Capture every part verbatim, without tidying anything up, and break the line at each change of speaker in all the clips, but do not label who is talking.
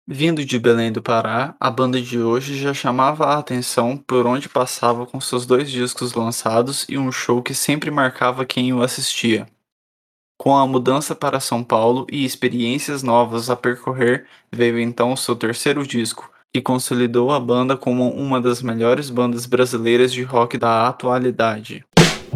Vindo de Belém do Pará, a banda de hoje já chamava a atenção por onde passava com seus dois discos lançados e um show que sempre marcava quem o assistia. Com a mudança para São Paulo e experiências novas a percorrer, veio então o seu terceiro disco, que consolidou a banda como uma das melhores bandas brasileiras de rock da atualidade.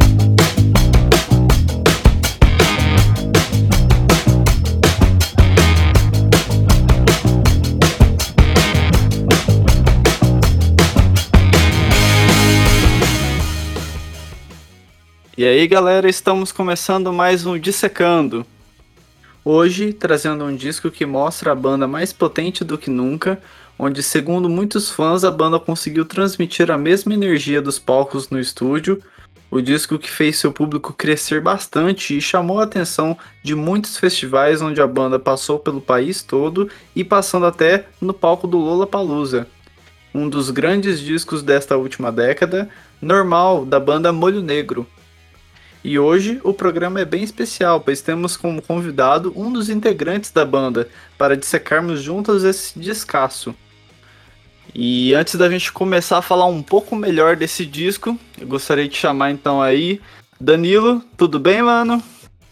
E aí, galera, estamos começando mais um Dissecando. Hoje, trazendo um disco que mostra a banda mais potente do que nunca, onde, segundo muitos fãs, a banda conseguiu transmitir a mesma energia dos palcos no estúdio. O disco que fez seu público crescer bastante e chamou a atenção de muitos festivais onde a banda passou pelo país todo e passando até no palco do Lollapalooza. Um dos grandes discos desta última década, Normal, da banda Molho Negro. E hoje o programa é bem especial, pois temos como convidado um dos integrantes da banda para dissecarmos juntos esse descasso. E antes da gente começar a falar um pouco melhor desse disco, eu gostaria de chamar então aí Danilo, tudo bem, mano?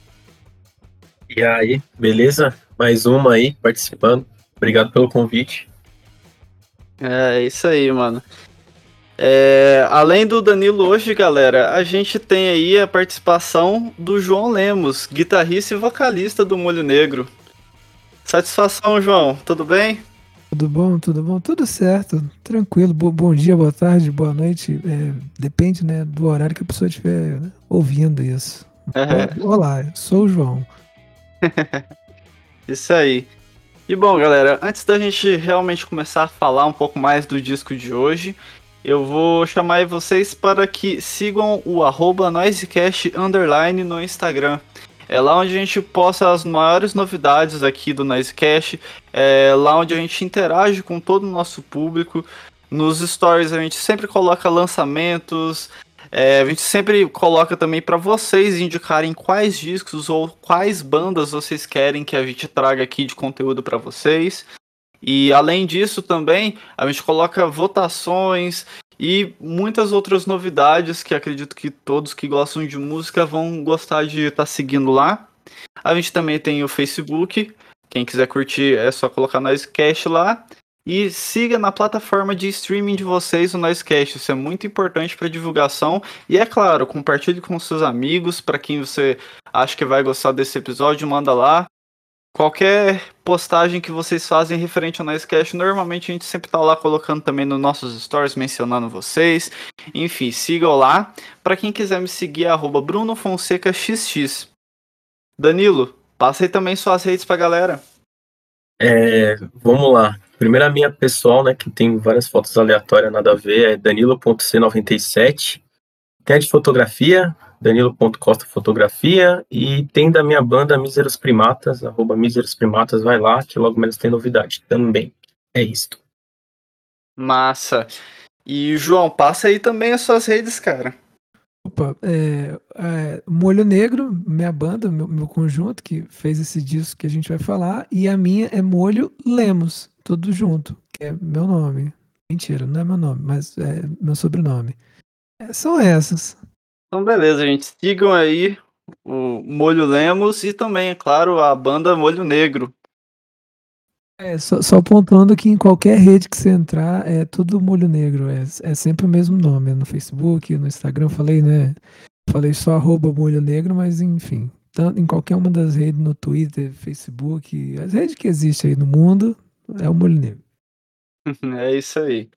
E aí, beleza? Mais uma aí, participando. Obrigado pelo convite.
É isso aí, mano. É, além do Danilo hoje, galera, a gente tem aí a participação do João Lemos, guitarrista e vocalista do Molho Negro. Satisfação, João, tudo bem?
Tudo bom, tudo bom, tudo certo, tranquilo. Bo- bom dia, boa tarde, boa noite. É, depende, né, do horário que a pessoa estiver, né, ouvindo isso. O- Olá, eu sou o João.
Isso aí. E bom, galera, antes da gente realmente começar a falar um pouco mais do disco de hoje, eu vou chamar aí vocês para que sigam o arroba noisecast underline no Instagram. É lá onde a gente posta as maiores novidades aqui do Noisecast, é lá onde a gente interage com todo o nosso público. Nos stories a gente sempre coloca lançamentos, é, a gente sempre coloca também para vocês indicarem quais discos ou quais bandas vocês querem que a gente traga aqui de conteúdo para vocês. E além disso também, a gente coloca votações e muitas outras novidades que acredito que todos que gostam de música vão gostar de estar seguindo lá. A gente também tem o Facebook, quem quiser curtir é só colocar Noisecast lá. E siga na plataforma de streaming de vocês o Noisecast, isso é muito importante para divulgação. E é claro, compartilhe com seus amigos, para quem você acha que vai gostar desse episódio, manda lá. Qualquer postagem que vocês fazem referente ao Noisecast, normalmente a gente sempre tá lá colocando também nos nossos stories, mencionando vocês. Enfim, sigam lá. Para quem quiser me seguir, é arroba Bruno Fonseca X X. Danilo, passa aí também suas redes pra galera.
É, vamos lá. Primeiro a minha pessoal, né, que tem várias fotos aleatórias, nada a ver, é danilo ponto c noventa e sete. Tem a de fotografia, danilo ponto costa fotografia, e tem da minha banda Míseros Primatas, arroba Míseros Primatas, vai lá, que logo menos tem novidade também. É isto.
Massa. E João, passa aí também as suas redes, cara.
Opa, é, é, Molho Negro, minha banda, meu, meu conjunto que fez esse disco que a gente vai falar, e a minha é Molho Lemos, tudo junto, que é meu nome. Mentira, não é meu nome, mas é meu sobrenome. É, são essas.
Então beleza, gente. Sigam aí o Molho Lemos e também, é claro, a banda Molho Negro.
É, só, só pontuando que em qualquer rede que você entrar, é tudo Molho Negro, é, é sempre o mesmo nome, é no Facebook, no Instagram, eu falei, né? Falei só arroba Molho Negro, mas enfim, tanto, em qualquer uma das redes, no Twitter, Facebook, as redes que existem aí no mundo, é o Molho Negro.
É isso aí.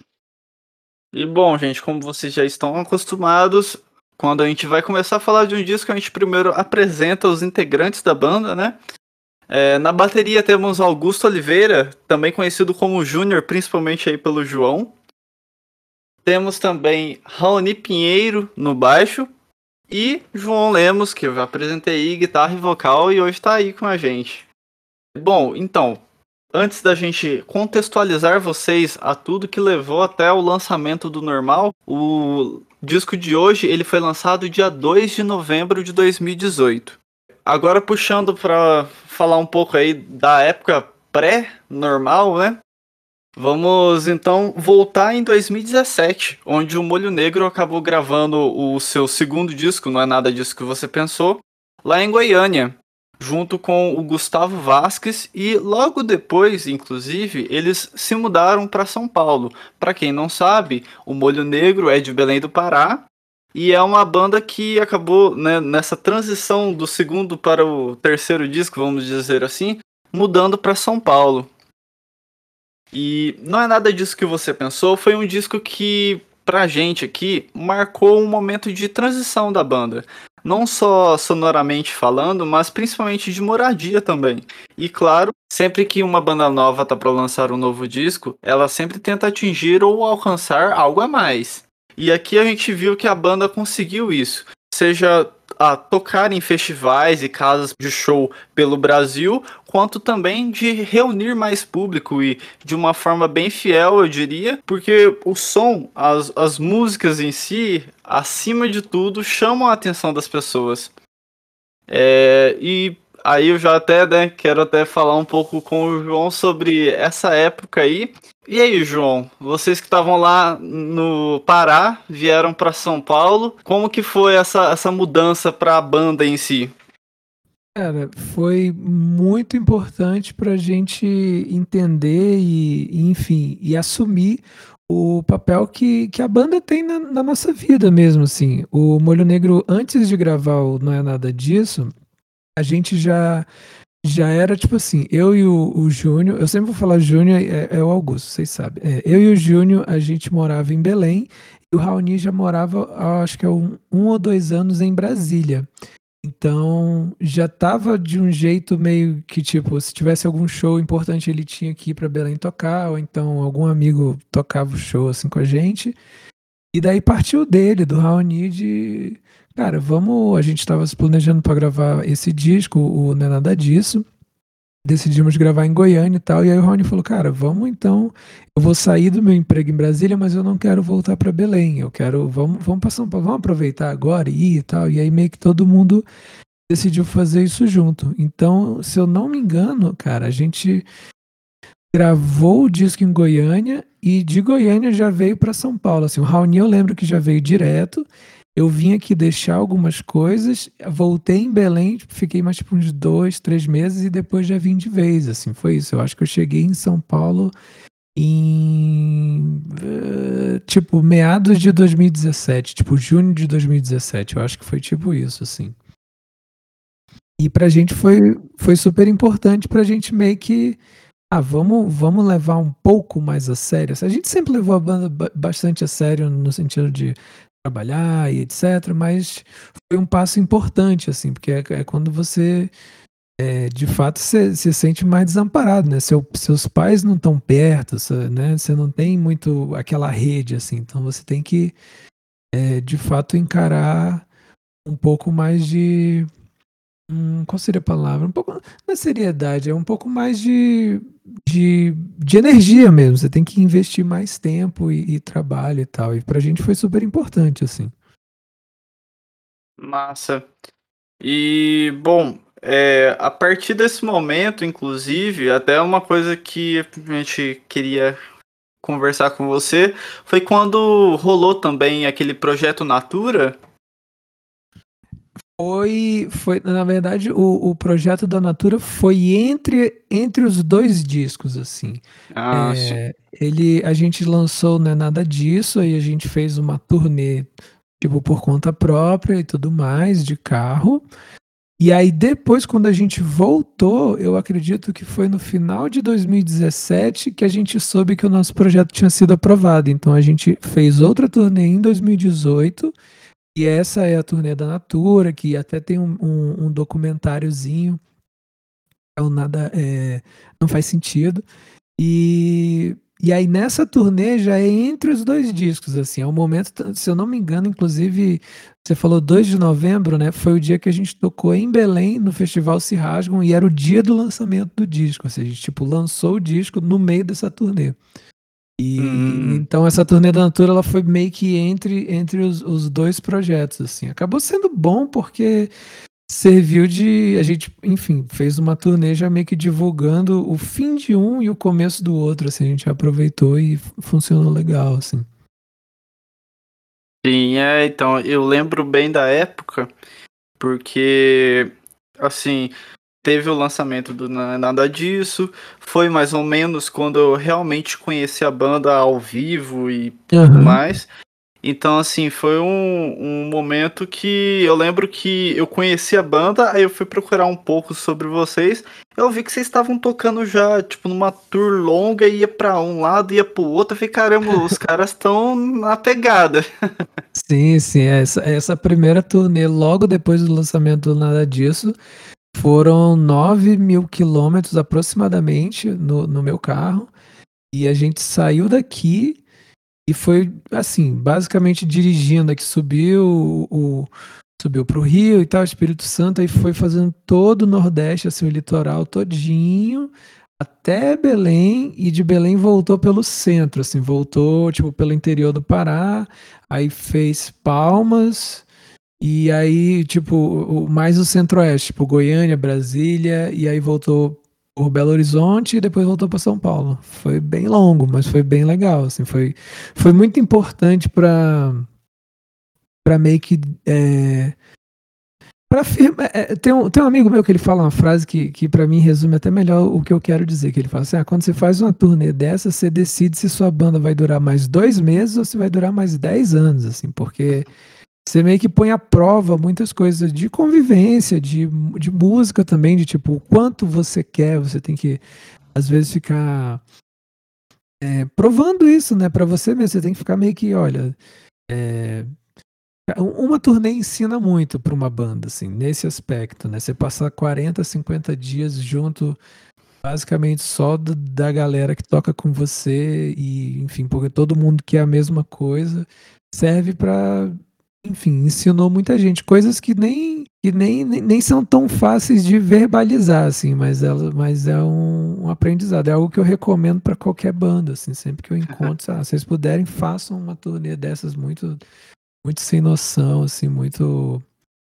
E bom, gente, como vocês já estão acostumados, quando a gente vai começar a falar de um disco, a gente primeiro apresenta os integrantes da banda, né? É, na bateria temos Augusto Oliveira, também conhecido como Júnior, principalmente aí pelo João. Temos também Raoni Pinheiro no baixo e João Lemos, que eu apresentei aí, guitarra e vocal, e hoje tá aí com a gente. Bom, então, antes da gente contextualizar vocês a tudo que levou até o lançamento do Normal, o disco de hoje ele foi lançado dia dois de novembro de dois mil e dezoito. Agora puxando para falar um pouco aí da época pré-normal, né? Vamos então voltar em dois mil e dezessete, onde o Molho Negro acabou gravando o seu segundo disco, Não É Nada Disso Que Você Pensou, lá em Goiânia, junto com o Gustavo Vasques, e logo depois, inclusive, eles se mudaram para São Paulo. Para quem não sabe, o Molho Negro é de Belém do Pará, e é uma banda que acabou, né, nessa transição do segundo para o terceiro disco, vamos dizer assim, mudando para São Paulo. E Não É Nada Disso Que Você Pensou foi um disco que, pra gente aqui, marcou um momento de transição da banda. Não só sonoramente falando, mas principalmente de moradia também. E claro, sempre que uma banda nova tá para lançar um novo disco, ela sempre tenta atingir ou alcançar algo a mais. E aqui a gente viu que a banda conseguiu isso. Seja a tocar em festivais e casas de show pelo Brasil, quanto também de reunir mais público e de uma forma bem fiel, eu diria, porque o som, as, as músicas em si, acima de tudo, chamam a atenção das pessoas. É, e aí eu já até, né, quero até falar um pouco com o João sobre essa época aí. E aí, João, vocês que estavam lá no Pará, vieram para São Paulo, como que foi essa, essa mudança para a banda em si?
Cara, foi muito importante para a gente entender e, e, enfim, e assumir o papel que, que a banda tem na, na nossa vida mesmo, assim. O Molho Negro, antes de gravar o Não É Nada Disso, a gente já já era tipo assim, eu e o, o Júnior, eu sempre vou falar Júnior, é, é o Augusto, vocês sabem. É, eu e o Júnior, a gente morava em Belém e o Raoni já morava, acho que é um, um ou dois anos em Brasília. Então já tava de um jeito meio que tipo, se tivesse algum show importante ele tinha que ir para Belém tocar, ou então algum amigo tocava o show assim com a gente. E daí partiu dele, do Raoni, de cara, vamos. A gente estava se planejando para gravar esse disco, o Não É Nada Disso. Decidimos gravar em Goiânia e tal. E aí o Raoni falou: cara, vamos então. Eu vou sair do meu emprego em Brasília, mas eu não quero voltar para Belém. Eu quero. Vamos, vamos para São Paulo, vamos aproveitar agora e ir e tal. E aí meio que todo mundo decidiu fazer isso junto. Então, se eu não me engano, cara, a gente gravou o disco em Goiânia e de Goiânia já veio para São Paulo. Assim, o Raoni eu lembro que já veio direto. Eu vim aqui deixar algumas coisas, voltei em Belém, fiquei mais tipo uns dois, três meses e depois já vim de vez. Assim, foi isso. Eu acho que eu cheguei em São Paulo em uh, tipo meados de dois mil e dezessete, tipo junho de dois mil e dezessete. Eu acho que foi tipo isso, assim. E pra gente foi, foi super importante pra gente meio que ah, vamos, vamos levar um pouco mais a sério. A gente sempre levou a banda ba- bastante a sério no sentido de trabalhar e etcétera. Mas foi um passo importante, assim, porque é, é quando você, é, de fato, se, se sente mais desamparado, né? Seu, seus pais não estão perto, você, né? Você não tem muito aquela rede, assim. Então você tem que, é, de fato, encarar um pouco mais de Hum, qual seria a palavra? Um pouco, não é seriedade, é um pouco mais de, de, de energia mesmo. Você tem que investir mais tempo e, e trabalho e tal. E pra gente foi super importante, assim.
Massa. E, bom, é, a partir desse momento, inclusive, até uma coisa que a gente queria conversar com você foi quando rolou também aquele projeto Natura.
Foi, foi, na verdade, o, o projeto da Natura foi entre, entre os dois discos, assim.
Ah, sim.
É, ele, a gente lançou, Não É Nada Disso, aí a gente fez uma turnê, tipo, por conta própria e tudo mais, de carro. E aí depois, quando a gente voltou, eu acredito que foi no final de dois mil e dezessete que a gente soube que o nosso projeto tinha sido aprovado. Então a gente fez outra turnê em dois mil e dezoito, e essa é a turnê da Natura, que até tem um, um, um documentáriozinho, é o nada, é, não faz sentido. E, e aí nessa turnê já é entre os dois discos, assim, é um momento, se eu não me engano, inclusive, você falou dois de novembro, né? Foi o dia que a gente tocou em Belém, no Festival Se Rasgam, e era o dia do lançamento do disco, ou seja, a gente, tipo, lançou o disco no meio dessa turnê. E
Hum,
então essa turnê da Natura, ela foi meio que entre, entre os, os dois projetos, assim. Acabou sendo bom porque serviu de... A gente, enfim, fez uma turnê já meio que divulgando o fim de um e o começo do outro, assim, a gente aproveitou e funcionou legal, assim.
Sim, é, então, eu lembro bem da época, porque, assim, teve o lançamento do Não É Nada Disso, foi mais ou menos quando eu realmente conheci a banda ao vivo e tudo
Aham.
mais. Então, assim, foi um, um momento que eu lembro que eu conheci a banda, aí eu fui procurar um pouco sobre vocês. Eu vi que vocês estavam tocando já, tipo, numa tour longa, ia pra um lado, ia pro outro. Eu falei, caramba, os caras estão na pegada.
Sim, sim, essa, essa primeira turnê, logo depois do lançamento do Nada Disso, foram nove mil quilômetros aproximadamente no, no meu carro. E a gente saiu daqui e foi, assim, basicamente dirigindo aqui, subiu o, subiu pro Rio e tal, Espírito Santo, aí foi fazendo todo o Nordeste, assim, o litoral todinho, até Belém, e de Belém voltou pelo centro, assim, voltou, tipo, pelo interior do Pará, aí fez Palmas, e aí, tipo, o- mais o centro-oeste, tipo, Goiânia, Brasília, e aí voltou por Belo Horizonte e depois voltou para São Paulo. Foi bem longo, mas foi bem legal, assim, foi, foi muito importante para para meio que é, para afirmar, é, tem, um, tem um amigo meu que ele fala uma frase que, que para mim resume até melhor o que eu quero dizer, que ele fala assim, ah, quando você faz uma turnê dessa, você decide se sua banda vai durar mais dois meses ou se vai durar mais dez anos, assim, porque você meio que põe à prova muitas coisas de convivência, de, de música também, de tipo, o quanto você quer, você tem que, às vezes, ficar é, provando isso, né, pra você mesmo, você tem que ficar meio que, olha, é, uma turnê ensina muito pra uma banda, assim, nesse aspecto, né, você passar quarenta, cinquenta dias junto, basicamente só do, da galera que toca com você e, enfim, porque todo mundo quer a mesma coisa, serve pra, enfim, ensinou muita gente coisas que nem que nem, nem, nem são tão fáceis de verbalizar, assim, mas, ela, mas é um, um aprendizado, é algo que eu recomendo para qualquer banda, assim, sempre que eu encontro, ah, se vocês puderem, façam uma turnê dessas muito, muito sem noção, assim, muito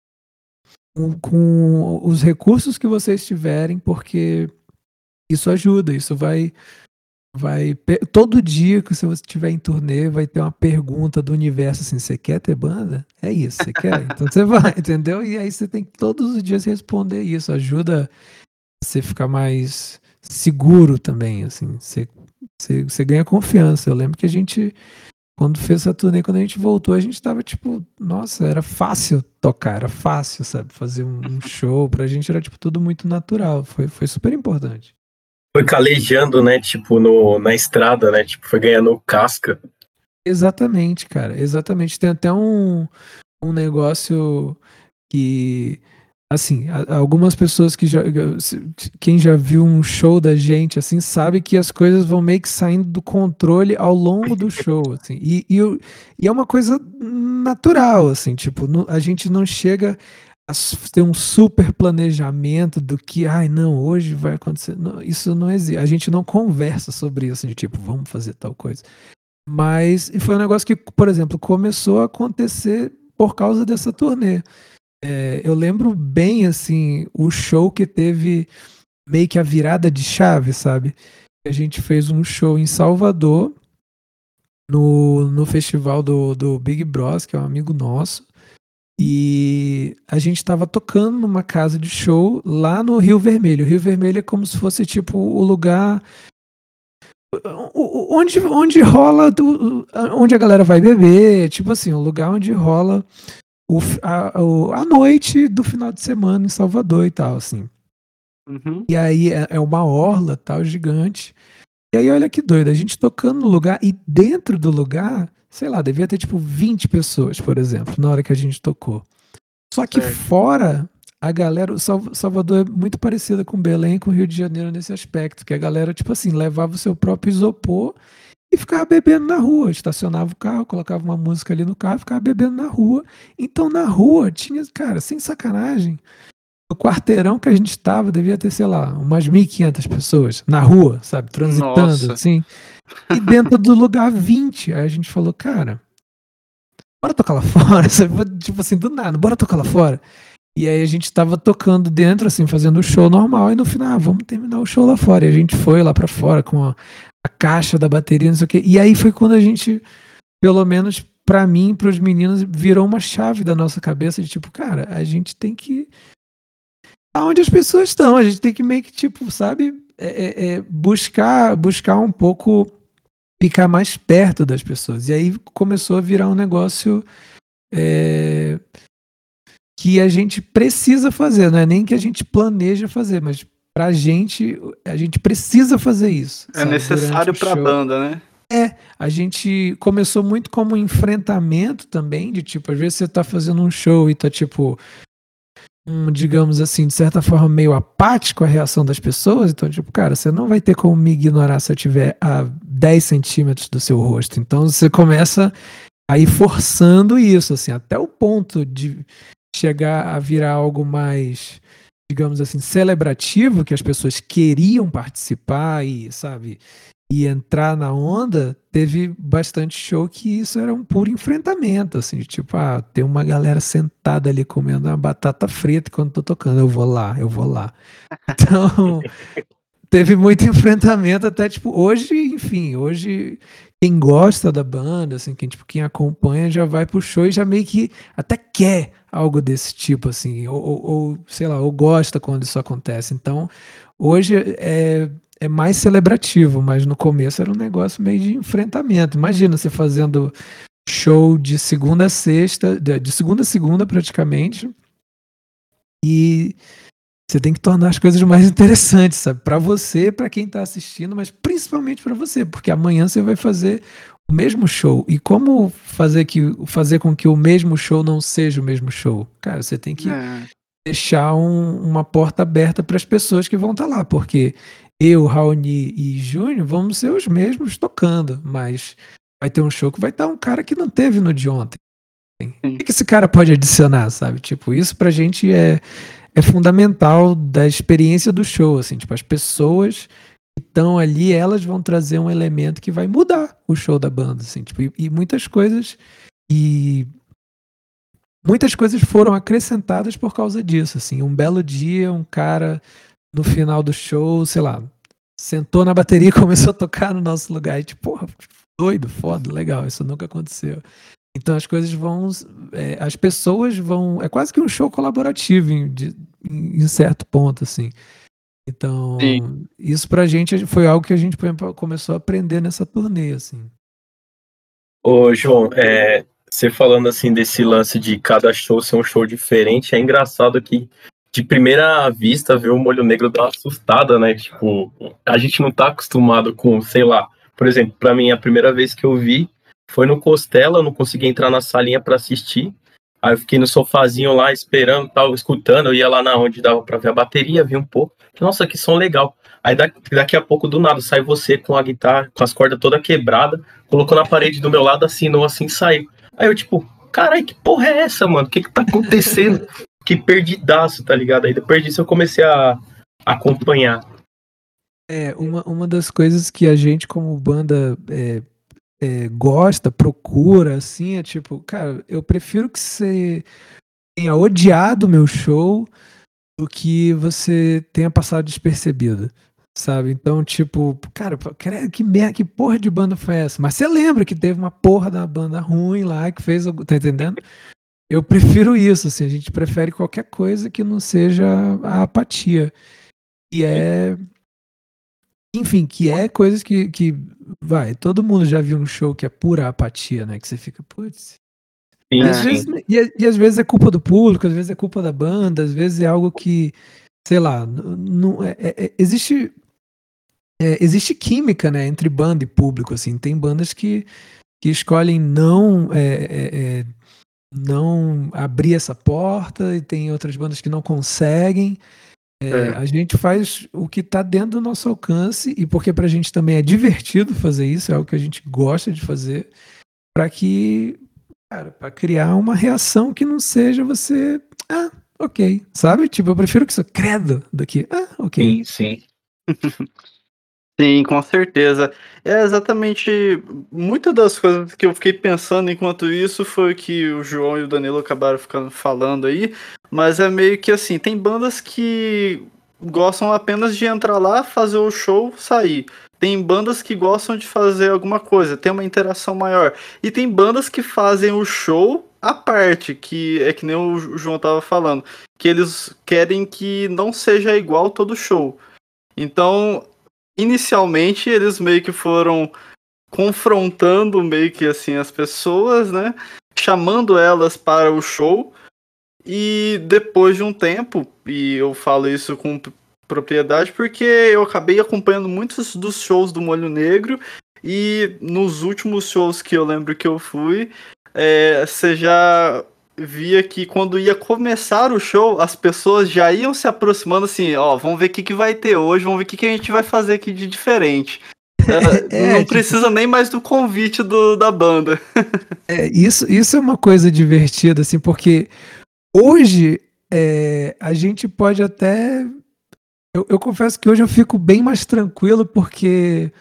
com, com os recursos que vocês tiverem, porque isso ajuda, isso vai vai pe- todo dia que você estiver em turnê vai ter uma pergunta do universo assim, você quer ter banda? É isso, você quer? Então você vai, entendeu? E aí você tem que todos os dias responder isso, ajuda você ficar mais seguro também, assim, você, você, você ganha confiança. Eu lembro que a gente, quando fez essa turnê, quando a gente voltou, a gente tava tipo, nossa, era fácil tocar, era fácil, sabe, fazer um, um show, pra gente era tipo tudo muito natural, foi, foi super importante.
Foi calejando, né? Tipo, no, na estrada, né? Tipo, foi ganhando casca.
Exatamente, cara, exatamente. Tem até um, um negócio que, assim, a- algumas pessoas que já, se- quem já viu um show da gente, assim, sabe que as coisas vão meio que saindo do controle ao longo do show, assim, e, e, o- e é uma coisa natural, assim, tipo, não- a gente não chega a s- ter um super planejamento do que, ai, não, hoje vai acontecer, não, isso não existe, a gente não conversa sobre isso, de tipo, vamos fazer tal coisa. Mas e foi um negócio que, por exemplo, começou a acontecer por causa dessa turnê. É, eu lembro bem, assim, o show que teve meio que a virada de chave, sabe? A gente fez um show em Salvador, no, no festival do, do Big Bros, que é um amigo nosso. E a gente estava tocando numa casa de show lá no Rio Vermelho. O Rio Vermelho é como se fosse tipo o lugar o- o- onde, onde rola do- onde a galera vai beber, tipo assim, o lugar onde rola o, f- a, o- a noite do final de semana em Salvador e tal, assim.
Uhum.
E aí é, é uma orla, tal, gigante. E aí olha que doido, a gente tocando no lugar e dentro do lugar, sei lá, devia ter tipo vinte pessoas, por exemplo, na hora que a gente tocou. Só que
Certo.
fora, a galera, o Sal- Salvador é muito parecida com Belém e com Rio de Janeiro nesse aspecto, que a galera, tipo assim, levava o seu próprio isopor e ficava bebendo na rua. Estacionava o carro, colocava uma música ali no carro e ficava bebendo na rua. Então na rua tinha, cara, sem sacanagem, o quarteirão que a gente estava devia ter, sei lá, umas mil e quinhentas pessoas na rua, sabe, transitando,
Nossa.
assim. E dentro do lugar vinte. Aí a gente falou, cara, bora tocar lá fora, sabe? Tipo assim, do nada, bora tocar lá fora. E aí a gente tava tocando dentro, assim, fazendo o show normal, e no final, ah, vamos terminar o show lá fora. E a gente foi lá pra fora com a, a caixa da bateria, não sei o quê. E aí foi quando a gente, pelo menos pra mim e pros meninos, virou uma chave da nossa cabeça de tipo, cara, a gente tem que aonde as pessoas estão, a gente tem que meio que, tipo, sabe, é, é, é, buscar, buscar um pouco ficar mais perto das pessoas. E aí começou a virar um negócio é, que a gente precisa fazer, não é nem que a gente planeja fazer, mas pra gente, a gente precisa fazer isso.
É
sabe,
necessário
durante o
pra
show.
banda, né?
É, a gente começou muito como um enfrentamento também, de tipo, às vezes você tá fazendo um show e tá tipo, um, digamos assim, de certa forma meio apático a reação das pessoas, então tipo, cara, você não vai ter como me ignorar se eu tiver a dez centímetros do seu rosto, então você começa a ir forçando isso, assim, até o ponto de chegar a virar algo mais, digamos assim, celebrativo, que as pessoas queriam participar e, sabe, e entrar na onda. Teve bastante show que isso era um puro enfrentamento, assim, de tipo, ah, tem uma galera sentada ali comendo uma batata frita quando tô tocando, eu vou lá, eu vou lá. Então, teve muito enfrentamento até, tipo, hoje, enfim, hoje quem gosta da banda, assim, quem, tipo, quem acompanha já vai pro show e já meio que até quer algo desse tipo, assim, ou, ou, ou, sei lá, ou gosta quando isso acontece. Então, hoje é, é mais celebrativo, mas no começo era um negócio meio de enfrentamento. Imagina você fazendo show de segunda a sexta, de, de segunda a segunda praticamente, e você tem que tornar as coisas mais interessantes, sabe? Para você, para quem tá assistindo, mas principalmente para você, porque amanhã você vai fazer o mesmo show. E como fazer, que, fazer com que o mesmo show não seja o mesmo show? Cara, você tem que
É.
deixar um- uma porta aberta para as pessoas que vão estar lá, porque eu, Raoni e Júnior vamos ser os mesmos tocando, mas vai ter um show que vai estar um cara que não teve no de ontem. O que que esse cara pode adicionar, sabe? Tipo, isso pra gente é é fundamental da experiência do show, assim, tipo, as pessoas que estão ali, elas vão trazer um elemento que vai mudar o show da banda, assim, tipo, e, e muitas coisas e muitas coisas foram acrescentadas por causa disso, assim, um belo dia, um cara no final do show, sei lá, sentou na bateria e começou a tocar no nosso lugar, e tipo, porra, doido, foda, legal, isso nunca aconteceu. Então as coisas vão, é, as pessoas vão, é quase que um show colaborativo em, de- em certo ponto, assim.
Sim.
Então, isso pra gente foi algo que a gente, por exemplo, começou a aprender nessa turnê, assim.
Ô, João, é, você falando assim desse lance de cada show ser um show diferente, é engraçado que de primeira vista ver o Molho Negro dá uma assustada, né? Tipo, a gente não tá acostumado com, sei lá, por exemplo, pra mim a primeira vez que eu vi foi no Costela, eu não consegui entrar na salinha pra assistir. Aí eu fiquei no sofazinho lá esperando, tal, escutando, eu ia lá na onde dava pra ver a bateria, vi um pouco. Nossa, que som legal. Aí daqui, daqui a pouco do nada sai você com a guitarra, com as cordas toda quebrada, colocou na parede do meu lado, assinou assim, saiu. Aí eu, tipo, caralho, que porra é essa, mano? O que que tá acontecendo? Que perdidaço, tá ligado? Aí depois disso eu comecei a acompanhar.
É, uma, uma das coisas que a gente, como banda, é, é, gosta, procura, assim, é tipo, cara, eu prefiro que você tenha odiado o meu show do que você tenha passado despercebido, sabe? Então, tipo, cara, que merda, que porra de banda foi essa? Mas você lembra que teve uma porra da banda ruim lá que fez, tá entendendo? Eu prefiro isso, assim, a gente prefere qualquer coisa que não seja a apatia. E é, enfim, que é coisas que, que vai, todo mundo já viu um show que é pura apatia, né? Que você fica, putz. E
Sim,
às,
É.
vezes,
sim.
e, e às vezes é culpa do público, às vezes é culpa da banda, às vezes é algo que, sei lá, não, é, é, é- existe, é, existe química, né, entre banda e público, assim. Tem bandas que, que escolhem não, é, é, é, não abrir essa porta, e tem outras bandas que não conseguem. É,
É.
a gente faz o que está dentro do nosso alcance, e porque pra gente também é divertido fazer isso, é algo que a gente gosta de fazer, para que, cara, para criar uma reação que não seja você, ah, ok, sabe? Tipo, eu prefiro que isso credo do que, ah, ok.
Sim, sim.
Sim, com certeza. É exatamente. Muitas das coisas que eu fiquei pensando enquanto isso foi o que o João e o Danilo acabaram ficando falando aí, mas é meio que assim: tem bandas que gostam apenas de entrar lá, fazer o show, sair. Tem bandas que gostam de fazer alguma coisa, ter uma interação maior. E tem bandas que fazem o show à parte, que é que nem o João tava falando, que eles querem que não seja igual todo show. Então, inicialmente eles meio que foram confrontando meio que assim as pessoas, né? Chamando elas para o show e depois de um tempo, e eu falo isso com p- propriedade porque eu acabei acompanhando muitos dos shows do Molho Negro e nos últimos shows que eu lembro que eu fui, é, você já via que quando ia começar o show, as pessoas já iam se aproximando assim, ó, vamos ver o que, que vai ter hoje, vamos ver o que, que a gente vai fazer aqui de diferente. É,
É,
não
tipo,
precisa nem mais do convite do, da banda.
é, isso, isso é uma coisa divertida, assim, porque hoje é, a gente pode até. Eu, eu confesso que hoje eu fico bem mais tranquilo, porque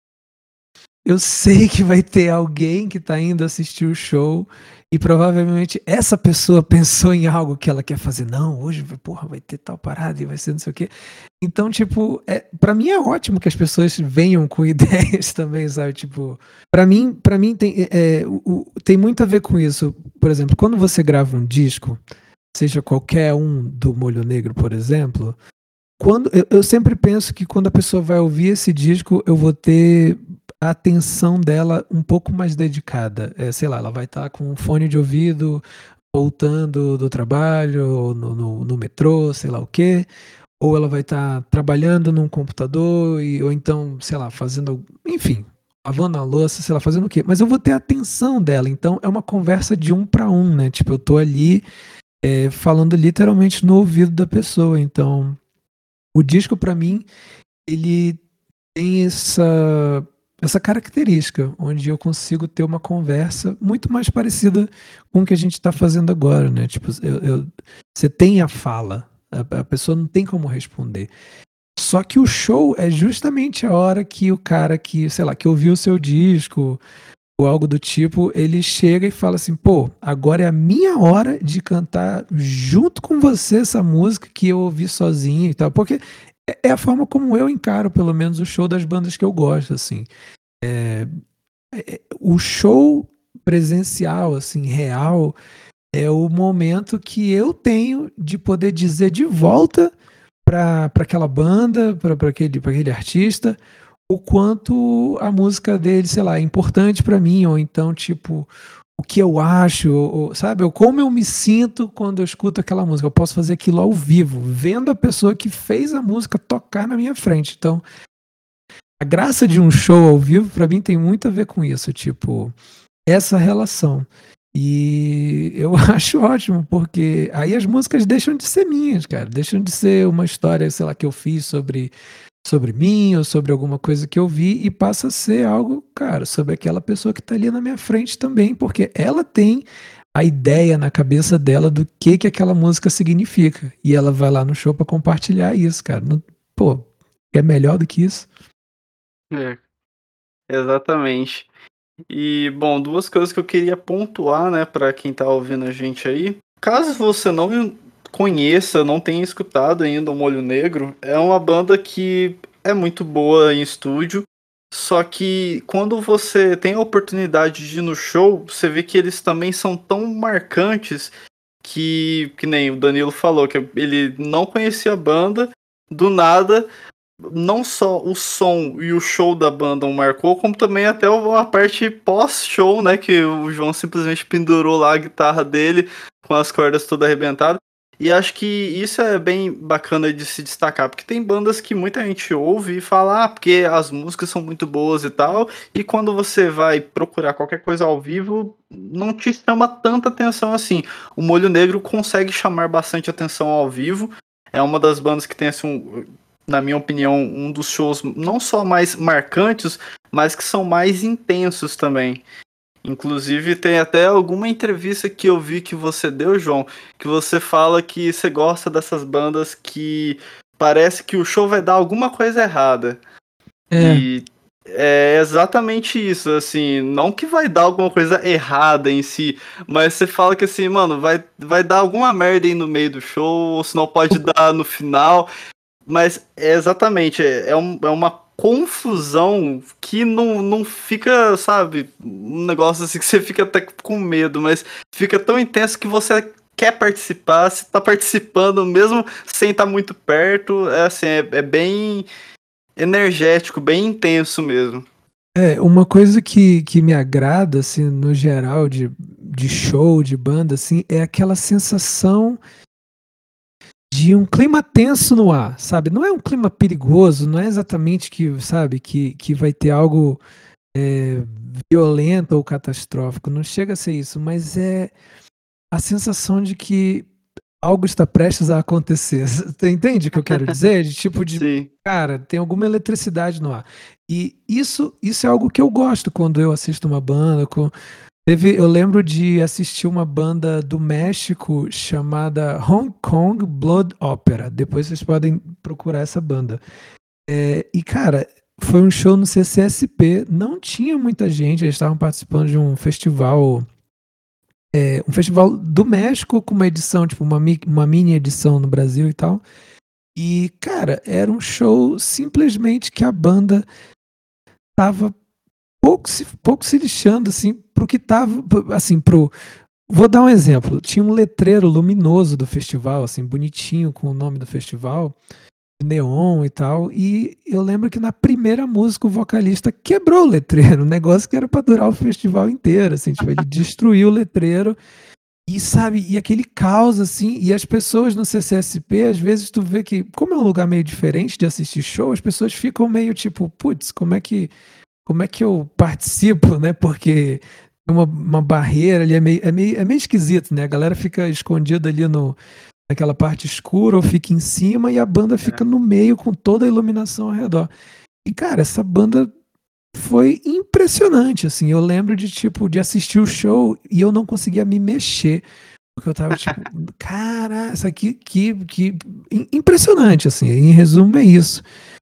eu sei que vai ter alguém que tá indo assistir o show e provavelmente essa pessoa pensou em algo que ela quer fazer. Não, hoje, vai- porra, vai ter tal parada e vai ser não sei o quê. Então, tipo, é, para mim é ótimo que as pessoas venham com ideias também, sabe? Tipo, pra mim, para mim tem, é, é, o- o- tem muito a ver com isso. Por exemplo, quando você grava um disco, seja qualquer um do Molho Negro, por exemplo, quando eu, eu sempre penso que quando a pessoa vai ouvir esse disco, eu vou ter a atenção dela um pouco mais dedicada. É, sei lá, ela vai estar com um fone de ouvido, voltando do trabalho, ou no, no, no metrô, sei lá o quê. Ou ela vai estar trabalhando num computador, e, ou então, sei lá, fazendo, enfim, lavando a louça, sei lá, fazendo o quê. Mas eu vou ter a atenção dela. Então é uma conversa de um para um, né? Tipo, eu tô ali é, falando literalmente no ouvido da pessoa. Então. O disco, para mim, ele tem essa, essa característica, onde eu consigo ter uma conversa muito mais parecida com o que a gente está fazendo agora, né? Tipo, eu- eu- você tem a fala, a, a pessoa não tem como responder. Só que o show é justamente a hora que o cara que, sei lá, que ouviu o seu disco ou algo do tipo, ele chega e fala assim, pô, agora é a minha hora de cantar junto com você essa música que eu ouvi sozinho e tal, porque é é a forma como eu encaro, pelo menos, o show das bandas que eu gosto, assim. É, o show presencial, assim, real, é o momento que eu tenho de poder dizer de volta para aquela banda, para aquele, pra aquele artista, o quanto a música dele, sei lá, é importante para mim, ou então, tipo, o que eu acho, ou, sabe? Ou como eu me sinto quando eu escuto aquela música. Eu posso fazer aquilo ao vivo, vendo a pessoa que fez a música tocar na minha frente. Então, a graça de um show ao vivo, para mim, tem muito a ver com isso, tipo, essa relação. E eu acho ótimo, porque aí as músicas deixam de ser minhas, cara. Deixam de ser uma história, sei lá, que eu fiz sobre sobre mim ou sobre alguma coisa que eu vi e passa a ser algo, cara, sobre aquela pessoa que está ali na minha frente também, porque ela tem a ideia na cabeça dela do que que aquela música significa e ela vai lá no show para compartilhar isso, cara. Não- pô, é melhor do que isso?
É, exatamente. E, bom, duas coisas que eu queria pontuar, né, para quem tá ouvindo a gente aí. Caso você não conheça, não tenha escutado ainda o Molho Negro, é uma banda que é muito boa em estúdio. Só que quando você tem a oportunidade de ir no show, você vê que eles também são tão marcantes que, que nem o Danilo falou, que ele não conhecia a banda, do nada não só o som e o show da banda o marcou, como também até a parte pós-show, né? Que o João simplesmente pendurou lá a guitarra dele com as cordas todas arrebentadas. E acho que isso é bem bacana de se destacar, porque tem bandas que muita gente ouve e fala, ah, porque as músicas são muito boas e tal, e quando você vai procurar qualquer coisa ao vivo, não te chama tanta atenção assim. O Molho Negro consegue chamar bastante atenção ao vivo, é uma das bandas que tem assim, um, na minha opinião, um dos shows não só mais marcantes, mas que são mais intensos também. Inclusive, tem até alguma entrevista que eu vi que você deu, João, que você fala que você gosta dessas bandas que parece que o show vai dar alguma coisa errada.
É,
E é exatamente isso, assim, não que vai dar alguma coisa errada em si, mas você fala que assim, mano, vai, vai dar alguma merda aí no meio do show, ou se não pode dar no final, mas é exatamente, é, é um- é uma confusão que não, não fica, sabe, um negócio assim que você fica até com medo, mas fica tão intenso que você quer participar, você tá participando mesmo sem estar muito perto, é assim, é, é bem energético, bem intenso mesmo.
é uma coisa que, que me agrada, assim, no geral, de, de show, de banda, assim, é aquela sensação de um clima tenso no ar, sabe? Não é um clima perigoso, não é exatamente que, sabe, que, que vai ter algo é, violento ou catastrófico, não chega a ser isso, mas é a sensação de que algo está prestes a acontecer. Você entende o que eu quero dizer? De tipo de,
Sim.
cara, tem alguma eletricidade no ar. E isso, isso é algo que eu gosto quando eu assisto uma banda. com- Teve, eu lembro de assistir uma banda do México chamada Hong Kong Blood Opera. Depois vocês podem procurar essa banda. É, e, cara, foi um show no C C S P. Não tinha muita gente, eles estavam participando de um festival é, um festival do México com uma edição, tipo, uma, mi- uma mini edição no Brasil e tal. E, cara, era um show simplesmente que a banda tava pouco se, pouco se lixando, assim, pro que tava, assim, pro... Vou dar um exemplo. Tinha um letreiro luminoso do festival, assim, bonitinho, com o nome do festival, neon e tal. E eu lembro que na primeira música o vocalista quebrou o letreiro, um negócio que era pra durar o festival inteiro, assim, tipo, ele destruiu o letreiro. E sabe, e aquele caos assim, e as pessoas no C C S P, às vezes tu vê que, como é um lugar meio diferente de assistir show, as pessoas ficam meio tipo, putz, como é que, como é que eu participo, né? Porque tem uma, uma barreira ali, é meio, é meio, é meio esquisito, né? A galera fica escondida ali no, naquela parte escura ou fica em cima e a banda fica
É.
no meio com toda a iluminação ao redor. E cara, essa banda foi impressionante, assim. Eu lembro de tipo de assistir o show e eu não conseguia me mexer, porque eu tava tipo, cara, isso aqui que, que im- impressionante, assim. Em resumo é isso.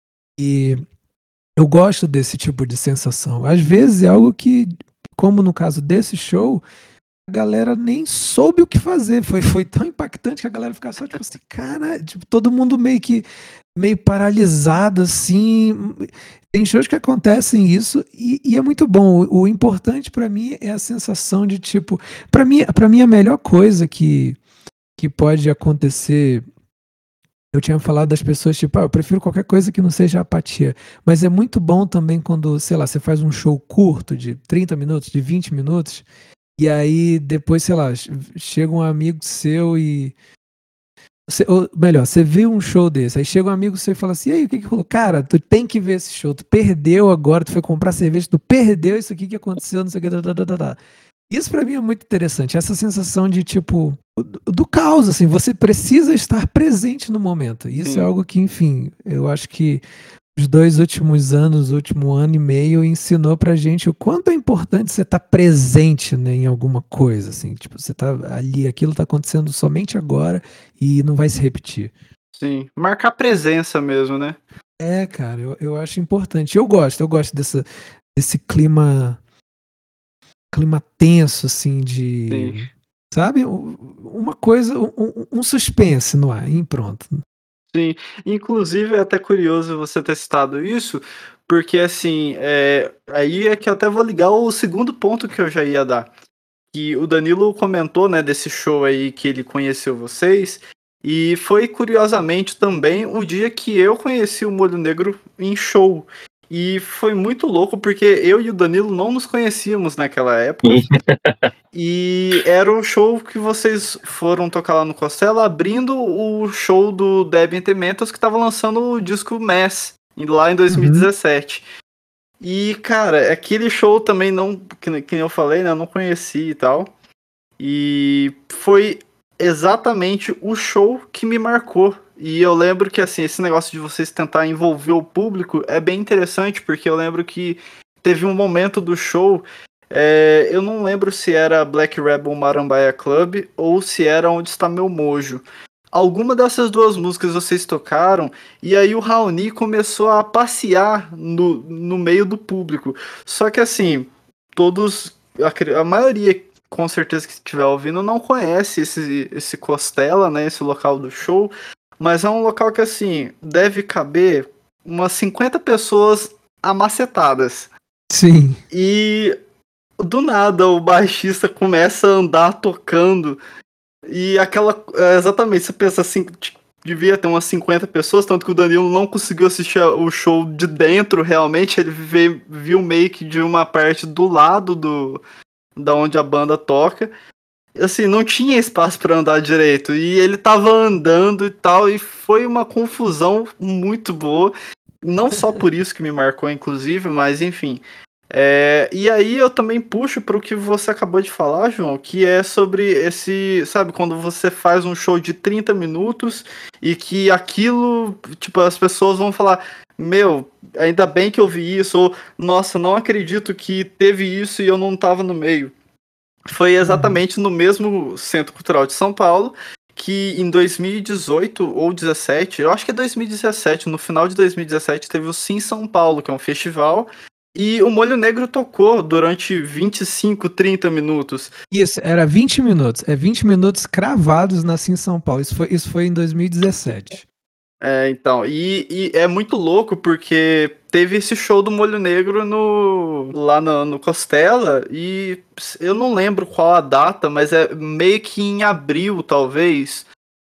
E eu gosto desse tipo de sensação. Às vezes é algo que, como no caso desse show, a galera nem soube o que fazer. Foi, foi tão impactante que a galera ficava só tipo assim, cara, tipo, todo mundo meio que meio paralisado assim. Tem shows que acontecem isso e, e é muito bom. O, o importante pra mim é a sensação de tipo, pra mim, para mim a melhor coisa que que pode acontecer. Eu tinha falado das pessoas, tipo, ah, eu prefiro qualquer coisa que não seja apatia. Mas é muito bom também quando, sei lá, você faz um show curto de trinta minutos, de vinte minutos, e aí depois, sei lá, chega um amigo seu e. Você- ou melhor, você vê um show desse, aí chega um amigo seu e fala assim: e aí, o que que rolou? Cara, tu tem que ver esse show, tu perdeu agora, tu foi comprar cerveja, tu perdeu isso aqui que aconteceu, não sei o que, tá, tá, tá, tá, tá. Isso pra mim é muito interessante, essa sensação de tipo, do, do caos, assim, você precisa estar presente no momento. Isso é
Sim.
algo que, enfim, eu acho que os dois últimos anos, o último ano e meio, ensinou pra gente o quanto é importante você estar presente, né, em alguma coisa, assim, tipo, você tá ali, aquilo tá acontecendo somente agora e não vai se repetir.
Sim. Marcar presença mesmo, né?
É, cara, eu, eu acho importante. Eu gosto, eu gosto dessa, desse clima, clima tenso, assim,
Sim.
de, sabe, U- uma coisa, um, um- um suspense no ar, e pronto.
Sim, inclusive é até curioso você ter citado isso, porque assim, é, aí é que eu até vou ligar o segundo ponto que eu já ia dar. Que o Danilo comentou, né, desse show aí que ele conheceu vocês, e foi curiosamente também o dia que eu conheci o Molho Negro em show. E foi muito louco porque eu e o Danilo não nos conhecíamos naquela época. E era o show que vocês foram tocar lá no Costela, abrindo o show do Deb Entre Mentos, que tava lançando o disco Mass, lá em
Uhum,
dois mil e dezessete. E, cara, aquele show também não, que, que nem eu falei, né, eu não conheci e tal. E foi exatamente o show que me marcou. E eu lembro que, assim, esse negócio de vocês tentar envolver o público é bem interessante, porque eu lembro que teve um momento do show, é, eu não lembro se era Black Rebel Marambaia Club ou se era Onde Está Meu Mojo. alguma dessas duas músicas vocês tocaram, e aí o Raoni começou a passear no, no meio do público. Só que assim, todos, a, a maioria, com certeza que estiver ouvindo, não conhece esse, esse Costela, né, esse local do show, mas é um local que assim, deve caber umas cinquenta pessoas amacetadas.
Sim.
E do nada o baixista começa a andar tocando. E aquela. Exatamente, você pensa assim, devia ter umas cinquenta pessoas, tanto que o Danilo não conseguiu assistir o show de dentro realmente. Ele veio, viu meio que de uma parte do lado do da onde a banda toca. Assim, não tinha espaço para andar direito. E ele tava andando e tal, e foi uma confusão muito boa. Não só por isso que me marcou, inclusive, mas enfim. É, e aí eu também puxo para o que você acabou de falar, João, que é sobre esse, sabe, quando você faz um show de trinta minutos e que aquilo, tipo, as pessoas vão falar, meu, ainda bem que eu vi isso, ou, nossa, não acredito que teve isso e eu não tava no meio. Foi exatamente no mesmo Centro Cultural de São Paulo, que em dois mil e dezoito ou dezessete, eu acho que é dois mil e dezessete, no final de dois mil e dezessete teve o Sim São Paulo, que é um festival. E o Molho Negro tocou durante vinte e cinco, trinta minutos.
Isso, era vinte minutos. É vinte minutos cravados na Sim São Paulo. Isso foi, isso foi em dois mil e dezessete.
É, então, e, e é muito louco porque teve esse show do Molho Negro no, lá no, no Costela, e eu não lembro qual a data, mas é meio que em abril, talvez.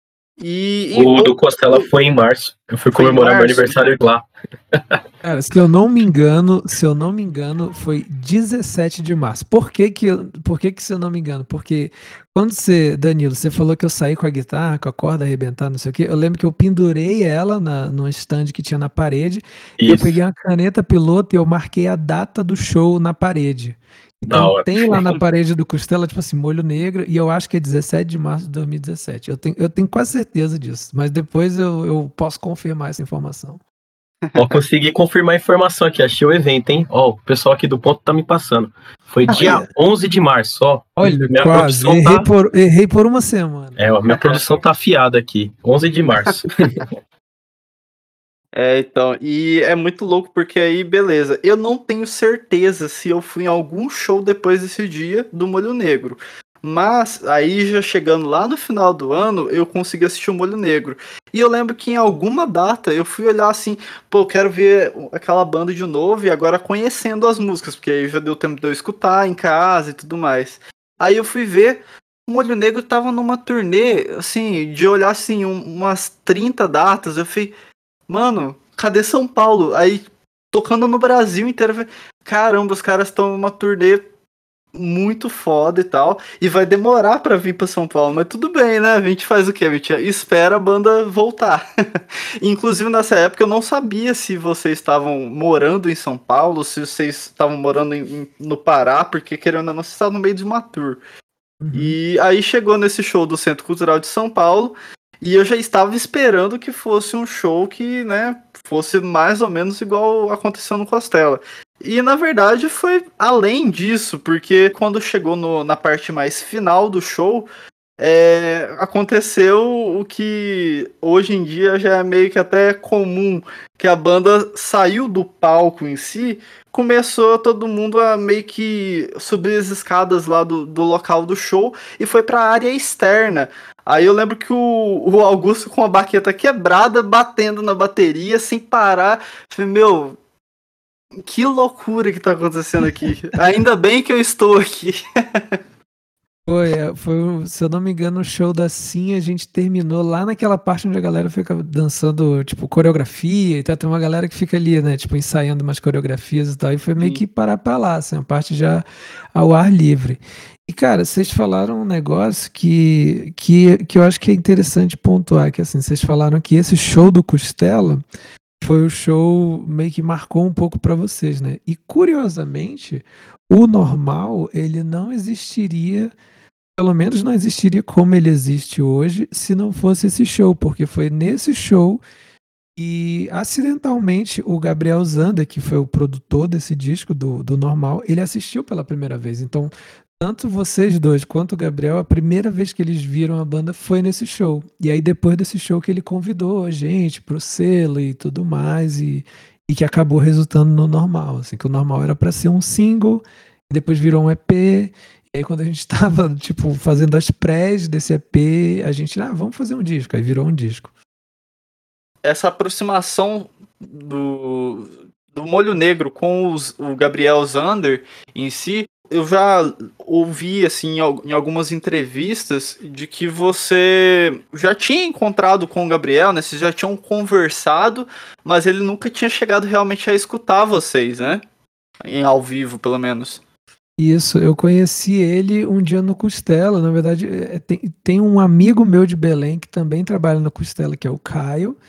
E, e
o do Costela foi em março. Eu fui comemorar meu aniversário lá.
Cara, se eu não me engano, se eu não me engano, foi dezessete de março. Por que que, eu, por que que se eu não me engano? Porque quando você, Danilo, você falou que eu saí com a guitarra, com a corda arrebentada, não sei o quê, eu lembro que eu pendurei ela na, num stand que tinha na parede, e eu peguei uma caneta piloto e eu marquei a data do show na parede. Então
Não,
tem lá na parede do Costela, tipo assim, Molho Negro, e eu acho que é dezessete de março de dois mil e dezessete. Eu tenho, eu tenho quase certeza disso, mas depois eu, eu posso confirmar essa informação.
Ó, consegui confirmar a informação aqui, achei o evento, hein? Ó, o pessoal aqui do ponto tá me passando. Foi dia
Olha.
onze de março, ó.
Olha,
minha
quase,
produção
errei,
tá...
por, errei por uma semana.
É, ó, minha produção tá afiada aqui, onze de março.
É, então, e é muito louco porque aí, beleza, eu não tenho certeza se eu fui em algum show depois desse dia do Molho Negro, mas aí já chegando lá no final do ano, eu consegui assistir o Molho Negro, e eu lembro que em alguma data eu fui olhar assim, pô, eu quero ver aquela banda de novo, e agora conhecendo as músicas, porque aí já deu tempo de eu escutar em casa e tudo mais. Aí eu fui ver, o Molho Negro tava numa turnê, assim, de olhar assim, um, umas trinta datas, eu fui... Mano, cadê São Paulo? Aí, tocando no Brasil inteiro, caramba, os caras estão numa turnê muito foda e tal, e vai demorar pra vir pra São Paulo, mas tudo bem, né? A gente faz o quê? A gente espera a banda voltar. Inclusive, nessa época, eu não sabia se vocês estavam morando em São Paulo, se vocês estavam morando em, no Pará, porque, querendo ou não, vocês estavam no meio de uma tour. Uhum. E aí, chegou nesse show do Centro Cultural de São Paulo, e eu já estava esperando que fosse um show que, né, fosse mais ou menos igual aconteceu no Costela. E, na verdade, foi além disso, porque quando chegou no, na parte mais final do show, é, aconteceu o que hoje em dia já é meio que até comum, que a banda saiu do palco em si, começou todo mundo a meio que subir as escadas lá do, do local do show e foi para a área externa. Aí eu lembro que o, o Augusto com a baqueta quebrada, batendo na bateria sem parar. Falei, meu, que loucura que tá acontecendo aqui. Ainda bem que eu estou aqui.
Foi, foi, se eu não me engano, o show da Sim, a gente terminou lá naquela parte onde a galera fica dançando, tipo, coreografia e tal. Tem uma galera que fica ali, né, tipo, ensaiando umas coreografias e tal. E foi meio que parar pra lá, assim, a parte já ao ar livre. E, cara, vocês falaram um negócio que, que, que eu acho que é interessante pontuar, que assim, vocês falaram que esse show do Costela foi o show meio que marcou um pouco pra vocês, né? E, curiosamente, o Normal, ele não existiria... Pelo menos não existiria como ele existe hoje se não fosse esse show, porque foi nesse show e acidentalmente o Gabriel Zander, que foi o produtor desse disco do, do Normal, ele assistiu pela primeira vez. Então tanto vocês dois quanto o Gabriel, a primeira vez que eles viram a banda foi nesse show. E aí depois desse show que ele convidou a gente pro selo e tudo mais, e, e que acabou resultando no Normal, assim, que o Normal era para ser um single, e depois virou um E P. E aí quando a gente tava, tipo, fazendo as prés desse E P, a gente, ah, vamos fazer um disco. Aí virou um disco.
Essa aproximação do, do Molho Negro com os, o Gabriel Zander em si, eu já ouvi assim em algumas entrevistas de que você já tinha encontrado com o Gabriel, né? Vocês já tinham conversado, mas ele nunca tinha chegado realmente a escutar vocês, né? Em ao vivo, pelo menos.
Isso, eu conheci ele um dia no Costela. Na verdade, é, tem, tem um amigo meu de Belém que também trabalha no Costela, que é o Caio.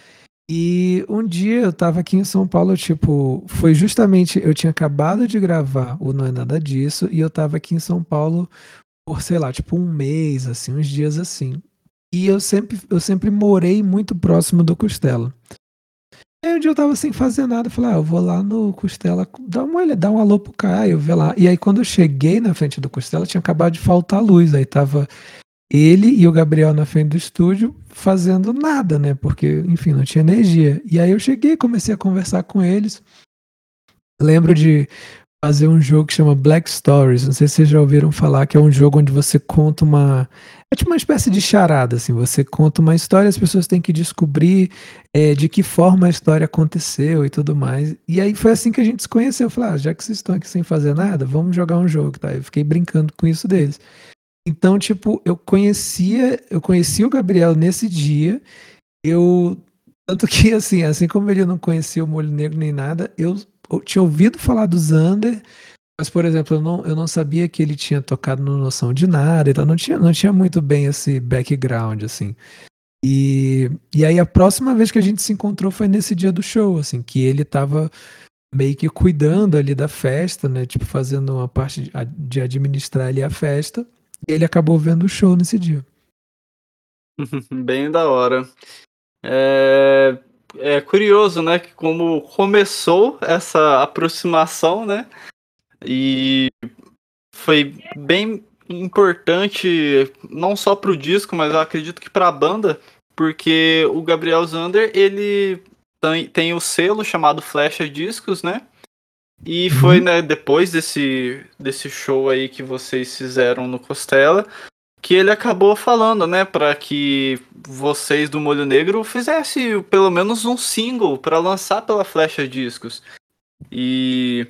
E um dia eu tava aqui em São Paulo, tipo, foi justamente, eu tinha acabado de gravar o Não É Nada Disso, e eu tava aqui em São Paulo por, sei lá, tipo um mês, assim, uns dias assim. E eu sempre, eu sempre morei muito próximo do Costela. Aí um dia eu tava sem fazer nada, falei, ah, eu vou lá no Costela, dar uma olhada, dar um alô pro Caio, ver lá. E aí quando eu cheguei na frente do Costela, tinha acabado de faltar luz, aí tava ele e o Gabriel na frente do estúdio fazendo nada, né? Porque, enfim, não tinha energia. E aí eu cheguei, comecei a conversar com eles. Lembro de fazer um jogo que chama Black Stories. Não sei se vocês já ouviram falar, que é um jogo onde você conta uma. É tipo uma espécie de charada, assim. Você conta uma história, as pessoas têm que descobrir é, de que forma a história aconteceu e tudo mais. E aí foi assim que a gente se conheceu. Eu falei, ah, já que vocês estão aqui sem fazer nada, vamos jogar um jogo, tá? Eu fiquei brincando com isso deles. Então, tipo, eu conhecia, eu conheci o Gabriel nesse dia. Eu tanto que assim, assim como ele não conhecia o Molho Negro nem nada, eu, eu tinha ouvido falar do Zander, mas por exemplo, eu não, eu não sabia que ele tinha tocado no Noção de Nada, então não tinha, não tinha muito bem esse background assim. E, e aí a próxima vez que a gente se encontrou foi nesse dia do show, assim, que ele tava meio que cuidando ali da festa, né, tipo fazendo uma parte de, de administrar ali a festa. E ele acabou vendo o show nesse dia.
Bem da hora. É, é curioso, né, que como começou essa aproximação, né, e foi bem importante, não só pro disco, mas eu acredito que pra banda, porque o Gabriel Zander, ele tem, tem o selo chamado Flecha Discos, né, e foi,
Uhum.
né, depois desse, desse show aí que vocês fizeram no Costela, que ele acabou falando, né, para que vocês do Molho Negro fizessem pelo menos um single para lançar pela Flecha Discos. E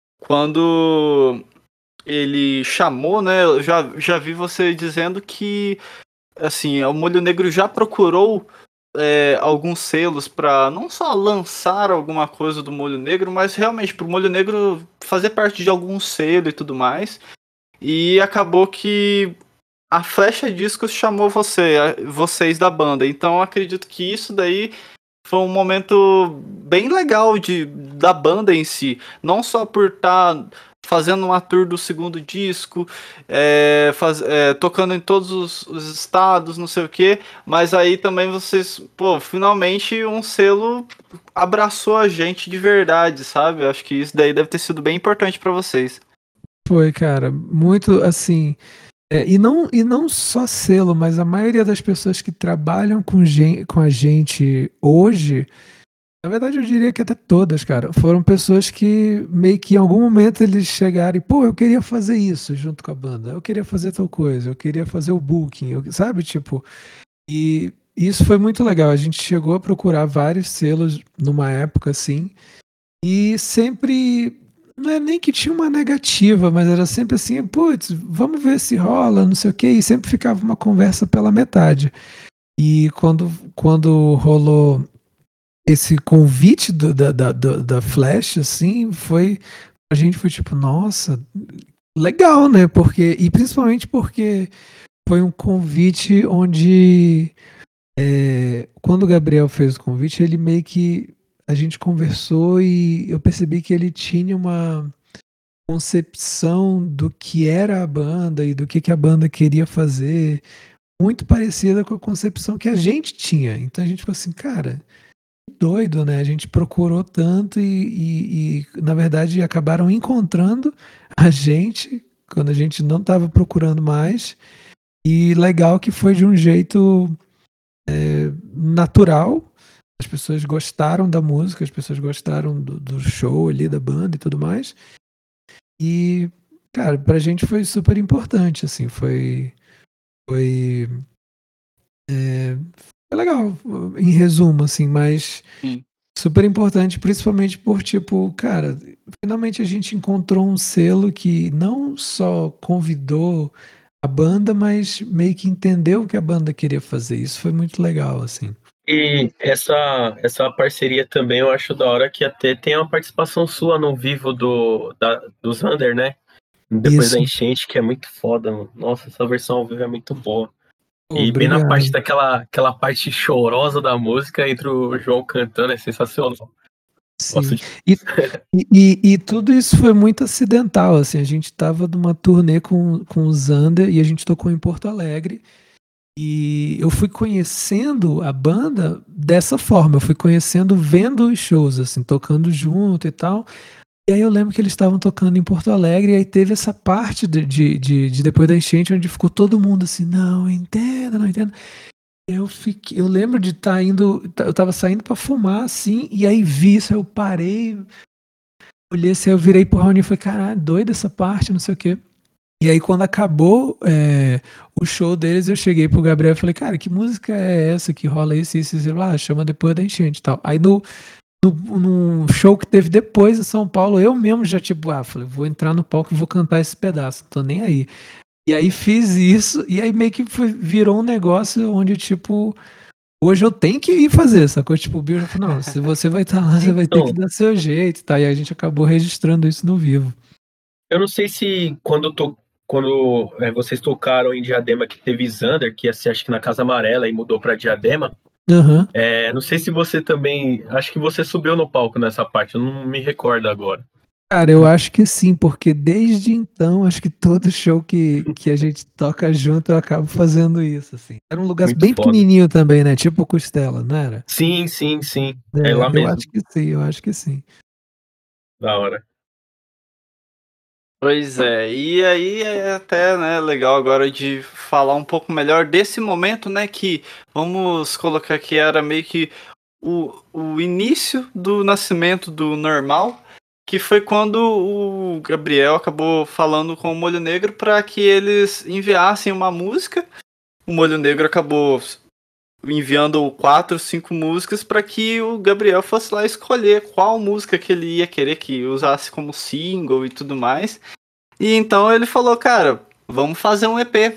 quando ele chamou, né, eu já, já vi você dizendo que, assim, o Molho Negro já procurou é, alguns selos para não só lançar alguma coisa do Molho Negro, mas realmente para o Molho Negro fazer parte de algum selo e tudo mais. E acabou que a Flecha Discos chamou você, vocês da banda. Então acredito que isso daí foi um momento bem legal de, da banda em si. Não só por estar tá fazendo uma tour do segundo disco, é, faz, é, tocando em todos os, os estados, não sei o que, mas aí também vocês, pô, finalmente um selo abraçou a gente de verdade, sabe? Acho que isso daí deve ter sido bem importante para vocês.
Foi, cara, muito assim. É, e, não, e não só selo, mas a maioria das pessoas que trabalham com, gen, com a gente hoje, na verdade eu diria que até todas, cara, foram pessoas que meio que em algum momento eles chegaram e, pô, eu queria fazer isso junto com a banda, eu queria fazer tal coisa, eu queria fazer o booking, eu, sabe? Tipo, e isso foi muito legal. A gente chegou a procurar vários selos numa época assim, e sempre. Não é nem que tinha uma negativa, mas era sempre assim, putz, vamos ver se rola, não sei o quê, e sempre ficava uma conversa pela metade. E quando, quando rolou esse convite do, da, da, da Flash, assim, foi. A gente foi tipo, nossa, legal, né? Porque, e principalmente porque foi um convite onde. É, quando o Gabriel fez o convite, ele meio que. A gente conversou e eu percebi que ele tinha uma concepção do que era a banda e do que, que a banda queria fazer, muito parecida com a concepção que a gente tinha. Então a gente falou assim, cara, que doido, né? A gente procurou tanto e, e, e, na verdade, acabaram encontrando a gente quando a gente não estava procurando mais. E legal que foi de um jeito é, natural. As pessoas gostaram da música, as pessoas gostaram do, do show ali, da banda e tudo mais. E, cara, pra gente foi super importante, assim, foi, foi, é, foi legal, em resumo, assim, mas
Sim.
super importante, principalmente por, tipo, cara, finalmente a gente encontrou um selo que não só convidou a banda, mas meio que entendeu o que a banda queria fazer. Isso foi muito legal, assim.
E essa, essa parceria também eu acho da hora que até tem uma participação sua no vivo do, da, do Xander, né? Depois da
Isso.
enchente, que é muito foda, mano. Nossa, essa versão ao vivo é muito boa. E bem na parte
Obrigado.
daquela aquela parte chorosa da música, entre o João cantando, é sensacional.
Sim.
Gosto de...
E, e, e, e tudo isso foi muito acidental, assim, a gente tava numa turnê com, com o Xander e a gente tocou em Porto Alegre e eu fui conhecendo a banda dessa forma, eu fui conhecendo vendo os shows, assim, tocando junto e tal. E aí eu lembro que eles estavam tocando em Porto Alegre e aí teve essa parte de, de, de, de depois da enchente onde ficou todo mundo assim, não entendo, não entendo. Eu fiquei, eu lembro de estar indo, eu tava saindo pra fumar assim, e aí vi isso, aí eu parei, olhei assim, eu virei pro Raoni e falei, caralho, doido essa parte, não sei o quê. E aí quando acabou é, o show deles, eu cheguei pro Gabriel e falei, cara, que música é essa que rola isso, isso, isso, lá, chama Depois da Enchente e tal. Aí no, no, num show que teve depois em São Paulo, eu mesmo já tipo, ah, falei, vou entrar no palco e vou cantar esse pedaço, não tô nem aí. E aí fiz isso, e aí meio que foi, virou um negócio onde, tipo, hoje eu tenho que ir fazer essa coisa. Tipo, o Bill já falou, não, se você vai estar lá, você vai ter que
Então,
dar seu jeito, tá? E a gente acabou registrando isso no vivo.
eu não sei se quando, to, quando é, vocês tocaram em Diadema que teve Xander, que ia ser acho que na Casa Amarela e mudou pra Diadema,
Aham.
é, não sei se você também, acho que você subiu no palco nessa parte, eu não me recordo agora.
Cara, eu acho que sim, porque desde então, acho que todo show que, que a gente toca junto, eu acabo fazendo isso, assim. Era um lugar
Muito
bem
foda.
pequenininho também, né? Tipo Costela, não era?
Sim, sim, sim, é
É,
lá
eu
mesmo,
acho que sim, eu acho que sim.
da hora.
Pois é, e aí é até, né, legal agora de falar um pouco melhor desse momento, né, que vamos colocar que era meio que o, o início do nascimento do normal, que foi quando o Gabriel acabou falando com o Molho Negro para que eles enviassem uma música. O Molho Negro acabou enviando quatro, cinco músicas para que o Gabriel fosse lá escolher qual música que ele ia querer que usasse como single e tudo mais. E então ele falou, cara, vamos fazer um E P.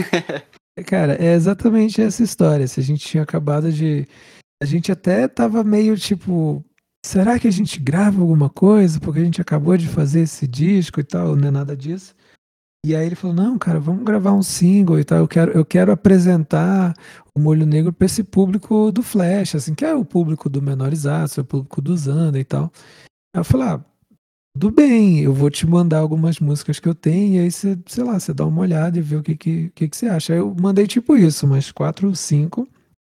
Cara, é exatamente essa história. Se a gente tinha acabado de. A gente até tava meio tipo. Será que a gente grava alguma coisa? Porque a gente acabou de fazer esse disco e tal, não é nada disso. E aí ele falou: não, cara, vamos gravar um single e tal. Eu quero, eu quero apresentar o Molho Negro para esse público do Flash, assim, que é o público do Menorizados, é o público do Zanda e tal. Aí eu falei: ah, tudo bem, eu vou te mandar algumas músicas que eu tenho, e aí você, sei lá, você dá uma olhada e vê o que, que, que, que você acha. Aí eu mandei tipo isso, umas quatro ou cinco.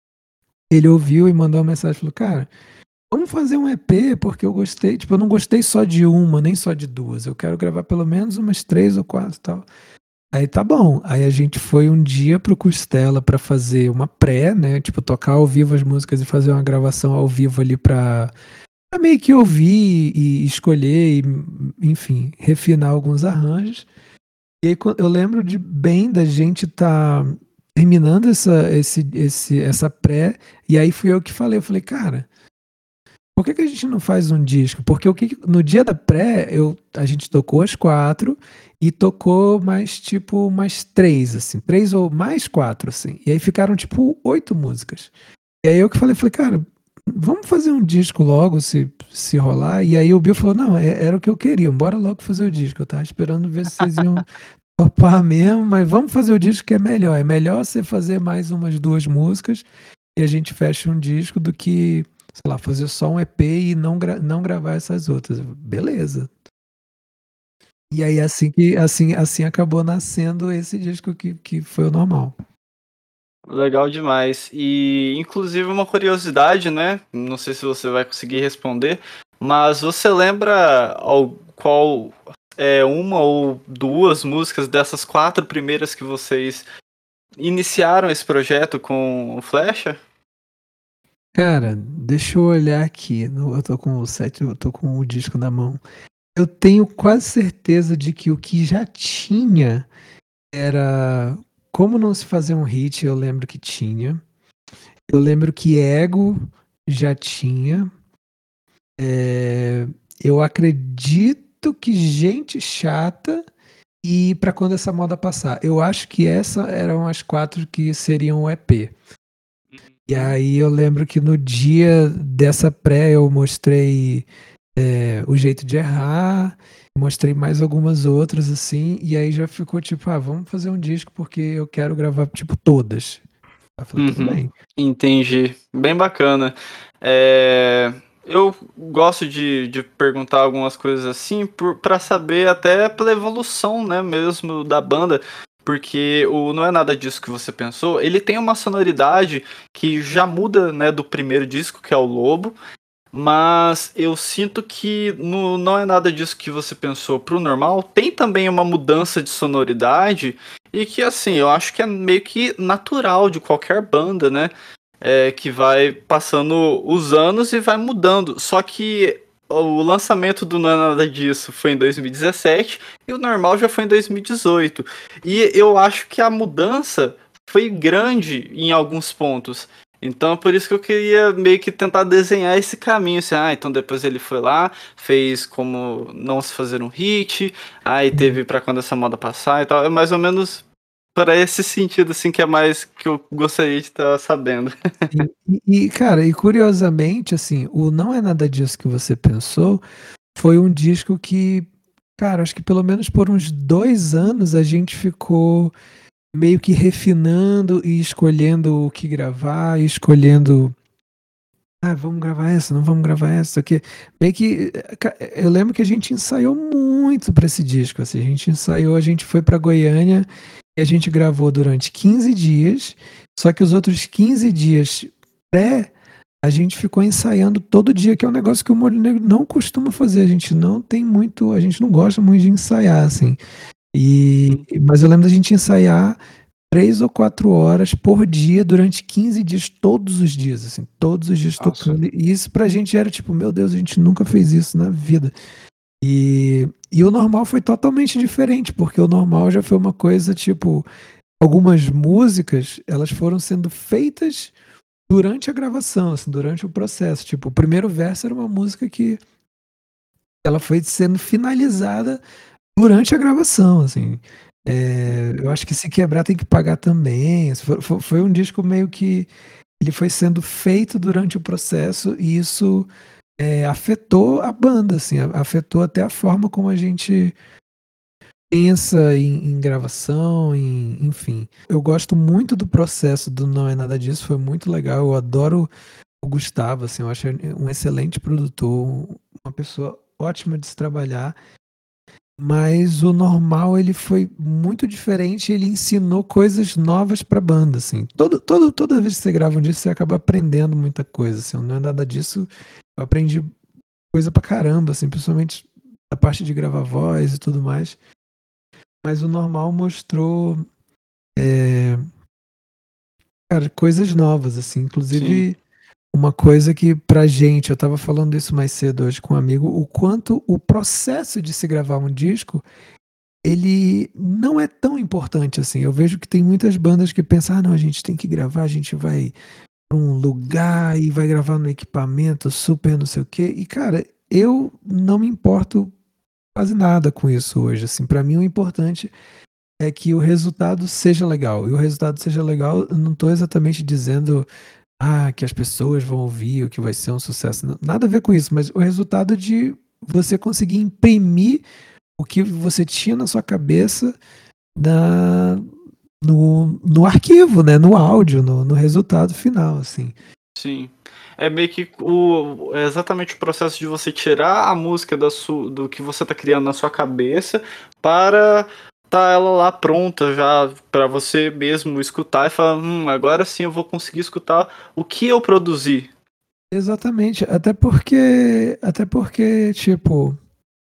Ele ouviu e mandou uma mensagem, falou, cara, vamos fazer um E P, porque eu gostei, tipo, eu não gostei só de uma, nem só de duas. Eu quero gravar pelo menos umas três ou quatro e tal. Aí tá bom. Aí a gente foi um dia pro Costela pra fazer uma pré, né? Tipo, tocar ao vivo as músicas e fazer uma gravação ao vivo ali pra, pra meio que ouvir e escolher e, enfim, refinar alguns arranjos. E aí quan- eu lembro de bem da gente tá terminando essa, esse, esse, essa pré, e aí fui eu que falei, eu falei, cara, por que que a gente não faz um disco? Porque o que no dia da pré, eu, a gente tocou as quatro e tocou mais tipo mais três, assim, três ou mais quatro, assim. E aí ficaram tipo oito músicas. E aí eu que falei, falei, cara, vamos fazer um disco logo, se, se rolar. E aí o Bill falou, não, é- era o que eu queria, bora logo fazer o disco. Eu tava esperando ver se vocês iam topar mesmo, mas vamos fazer o disco que é melhor. É melhor você fazer mais umas duas músicas e a gente fecha um disco do que, sei lá, fazer só um E P e não, gra não gravar essas outras. Beleza. E aí assim que assim, assim acabou nascendo esse disco que, que foi o normal.
Legal demais. E, inclusive, uma curiosidade, né? Não sei se você vai conseguir responder, mas você lembra ao, qual é, uma ou duas músicas dessas quatro primeiras que vocês iniciaram esse projeto com o Flecha?
Cara, deixa eu olhar aqui. no- Eu tô com o set, eu tô com o disco na mão. Eu tenho quase certeza de que o que já tinha era Como Não Se Fazer um Hit, eu lembro que tinha. Eu lembro que Ego já tinha. É, eu acredito que Gente Chata e Pra Quando Essa Moda Passar. Eu acho que essas eram as quatro que seriam o E P. E
Uhum.
aí eu lembro que no dia dessa pré eu mostrei é, O Jeito de Errar, mostrei mais algumas outras assim, e aí já ficou tipo, ah, vamos fazer um disco porque eu quero gravar tipo todas. Eu falei, tudo
Uhum,
bem.
entendi. Bem bacana. É, eu gosto de, de perguntar algumas coisas assim para saber até pela evolução, né, mesmo da banda, porque o Não É Nada Disso Que Você Pensou, ele tem uma sonoridade que já muda, né, do primeiro disco, que é o Lobo, mas eu sinto que no Não É Nada Disso Que Você Pensou pro normal, tem também uma mudança de sonoridade e que, assim, eu acho que é meio que natural de qualquer banda, né? É, que vai passando os anos e vai mudando. Só que o lançamento do Não É Nada Disso foi em dois mil e dezessete e o normal já foi em dois mil e dezoito. E eu acho que a mudança foi grande em alguns pontos. Então, por isso que eu queria meio que tentar desenhar esse caminho, assim, ah, então depois ele foi lá, fez como Não Se Fazer um Hit, aí teve Pra Quando Essa Moda Passar e tal, é mais ou menos para esse sentido, assim, que é mais que eu gostaria de estar sabendo.
E, e, cara, e curiosamente, assim, o Não É Nada Disso Que Você Pensou foi um disco que, cara, acho que pelo menos por uns dois anos a gente ficou meio que refinando e escolhendo o que gravar, e escolhendo. Ah, vamos gravar essa, não vamos gravar essa, aqui. Meio que eh, ca- eu lembro que a gente ensaiou muito para esse disco, assim, a gente ensaiou, a gente foi para Goiânia e a gente gravou durante quinze dias, só que os outros quinze dias pré, a gente ficou ensaiando todo dia, que é um negócio que o Molho Negro não costuma fazer, a gente não tem muito, a gente não gosta muito de ensaiar, assim. E, mas eu lembro da gente ensaiar três ou quatro horas por dia durante quinze dias, todos os dias, assim, todos os dias
Nossa.
tocando. E isso pra gente era tipo, meu Deus, a gente nunca fez isso na vida. E, e o normal foi totalmente diferente, porque o normal já foi uma coisa tipo, algumas músicas, elas foram sendo feitas durante a gravação, assim, durante o processo. Tipo, o primeiro verso era uma música que ela foi sendo finalizada durante a gravação, assim. É, eu acho que se quebrar tem que pagar também. Foi, foi- foi um disco meio que ele foi sendo feito durante o processo e isso é, afetou a banda, assim, a- afetou até a forma como a gente pensa em, em gravação, em- enfim. Eu gosto muito do processo do Não É Nada Disso, foi muito legal. Eu adoro o Gustavo, assim, eu acho ele um excelente produtor, uma pessoa ótima de se trabalhar. Mas o normal ele foi muito diferente, ele ensinou coisas novas pra banda, assim. Todo, todo, toda vez que você grava um disco, você acaba aprendendo muita coisa, assim. Não é nada disso. Eu aprendi coisa pra caramba, assim, principalmente a parte de gravar voz e tudo mais. Mas o normal mostrou, é, cara, coisas novas, assim.
Sim.
Inclusive, uma coisa que pra gente, eu tava falando isso mais cedo hoje com um amigo, o quanto o processo de se gravar um disco ele não é tão importante assim. Eu vejo que tem muitas bandas que pensam, ah, não, a gente tem que gravar, a gente vai para um lugar e vai gravar no equipamento super não sei o quê. E, cara, eu não me importo quase nada com isso hoje. Assim, para mim o importante é que o resultado seja legal. E o resultado seja legal, eu não estou exatamente dizendo ah, que as pessoas vão ouvir, ou que vai ser um sucesso. Não- Nada a ver com isso, mas o resultado de você conseguir imprimir o que você tinha na sua cabeça na, no, no arquivo, né? No áudio, no, no resultado final, assim.
Sim. É meio que o, é exatamente o processo de você tirar a música da su, do que você tá criando na sua cabeça para tá ela lá pronta já para você mesmo escutar e falar, hum, agora sim eu vou conseguir escutar o que eu produzi.
Exatamente. Até porque, até porque, tipo,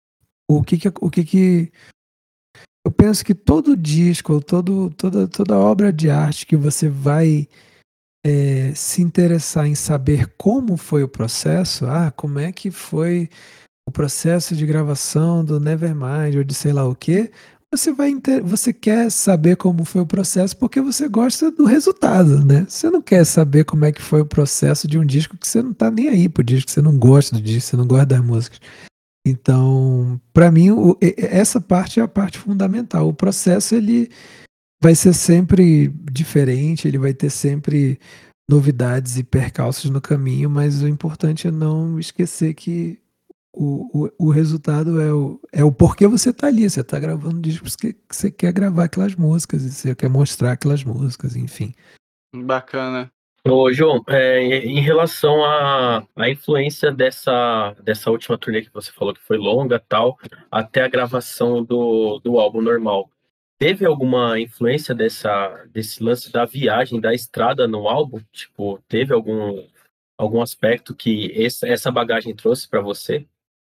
o que que, o que que eu penso que todo disco, todo, toda, toda obra de arte que você vai é, se interessar em saber como foi o processo, ah, como é que foi o processo de gravação do Nevermind ou de sei lá o quê, você vai inter... você quer saber como foi o processo porque você gosta do resultado, né? Você não quer saber como é que foi o processo de um disco que você não tá nem aí pro disco, que você não gosta do disco, você não gosta das músicas. Então, para mim, o- e- e- essa parte é a parte fundamental. O processo ele vai ser sempre diferente, ele vai ter sempre novidades e percalços no caminho, mas o importante é não esquecer que o, o, o resultado é o, é o porquê você tá ali. Você tá gravando discos que, que você quer gravar aquelas músicas, e você quer mostrar aquelas músicas, enfim.
Bacana.
Ô, João, é, em relação à, à influência dessa, dessa última turnê que você falou que foi longa tal, até a gravação do, do álbum normal, teve alguma influência dessa, desse lance da viagem, da estrada no álbum? Tipo, teve algum, algum aspecto que essa, essa bagagem trouxe para você?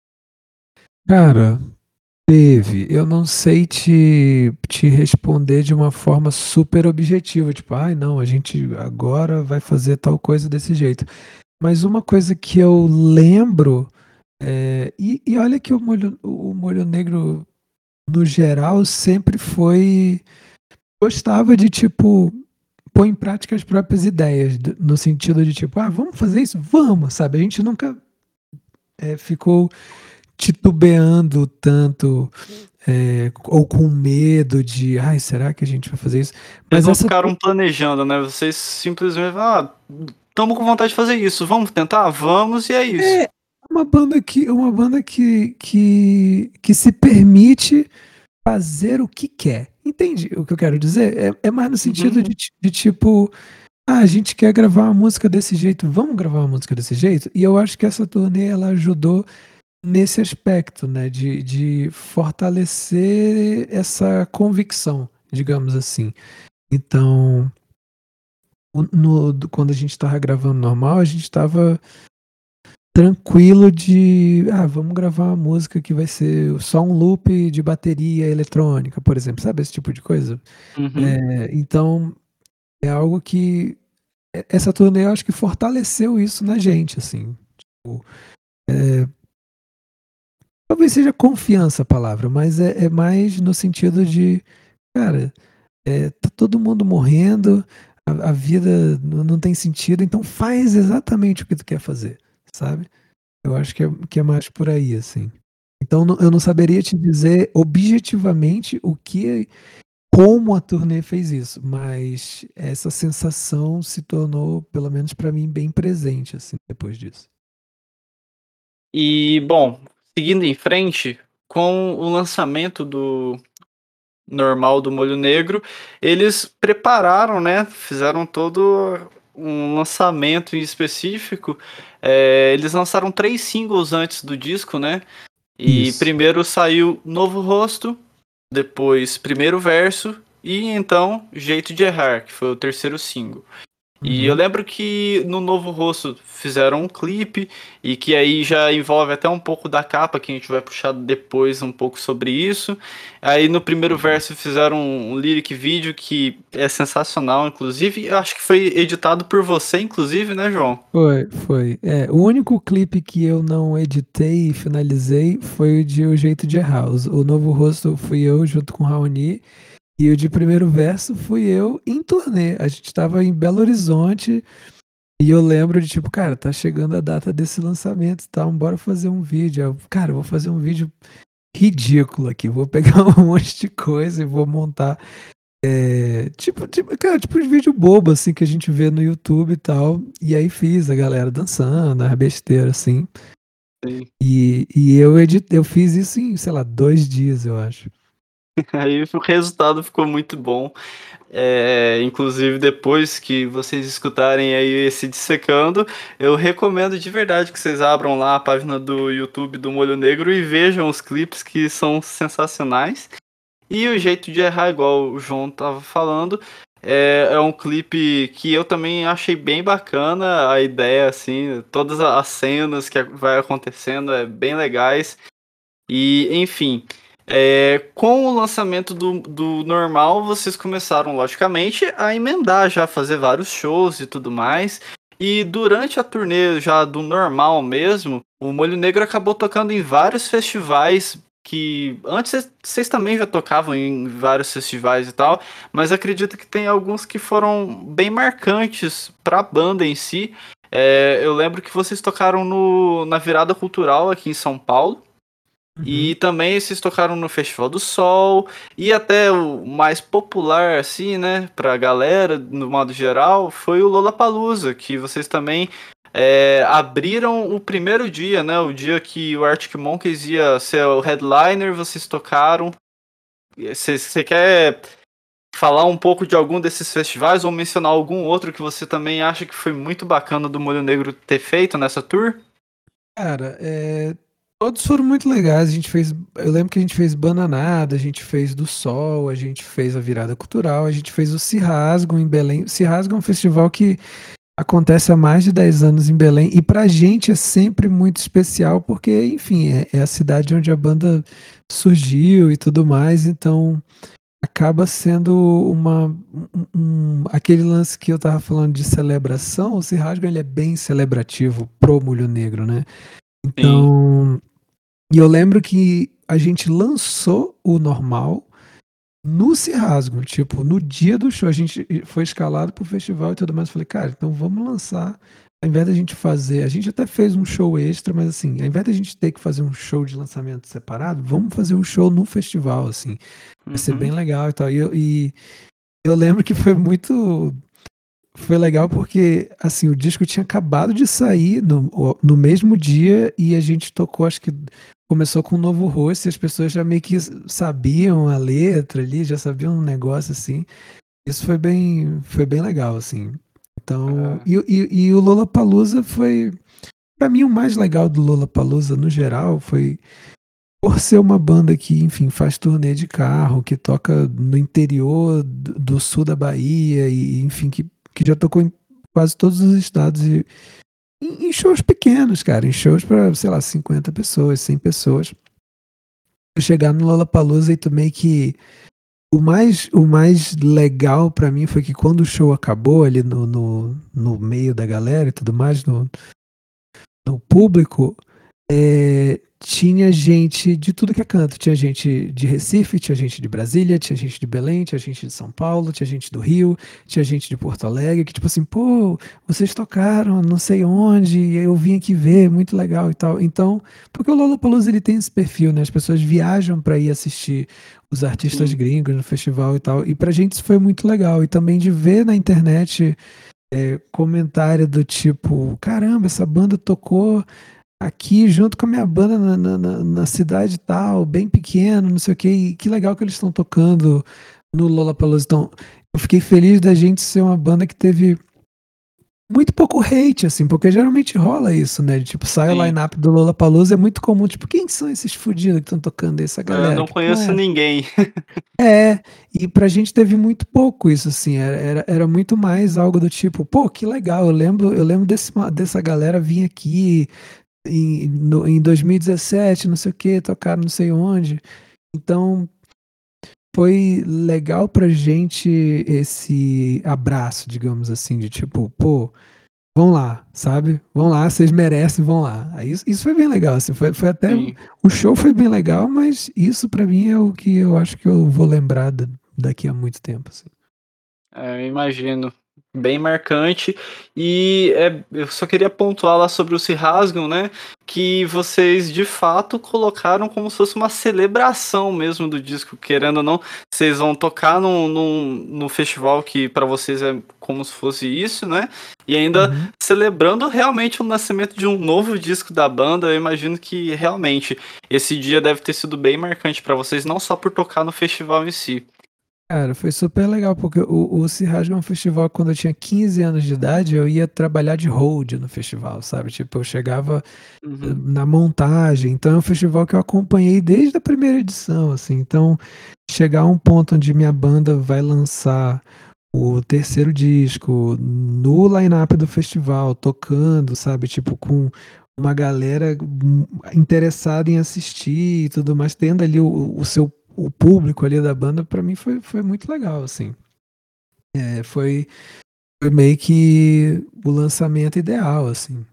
Cara, teve. Eu não sei te, te responder de uma forma super objetiva, tipo, ai, não, a gente agora vai fazer tal coisa desse jeito. Mas uma coisa que eu lembro, é, e, e olha que o molho, o molho negro, no geral, sempre foi. Gostava de, tipo, pôr em prática as próprias ideias, do- no sentido de, tipo, ah, vamos fazer isso? Vamos, sabe? A gente nunca é, ficou titubeando tanto, é, ou com medo de, ai, será que a gente vai fazer isso?
Vocês
Mas
não
essa.
ficaram planejando, né? Vocês simplesmente, ah, estamos com vontade de fazer isso, vamos tentar? Vamos, e é isso.
É uma banda que, uma banda que, que, que se permite fazer o que quer. Entende o que eu quero dizer? É, é mais no sentido
Uhum.
de, ti- de tipo, ah, a gente quer gravar uma música desse jeito, vamos gravar uma música desse jeito? E eu acho que essa turnê ela ajudou nesse aspecto, né, de, de fortalecer essa convicção, digamos assim. Então, o- no, do- quando a gente estava gravando normal, a gente estava tranquilo de, ah, vamos gravar uma música que vai ser só um loop de bateria eletrônica, por exemplo, sabe esse tipo de coisa?
Uhum.
É, então, é algo que e- essa turnê eu acho que fortaleceu isso na gente, assim. Tipo, talvez seja confiança a palavra, mas é, é mais no sentido de, cara, é, tá todo mundo morrendo, a, a vida n- não tem sentido, então faz exatamente o que tu quer fazer, sabe? Eu acho que é, que é mais por aí, assim. Então não- eu não saberia te dizer objetivamente o que, como a turnê fez isso, mas essa sensação se tornou, pelo menos pra mim, bem presente, assim, depois disso.
E, bom, seguindo em frente, com o lançamento do normal do Molho Negro, eles prepararam, né? Fizeram todo um lançamento em específico. É, eles lançaram três singles antes do disco, né? E
Isso.
primeiro saiu Novo Rosto, depois Primeiro Verso e então Jeito de Errar, que foi o terceiro single. E eu
Uhum.
lembro que no Novo Rosto fizeram um clipe e que aí já envolve até um pouco da capa, que a gente vai puxar depois um pouco sobre isso. Aí no primeiro verso fizeram um lyric vídeo que é sensacional, inclusive. Eu acho que foi editado por você, inclusive, né, João?
Foi, foi. É, o único clipe que eu não editei e finalizei foi o de O Jeito de Errar. Os- O Novo Rosto fui eu junto com o Raoni. E o de Primeiro Verso fui eu em turnê. A gente tava em Belo Horizonte e eu lembro de tipo, cara, tá chegando a data desse lançamento e tal, bora fazer um vídeo. Eu, cara, eu vou fazer um vídeo ridículo aqui. Vou pegar um monte de coisa e vou montar. É, tipo, tipo, cara, tipo de vídeo bobo, assim, que a gente vê no YouTube e tal. E aí fiz a galera dançando, as besteiras, assim.
Sim.
E, e eu editei, eu fiz isso em, sei lá, dois dias, eu acho.
Aí o resultado ficou muito bom. É, inclusive, depois que vocês escutarem aí esse dissecando, eu recomendo de verdade que vocês abram lá a página do YouTube do Molho Negro e vejam os clipes que são sensacionais. E o jeito de errar, igual o João tava falando, é, é um clipe que eu também achei bem bacana. A ideia, assim, todas as cenas que vai acontecendo é bem legais. E, enfim, é, com o lançamento do, do normal, vocês começaram, logicamente, a emendar já, fazer vários shows e tudo mais. E durante a turnê já do normal mesmo, o Molho Negro acabou tocando em vários festivais que antes vocês também já tocavam em vários festivais e tal, mas acredito que tem alguns que foram bem marcantes para a banda em si. É, eu lembro que vocês tocaram no, na Virada Cultural aqui em São Paulo.
Uhum.
E também vocês tocaram no Festival do Sol, e até o mais popular, assim, né, pra galera, no modo geral, foi o Lollapalooza, que vocês também é, abriram o primeiro dia, né, o dia que o Arctic Monkeys ia ser o headliner, vocês tocaram. Você você quer falar um pouco de algum desses festivais ou mencionar algum outro que você também acha que foi muito bacana do Molho Negro ter feito nessa tour?
Cara, é, todos foram muito legais. A gente fez, eu lembro que a gente fez Bananada, a gente fez do Sol, a gente fez a Virada Cultural, a gente fez o Cirrasgo em Belém. O Cirrasgo é um festival que acontece há mais de dez anos em Belém e pra gente é sempre muito especial porque, enfim, é, é a cidade onde a banda surgiu e tudo mais, então acaba sendo uma um- um- aquele lance que eu tava falando de celebração. O Cirrasgo ele é bem celebrativo pro Molho Negro, né?
Sim.
Então, e eu lembro que a gente lançou o normal no Cirrasgo, tipo, no dia do show, a gente foi escalado pro festival e tudo mais. Eu falei, cara, então vamos lançar. Ao invés da gente fazer, a gente até fez um show extra, mas assim, ao invés da gente ter que fazer um show de lançamento separado, vamos fazer um show no festival, assim. Vai ser bem
Uhum.
legal e tal. E eu, e eu lembro que foi muito. Foi legal porque, assim, o disco tinha acabado de sair no, no mesmo dia e a gente tocou, acho que começou com um novo rosto e as pessoas já meio que sabiam a letra ali, já sabiam um negócio assim. Isso foi bem, foi bem legal, assim. Então,
Ah,
e, e, e o Lollapalooza foi, pra mim, o mais legal do Lollapalooza no geral foi por ser uma banda que, enfim, faz turnê de carro, que toca no interior do, do sul da Bahia e, enfim, que, que já tocou em quase todos os estados e em, em shows pequenos, cara, em shows para, sei lá, cinquenta pessoas, cem pessoas. Tu chegar no Lollapalooza e tu meio que o mais, o mais legal pra mim foi que quando o show acabou ali no, no, no meio da galera e tudo mais, no, no público, é, tinha gente de tudo que é canto. Tinha gente de Recife, tinha gente de Brasília, tinha gente de Belém, tinha gente de São Paulo, tinha gente do Rio, tinha gente de Porto Alegre, que tipo assim, pô, vocês tocaram não sei onde, e eu vim aqui ver, muito legal e tal. Então, porque o Lollapalooza ele tem esse perfil, né? As pessoas viajam para ir assistir os artistas
sim.
gringos no festival e tal. E pra gente isso foi muito legal. E também de ver na internet é, comentário do tipo, caramba, essa banda tocou aqui junto com a minha banda na, na, na- na cidade tal, bem pequeno, não sei o quê, e que legal que eles estão tocando no Lollapalooza. Então, eu fiquei feliz da gente ser uma banda que teve muito pouco hate, assim, porque geralmente rola isso, né? De, tipo, sai o
Sim.
line-up do Lollapalooza, é muito comum, tipo, quem são esses fudidos que estão tocando aí? Essa
Eu
galera,
não
que porra
conheço
é essa?
ninguém.
É, e pra gente teve muito pouco isso, assim, era, era, era muito mais algo do tipo, pô, que legal, eu lembro, eu lembro desse, dessa galera vir aqui, em, no- em dois mil e dezessete, não sei o que, tocaram não sei onde. Então foi legal pra gente esse abraço, digamos assim, de tipo, pô, vão lá, sabe? Vão lá, vocês merecem, vão lá. Aí isso, isso foi bem legal, assim, foi, foi até.
Sim.
O show foi bem legal, mas isso pra mim é o que eu acho que eu vou lembrar da- daqui a muito tempo, assim.
É, eu imagino. Bem marcante. E é, eu só queria pontuar lá sobre o Se Rasgam, né? Que vocês de fato colocaram como se fosse uma celebração mesmo do disco, querendo ou não. Vocês vão tocar num, num, num festival que para vocês é como se fosse isso, né? E ainda
Uhum.
celebrando realmente o nascimento de um novo disco da banda. Eu imagino que realmente esse dia deve ter sido bem marcante para vocês, não só por tocar no festival em si.
Cara, foi super legal, porque o, o Cirrasgo é um festival, quando eu tinha quinze anos de idade, eu ia trabalhar de hold no festival, sabe? Tipo, eu chegava eh,
Uhum.
na montagem, então é um festival que eu acompanhei desde a primeira edição, assim. Então, chegar a um ponto onde minha banda vai lançar o terceiro disco no line-up do festival, tocando, sabe? Tipo, com uma galera hum, interessada em assistir e tudo mais, tendo ali o, o seu o público ali da banda, pra mim foi, foi muito legal, assim. É, foi, foi meio que o lançamento ideal, assim.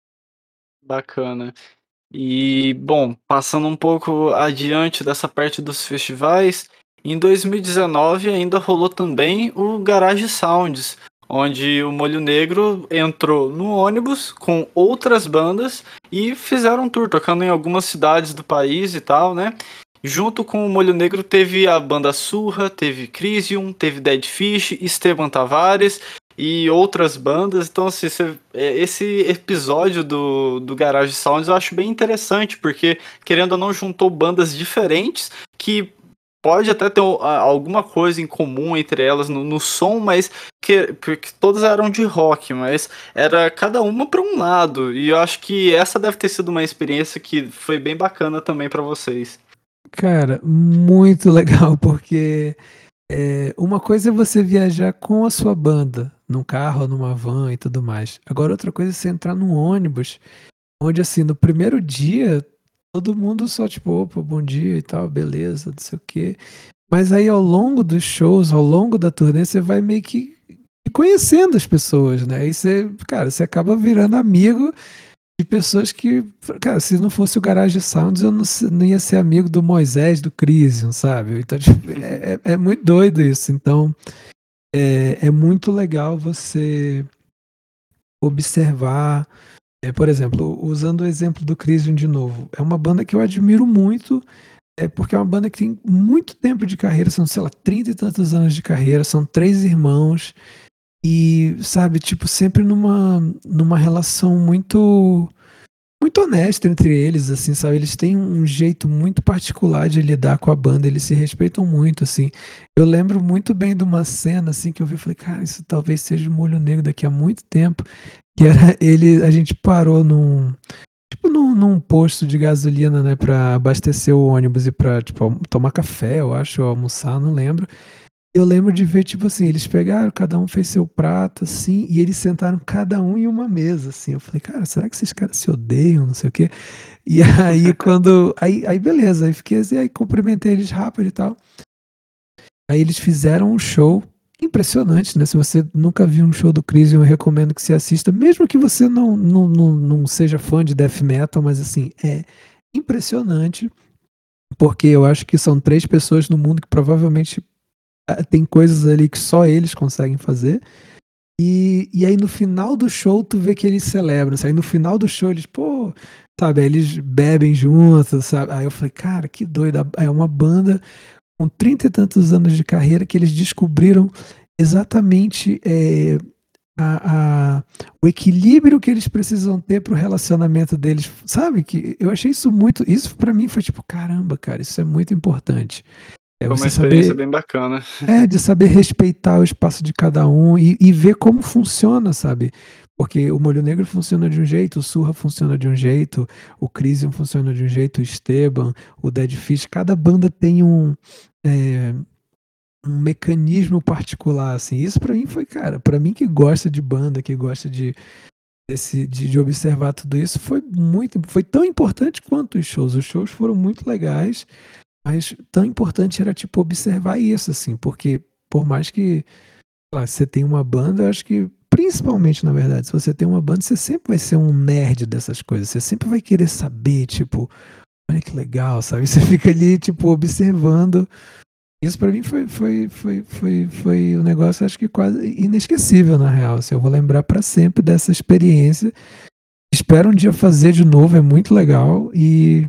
Bacana. E, bom, passando um pouco adiante dessa parte dos festivais, em dois mil e dezenove ainda rolou também o Garage Sounds, onde o Molho Negro entrou no ônibus com outras bandas e fizeram um tour, tocando em algumas cidades do país e tal, né? Junto com o Molho Negro teve a banda Surra, teve Crisium, teve Dead Fish, Esteban Tavares e outras bandas. Então, assim, cê- é, esse episódio do, do Garage Sounds eu acho bem interessante, porque, querendo ou não, juntou bandas diferentes que pode até ter a- alguma coisa em comum entre elas no, no som, mas que, porque todas eram de rock, mas era cada uma para um lado. E eu acho que essa deve ter sido uma experiência que foi bem bacana também para vocês.
Cara, muito legal, porque é, uma coisa é você viajar com a sua banda, num carro, numa van e tudo mais. Agora, outra coisa é você entrar num ônibus, onde assim, no primeiro dia, todo mundo só tipo, opa, bom dia e tal, beleza, não sei o quê. Mas aí ao longo dos shows, ao longo da turnê, você vai meio que conhecendo as pessoas, né? Aí você, cara, você acaba virando amigo de pessoas que, cara, se não fosse o Garage Sounds, eu não, se- não ia ser amigo do Moisés, do Crisium, sabe? Então, tipo, é, é- é muito doido isso. Então, é, é muito legal você observar. É, por exemplo, usando o exemplo do Crisium de novo, é uma banda que eu admiro muito, é porque é uma banda que tem muito tempo de carreira, são, sei lá, trinta e tantos anos de carreira, são três irmãos, e, sabe, tipo, sempre numa, numa relação muito muito honesta entre eles, assim, sabe? Eles têm um jeito muito particular de lidar com a banda, eles se respeitam muito, assim. Eu lembro muito bem de uma cena, assim, que eu vi e falei, cara, isso talvez seja o Molho Negro daqui a muito tempo, que era ele, a gente parou num, tipo, num, num posto de gasolina, né, pra abastecer o ônibus e pra, tipo, alm- tomar café, eu acho, ou almoçar, não lembro. Eu lembro de ver, tipo assim, eles pegaram, cada um fez seu prato, assim, e eles sentaram cada um em uma mesa, assim. Eu falei, cara, será que esses caras se odeiam, não sei o quê? E aí, quando. Aí, aí beleza, aí fiquei assim, aí cumprimentei eles rápido e tal. Aí eles fizeram um show impressionante, né? Se você nunca viu um show do Chris, eu recomendo que você assista, mesmo que você não, não, não, não seja fã de death metal, mas assim, é impressionante, porque eu acho que são três pessoas no mundo que provavelmente ah, tem coisas ali que só eles conseguem fazer. E, e aí no final do show tu vê que eles celebram, sabe? Aí no final do show eles, pô, sabe, aí eles bebem juntos, sabe? Aí eu falei, cara, que doido. É uma banda com trinta e tantos anos de carreira que eles descobriram exatamente é, a, a- o equilíbrio que eles precisam ter pro relacionamento deles, sabe? Que eu achei isso muito, isso pra mim foi tipo, caramba, cara, isso é muito importante. É
Foi uma
você
experiência
saber
bem bacana.
é, de saber respeitar o espaço de cada um e, e ver como funciona, sabe? Porque o Molho Negro funciona de um jeito, o Surra funciona de um jeito, o Crisium funciona de um jeito, o Esteban, o Dead Fish, cada banda tem um, é, um mecanismo particular, assim. Isso pra mim foi, cara, pra mim que gosta de banda, que gosta de, desse, de, de observar tudo isso, foi muito, foi tão importante quanto os shows. Os shows foram muito legais, mas tão importante era, tipo, observar isso, assim, porque por mais que lá, você tem uma banda, eu acho que, principalmente, na verdade, se você tem uma banda, você sempre vai ser um nerd dessas coisas. Você sempre vai querer saber, tipo, olha que legal, sabe? Você fica ali, tipo, observando. Isso pra mim foi, foi, foi, foi, foi um negócio, acho que quase inesquecível, na real. Assim, eu vou lembrar pra sempre dessa experiência. Espero um dia fazer de novo, é muito legal e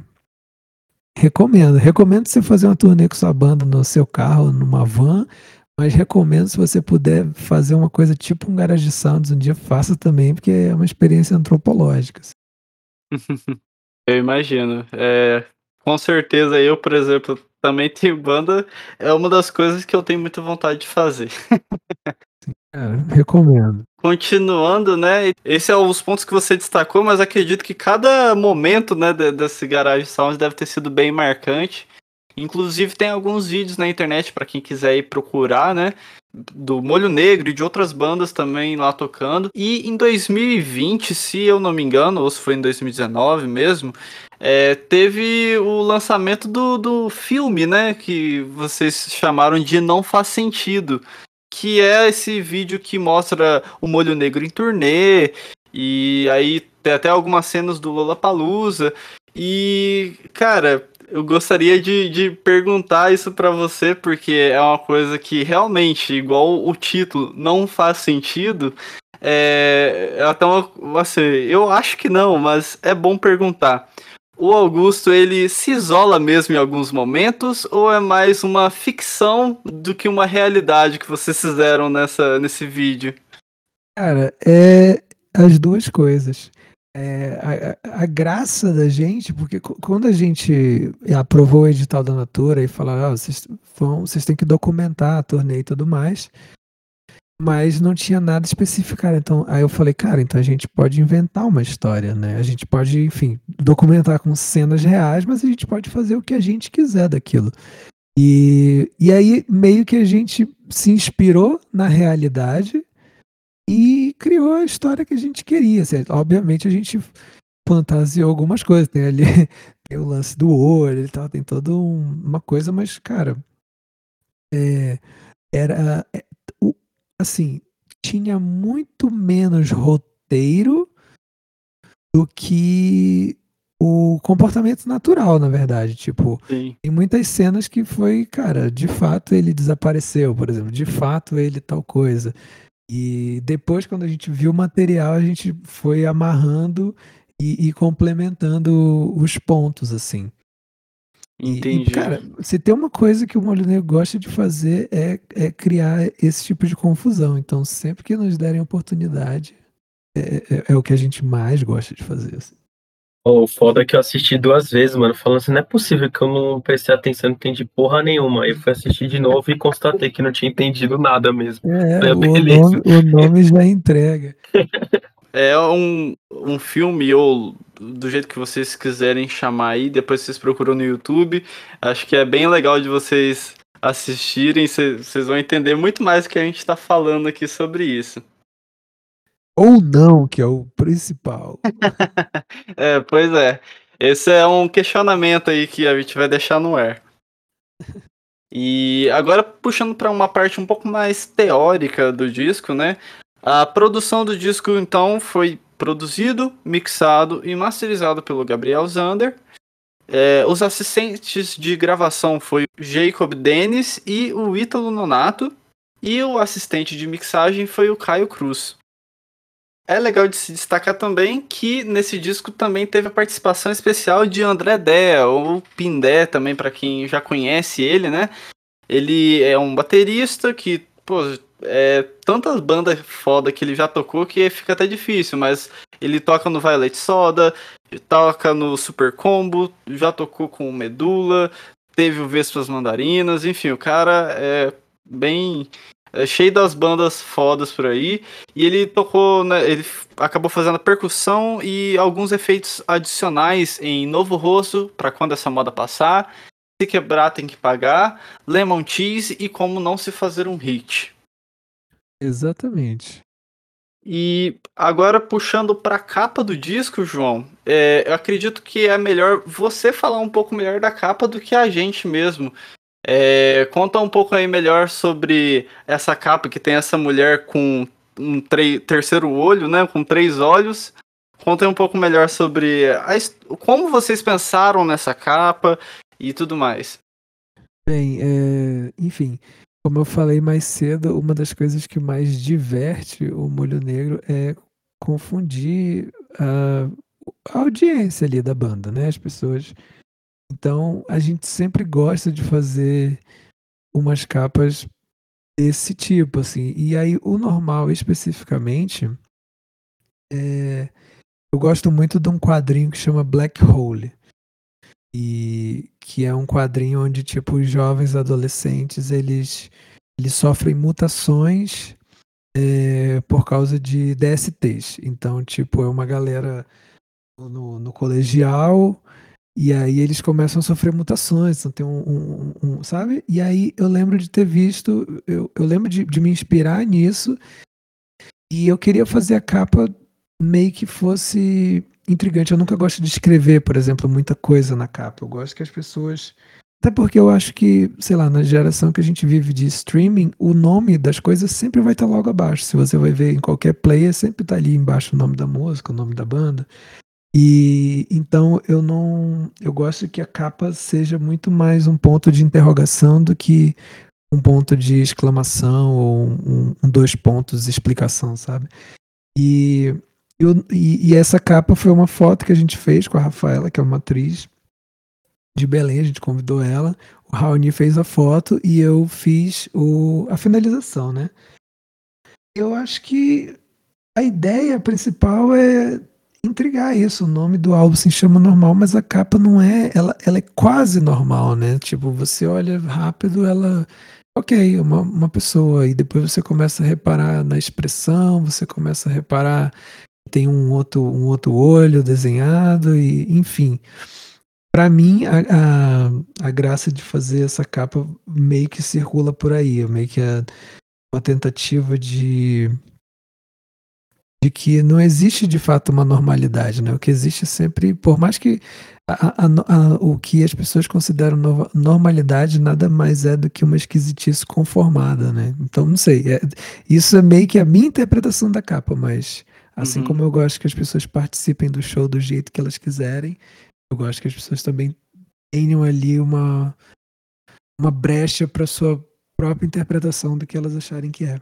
recomendo. Recomendo você fazer uma turnê com sua banda no seu carro, numa van. Mas recomendo, se você puder fazer uma coisa tipo um Garage Sounds um dia, faça também, porque é uma experiência antropológica.
Eu imagino. É, com certeza eu, por exemplo, também tenho banda, é uma das coisas que eu tenho muita vontade de fazer.
Cara, recomendo.
Continuando, né? Esse é os pontos que você destacou, mas acredito que cada momento, né, de- desse Garage Sounds deve ter sido bem marcante. Inclusive tem alguns vídeos na internet para quem quiser ir procurar, né? Do Molho Negro e de outras bandas também lá tocando. E em dois mil e vinte, se eu não me engano, ou se foi em dois mil e dezenove mesmo, é, teve o lançamento do, do filme, né? Que vocês chamaram de Não Faz Sentido. Que é esse vídeo que mostra o Molho Negro em turnê. E aí tem até algumas cenas do Lollapalooza. E, cara, eu gostaria de, de perguntar isso pra você, porque é uma coisa que realmente, igual o título, não faz sentido. É, então, assim, eu acho que não, mas é bom perguntar. O Augusto, ele se isola mesmo em alguns momentos, ou é mais uma ficção do que uma realidade que vocês fizeram nessa, nesse vídeo?
Cara, é as duas coisas. É, a, a- a graça da gente, porque co- quando a gente aprovou o edital da Natura e falaram, ah, vocês vão, vocês têm que documentar a turnê e tudo mais, mas não tinha nada especificado. Então, aí eu falei, cara, então a gente pode inventar uma história, né? A gente pode, enfim, documentar com cenas reais, mas a gente pode fazer o que a gente quiser daquilo. E, e aí, meio que a gente se inspirou na realidade e criou a história que a gente queria. Assim, obviamente, a gente fantasiou algumas coisas. Tem ali tem o lance do olho e tal, tem toda um- uma coisa, mas, cara, é, era. é, o- assim, tinha muito menos roteiro do que o comportamento natural, na verdade. Tipo,
Sim.
tem muitas cenas que foi, cara, de fato ele desapareceu, por exemplo, de fato ele tal coisa. E depois, quando a gente viu o material, a gente foi amarrando e, e complementando os pontos, assim. E, e,
Entendi.
cara, se tem uma coisa que o Molho Negro gosta de fazer é, é criar esse tipo de confusão. Então, sempre que nos derem oportunidade, é, é- é o que a gente mais gosta de fazer, assim.
O foda é que eu assisti duas vezes, mano, falando assim, não é possível que eu não prestei atenção, não entendi porra nenhuma. Aí eu fui assistir de novo e constatei que não tinha entendido nada mesmo.
É,
Falei, ah,
o
beleza.
nome, o nome já entrega.
É um, um filme, ou do jeito que vocês quiserem chamar aí, depois vocês procuram no YouTube. Acho que é bem legal de vocês assistirem, vocês vão entender muito mais do que a gente está falando aqui sobre isso.
Ou não, que é o principal.
É, pois é. Esse é um questionamento aí que a gente vai deixar no ar. E agora puxando para uma parte um pouco mais teórica do disco, né? A produção do disco então foi produzido, mixado e masterizado pelo Gabriel Zander. É, os assistentes de gravação foi o Jacob Dennis e o Ítalo Nonato. E o assistente de mixagem foi o Caio Cruz. É legal de se destacar também que nesse disco também teve a participação especial de André Dé, ou Pindé também, para quem já conhece ele, né? Ele é um baterista que, pô, é tantas bandas foda que ele já tocou que fica até difícil, mas ele toca no Violet Soda, toca no Super Combo, já tocou com o Medula, teve o Vespas Mandarinas, enfim, o cara é bem é cheio das bandas fodas por aí, e ele tocou, né, ele acabou fazendo percussão e alguns efeitos adicionais em Novo Rosso, para quando essa moda passar, Se Quebrar Tem Que Pagar, Lemon Cheese e Como Não Se Fazer um Hit.
Exatamente.
E agora puxando para a capa do disco, João, é, eu acredito que é melhor você falar um pouco melhor da capa do que a gente mesmo. É, conta um pouco aí melhor sobre essa capa que tem essa mulher com um terceiro olho, né? Com três olhos. Conta aí um pouco melhor sobre a, como vocês pensaram nessa capa e tudo mais.
Bem, é, enfim, como eu falei mais cedo, uma das coisas que mais diverte o Molho Negro é confundir a, a audiência ali da banda, né? As pessoas. Então, a gente sempre gosta de fazer umas capas desse tipo, assim. E aí, o normal, especificamente, é, eu gosto muito de um quadrinho que chama Black Hole. E que é um quadrinho onde, tipo, os jovens adolescentes, eles, eles sofrem mutações é, por causa de D S Ts. Então, tipo, é uma galera no, no colegial E aí eles começam a sofrer mutações, então tem um, um- um- um- sabe? E aí eu lembro de ter visto, eu, eu lembro de, de me inspirar nisso, e eu queria fazer a capa meio que fosse intrigante. Eu nunca gosto de escrever, por exemplo, muita coisa na capa. Eu gosto que as pessoas. Até porque eu acho que, sei lá, na geração que a gente vive de streaming, o nome das coisas sempre vai estar logo abaixo. Se você vai ver em qualquer player, sempre tá ali embaixo o nome da música, o nome da banda. E então eu não. Eu gosto que a capa seja muito mais um ponto de interrogação do que um ponto de exclamação ou um, um dois pontos de explicação, sabe? E, eu, e, e essa capa foi uma foto que a gente fez com a Rafaela, que é uma atriz de Belém, a gente convidou ela. O Raoni fez a foto e eu fiz o, a finalização, né? Eu acho que a ideia principal é intrigar isso. O nome do álbum se chama Normal, mas a capa não é. Ela, ela é quase normal, né? Tipo, você olha rápido, ela. Ok, uma, uma pessoa. E depois você começa a reparar na expressão, você começa a reparar que tem um outro, um outro olho desenhado, e enfim. Pra mim, a, a, a graça de fazer essa capa meio que circula por aí. Meio que é uma tentativa de de que não existe de fato uma normalidade, né? O que existe é sempre, por mais que a- a- a- o que as pessoas consideram nova- normalidade nada mais é do que uma esquisitice conformada, né? Então, não sei, é- isso é meio que a minha interpretação da capa, mas assim
Uhum.
como eu gosto que as pessoas participem do show do jeito que elas quiserem, eu gosto que as pessoas também tenham ali uma, uma brecha para sua própria interpretação do que elas acharem que é.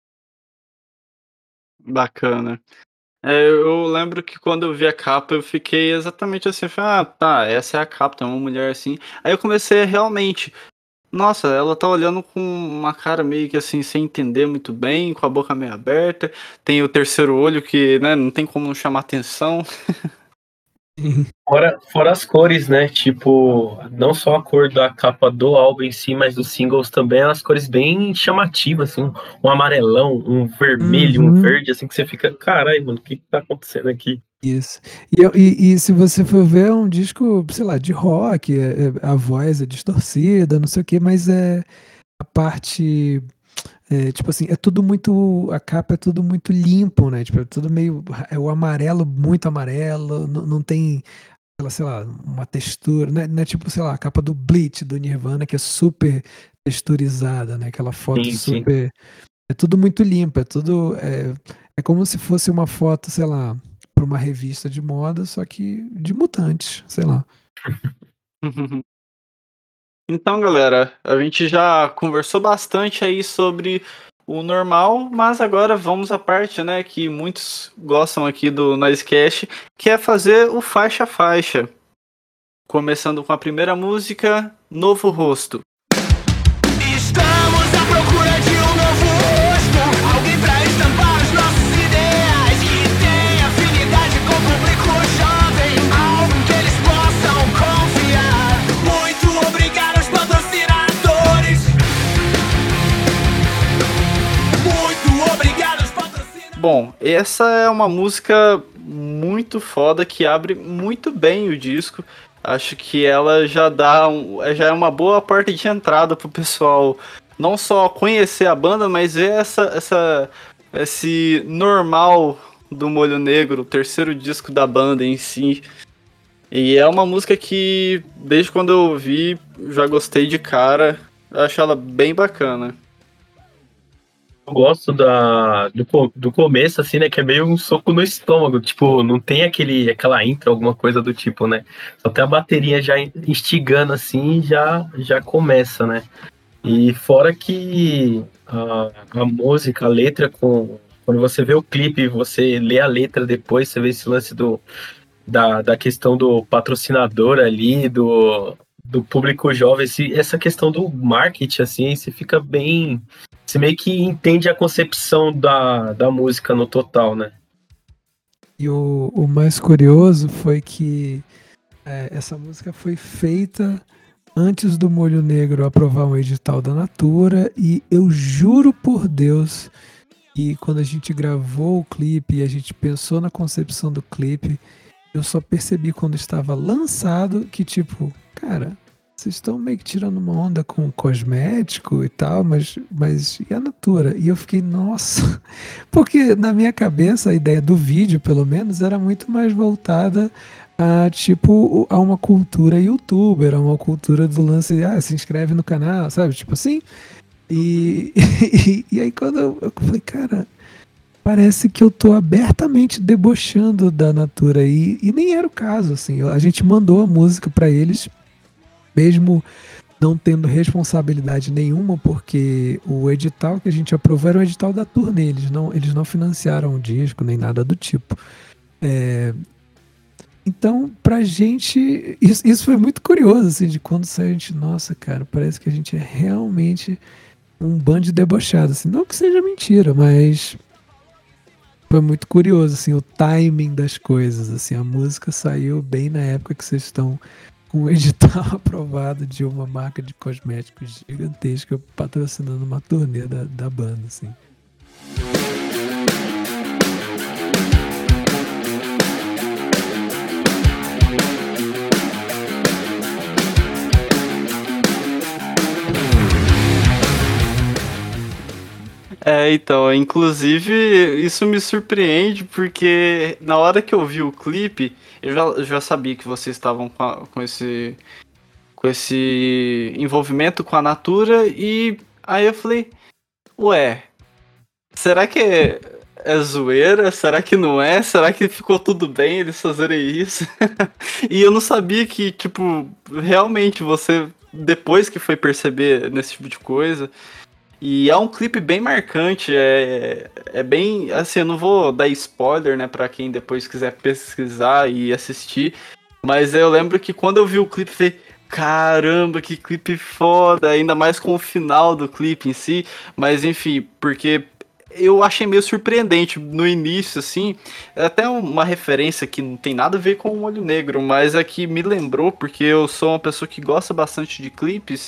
Bacana. É, eu lembro que quando eu vi a capa, eu fiquei exatamente assim, falei, ah, tá, essa é a capa, tem uma mulher assim. Aí eu comecei a realmente, nossa, ela tá olhando com uma cara meio que assim, sem entender muito bem, com a boca meio aberta. Tem o terceiro olho que, né, não tem como não chamar atenção.
Fora, fora as cores, né? Tipo, não só a cor da capa do álbum em si, mas dos singles também, as cores bem chamativas, assim, um, um amarelão, um vermelho, um
Uhum.
verde, assim, que você fica, caralho, mano, o que que tá acontecendo aqui?
Isso. E, eu- e- e se você for ver, é um disco, sei lá, de rock, é- é- a voz é distorcida, não sei o quê, mas é a parte, é, tipo assim, é tudo muito, a capa é tudo muito limpo, né? Tipo, é tudo meio, é o amarelo, muito amarelo, não, não tem, aquela, sei lá, uma textura, né? Não é tipo, sei lá, a capa do Bleach, do Nirvana, que é super texturizada, né? Aquela foto
Sim, sim.
super, é tudo muito limpo, é tudo, é, é como se fosse uma foto, sei lá, para uma revista de moda, só que de mutantes, sei lá.
Então, galera, a gente já conversou bastante aí sobre o normal, mas agora vamos à parte, né, que muitos gostam aqui do Noisecast, que é fazer o faixa a faixa. Começando com a primeira música, Novo Rosto.
Estamos à procura de um novo rosto, alguém pra estampar os nossos ideais e tem afinidade com o público jovem, algo que eles possam confiar. Muito obrigado aos patrocinadores. Muito obrigado aos patrocinadores.
Bom, essa é uma música muito foda que abre muito bem o disco. Acho que ela já dá um, já é uma boa porta de entrada pro pessoal não só conhecer a banda, mas ver essa, essa esse normal do Molho Negro, o terceiro disco da banda em si. E é uma música que desde quando eu ouvi já gostei de cara. Eu acho ela bem bacana.
Eu gosto da, do, co- do começo, assim, né? Que é meio um soco no estômago. Tipo, não tem aquele, aquela intro, alguma coisa do tipo, né? Só tem a bateria já instigando, assim, e já, já começa, né? E fora que a, a música, a letra, com, quando você vê o clipe, você lê a letra depois, você vê esse lance do, da, da questão do patrocinador ali, do, do público jovem, esse, essa questão do marketing, assim, você fica bem. Você meio que entende a concepção da, da música no total, né?
E o, o mais curioso foi que é, essa música foi feita antes do Molho Negro aprovar um edital da Natura, e eu juro por Deus que quando a gente gravou o clipe e a gente pensou na concepção do clipe, eu só percebi quando estava lançado que, tipo, cara, vocês estão meio que tirando uma onda com cosmético e tal, mas, mas e a Natura? E eu fiquei, nossa, porque na minha cabeça a ideia do vídeo, pelo menos, era muito mais voltada a, tipo, a uma cultura youtuber, a uma cultura do lance, ah, se inscreve no canal, sabe? Tipo assim. E, e, e aí quando eu, eu falei, cara, parece que eu tô abertamente debochando da Natura. E, e nem era o caso, assim. A gente mandou a música pra eles, mesmo não tendo responsabilidade nenhuma, porque o edital que a gente aprovou era o edital da turnê. Eles não, eles não financiaram o disco, nem nada do tipo. É, então, pra gente, isso, isso foi muito curioso, assim, de quando saiu a gente, nossa, cara, parece que a gente é realmente um bando de debochado, assim. Não que seja mentira, mas foi muito curioso, assim, o timing das coisas, assim. A música saiu bem na época que vocês estão com o edital aprovado de uma marca de cosméticos gigantesca patrocinando uma turnê da, da banda, assim.
É, então, inclusive, isso me surpreende porque na hora que eu vi o clipe, eu já, eu já sabia que vocês estavam com, a- com esse, com esse envolvimento com a Natura e aí eu falei, ué, será que é, é zoeira? Será que não é? Será que ficou tudo bem eles fazerem isso? E eu não sabia que, tipo, realmente você, depois que foi perceber nesse tipo de coisa. E é um clipe bem marcante, é, é bem, assim, eu não vou dar spoiler, né, pra quem depois quiser pesquisar e assistir, mas eu lembro que quando eu vi o clipe, eu falei, caramba, que clipe foda, ainda mais com o final do clipe em si, mas enfim, porque eu achei meio surpreendente no início, assim, é até uma referência que não tem nada a ver com o Olho Negro, mas é que me lembrou, porque eu sou uma pessoa que gosta bastante de clipes.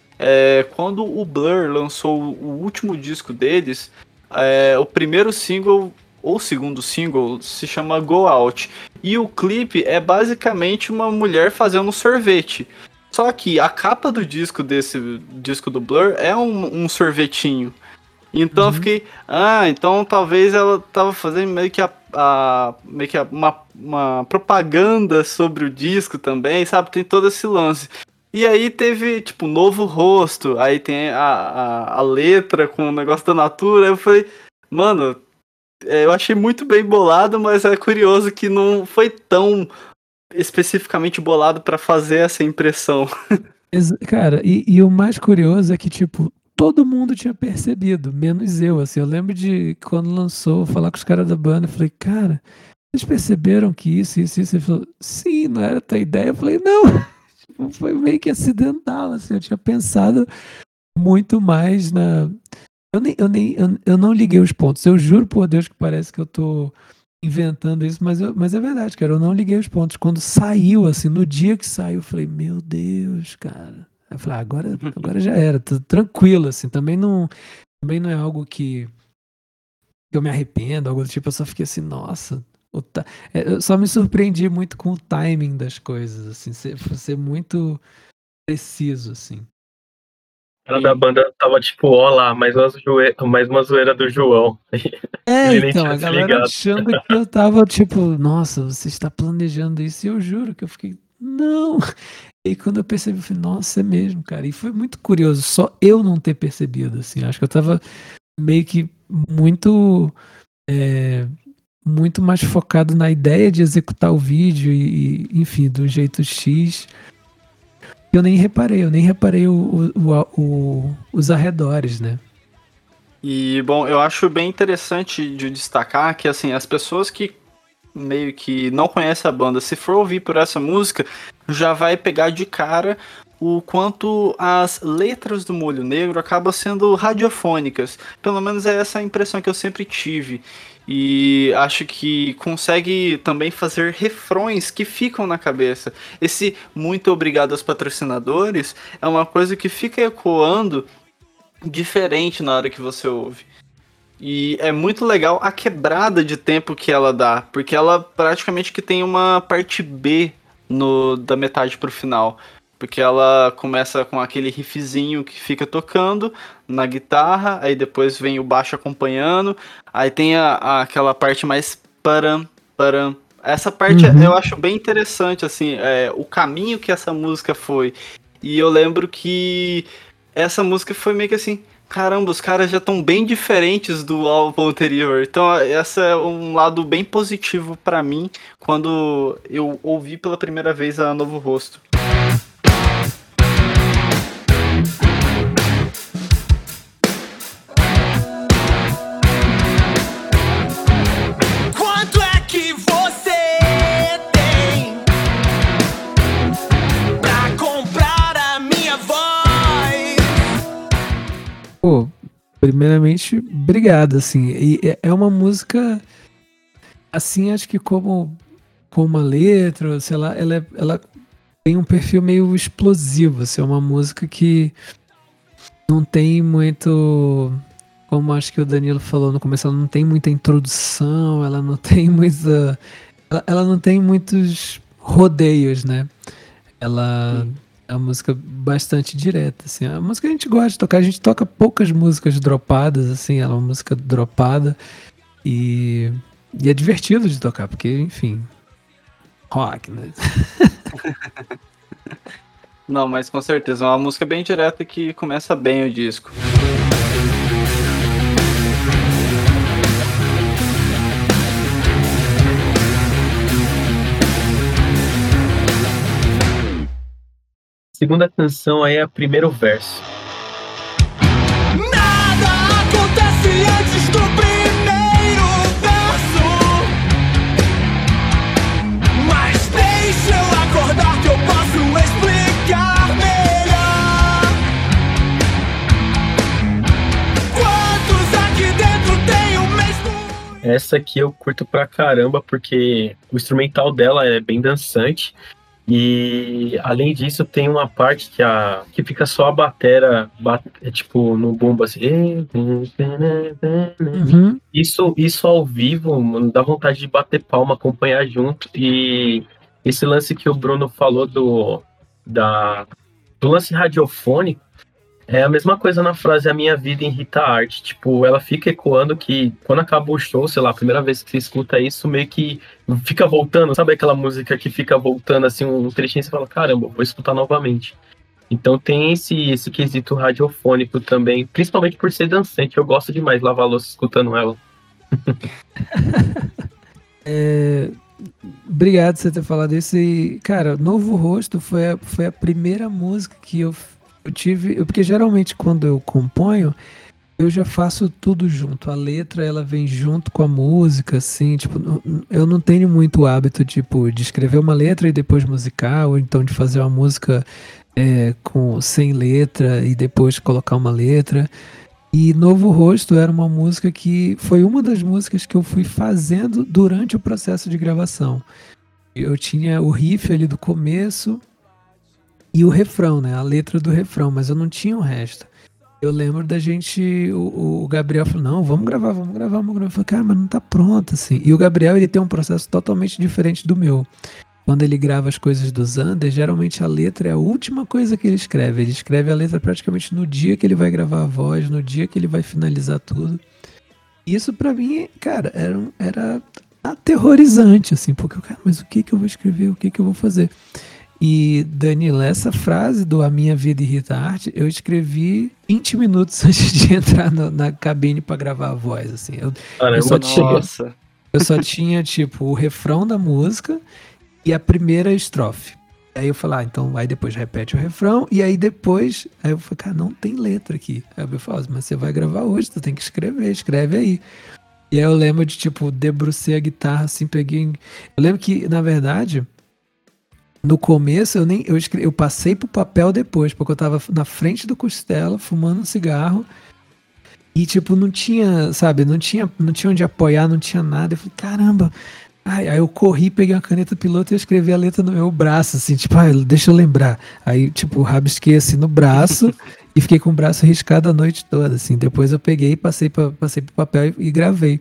É, quando o Blur lançou o último disco deles, é, o primeiro single, ou segundo single, se chama Go Out. E o clipe é basicamente uma mulher fazendo sorvete. Só que a capa do disco desse disco do Blur é um, um sorvetinho. Então eu
Uhum.
fiquei, ah, então talvez ela tava fazendo meio que, a, a- meio que a- uma, uma propaganda sobre o disco também, sabe? Tem todo esse lance. E aí teve, tipo, novo rosto, aí tem a, a, a letra com o negócio da Natura, eu falei, mano, é, eu achei muito bem bolado, mas é curioso que não foi tão especificamente bolado pra fazer essa impressão.
Exa- Cara, e, e o mais curioso é que, tipo, todo mundo tinha percebido, menos eu, assim. Eu lembro de quando lançou, falar com os caras da banda, eu falei, cara, vocês perceberam que isso, isso, isso? Ele falou, sim, não era a tua ideia? Eu falei, não, tipo, foi meio que acidental, assim. Eu tinha pensado muito mais na. Eu, nem, eu, nem, eu, eu não liguei os pontos. Eu juro por Deus que parece que eu tô inventando isso, mas, eu- mas é verdade, cara. Eu não liguei os pontos. Quando saiu, assim, no dia que saiu, eu falei, meu Deus, cara. Aí eu falei, ah, agora, agora já era, tô tranquilo, assim. Também não, também não é algo que, que eu me arrependo, algo do tipo. Eu só fiquei assim, nossa. o ta- é, Eu só me surpreendi muito com o timing das coisas, assim, ser, ser muito preciso, assim.
O cara da banda tava tipo, ó lá, mais uma, zoe... mais uma zoeira do João.
É,
Ele nem
então,
tinha
a
se
galera
ligado.
achando que eu tava tipo, nossa, você está planejando isso, e eu juro que eu fiquei, não. E quando eu percebi, eu falei, nossa, é mesmo, cara. E foi muito curioso, só eu não ter percebido, assim. Acho que eu tava meio que muito, é, muito mais focado na ideia de executar o vídeo e, e, enfim, do jeito X. Eu nem reparei, eu nem reparei o, o- o- o- os arredores, né?
E, bom, eu acho bem interessante de destacar que, assim, as pessoas que meio que não conhecem a banda, se for ouvir por essa música, já vai pegar de cara o quanto as letras do Molho Negro acabam sendo radiofônicas. Pelo menos é essa a impressão que eu sempre tive. E acho que consegue também fazer refrões que ficam na cabeça. Esse muito obrigado aos patrocinadores é uma coisa que fica ecoando diferente na hora que você ouve. E é muito legal a quebrada de tempo que ela dá, porque ela praticamente que tem uma parte B no, da metade pro final. Porque ela começa com aquele riffzinho que fica tocando na guitarra, aí depois vem o baixo acompanhando, aí tem a, a- aquela parte mais param, param. Essa parte
Uhum.
eu acho bem interessante, assim, é, o caminho que essa música foi. E eu lembro que essa música foi meio que assim, caramba, os caras já estão bem diferentes do álbum anterior. Então, essa é um lado bem positivo pra mim quando eu ouvi pela primeira vez a Novo Rosto.
Quanto é que você tem pra comprar a minha voz?
Pô, primeiramente, obrigado, assim. E é- é uma música, assim, acho que como, como a letra, sei lá, ela, é- ela tem um perfil meio explosivo, assim, é uma música que não tem muito, como acho que o Danilo falou no começo, ela não tem muita introdução, ela não tem muita, ela, ela não tem muitos rodeios, né? Ela é uma música bastante direta, assim. É uma música que a gente gosta de tocar. A gente toca poucas músicas dropadas, assim. Ela é uma música dropada e, e é divertido de tocar, porque, enfim, rock, né?
Não, mas com certeza, é uma música bem direta que começa bem o disco.
Segunda canção aí é o primeiro verso.
Nada acontece antes do primeiro verso. Mas deixa eu acordar que eu posso explicar melhor. Quantos aqui dentro têm o mesmo?
Essa aqui eu curto pra caramba, porque o instrumental dela é bem dançante. E além disso, tem uma parte que, a, que fica só a batera, bat, é tipo no bumbo assim.
Uhum.
Isso, isso ao vivo, mano, dá vontade de bater palma, acompanhar junto. E esse lance que o Bruno falou do, da, do lance radiofônico é a mesma coisa na frase A Minha Vida em Rita Art. Tipo, ela fica ecoando que quando acaba o show, sei lá, a primeira vez que você escuta isso, meio que fica voltando. Sabe aquela música que fica voltando assim um trechinho e você fala, caramba, vou escutar novamente. Então tem esse, esse quesito radiofônico também, principalmente por ser dançante. Eu gosto demais de lavar a louça escutando ela.
É, obrigado por você ter falado isso. E, cara, Novo Rosto foi a, foi a primeira música que eu, eu tive. eu- Porque geralmente quando eu componho, eu já faço tudo junto. A letra, ela vem junto com a música, assim. Tipo, não- não- eu não tenho muito hábito, tipo, de escrever uma letra e depois musicar, ou então de fazer uma música é, com, sem letra e depois colocar uma letra. E Novo Rosto era uma música que foi uma das músicas que eu fui fazendo durante o processo de gravação. Eu tinha o riff ali do começo e o refrão, né? A letra do refrão, mas eu não tinha o resto. Eu lembro da gente, o, o Gabriel falou, não, vamos gravar, vamos gravar, vamos gravar. Eu falei, cara, mas não tá pronto, assim. E o Gabriel, ele tem um processo totalmente diferente do meu. Quando ele grava as coisas do Zander, geralmente a letra é a última coisa que ele escreve. Ele escreve a letra praticamente no dia que ele vai gravar a voz, no dia que ele vai finalizar tudo. Isso pra mim, cara, era, um- era aterrorizante, assim, porque eu, cara, mas o que que eu vou escrever, o que que eu vou fazer? E, Danilo, essa frase do A Minha Vida Irrita Arte, eu escrevi vinte minutos antes de entrar no- na cabine pra gravar a voz, assim. Eu, eu só
Caramba,
tinha,
Nossa.
eu só tinha, tipo, o refrão da música e a primeira estrofe. Aí eu falei, ah, então aí depois repete o refrão, e aí depois, aí eu falei, cara, não tem letra aqui. Aí eu falei, mas você vai gravar hoje, tu tem que escrever, escreve aí. E aí eu lembro de, tipo, debrucei a guitarra, assim, peguei... em- Eu lembro que, na verdade, no começo eu nem... Eu, escre... eu passei pro papel depois, porque eu tava na frente do Costela, fumando um cigarro, e, tipo, não tinha, sabe, não tinha, não tinha onde apoiar, não tinha nada. Eu falei, caramba... Ai, aí eu corri, peguei uma caneta piloto e eu escrevi a letra no meu braço, assim, tipo, ah, deixa eu lembrar. Aí, tipo, rabisquei assim no braço e fiquei com o braço riscado a noite toda, assim. Depois eu peguei, passei para passei pro papel e, e gravei.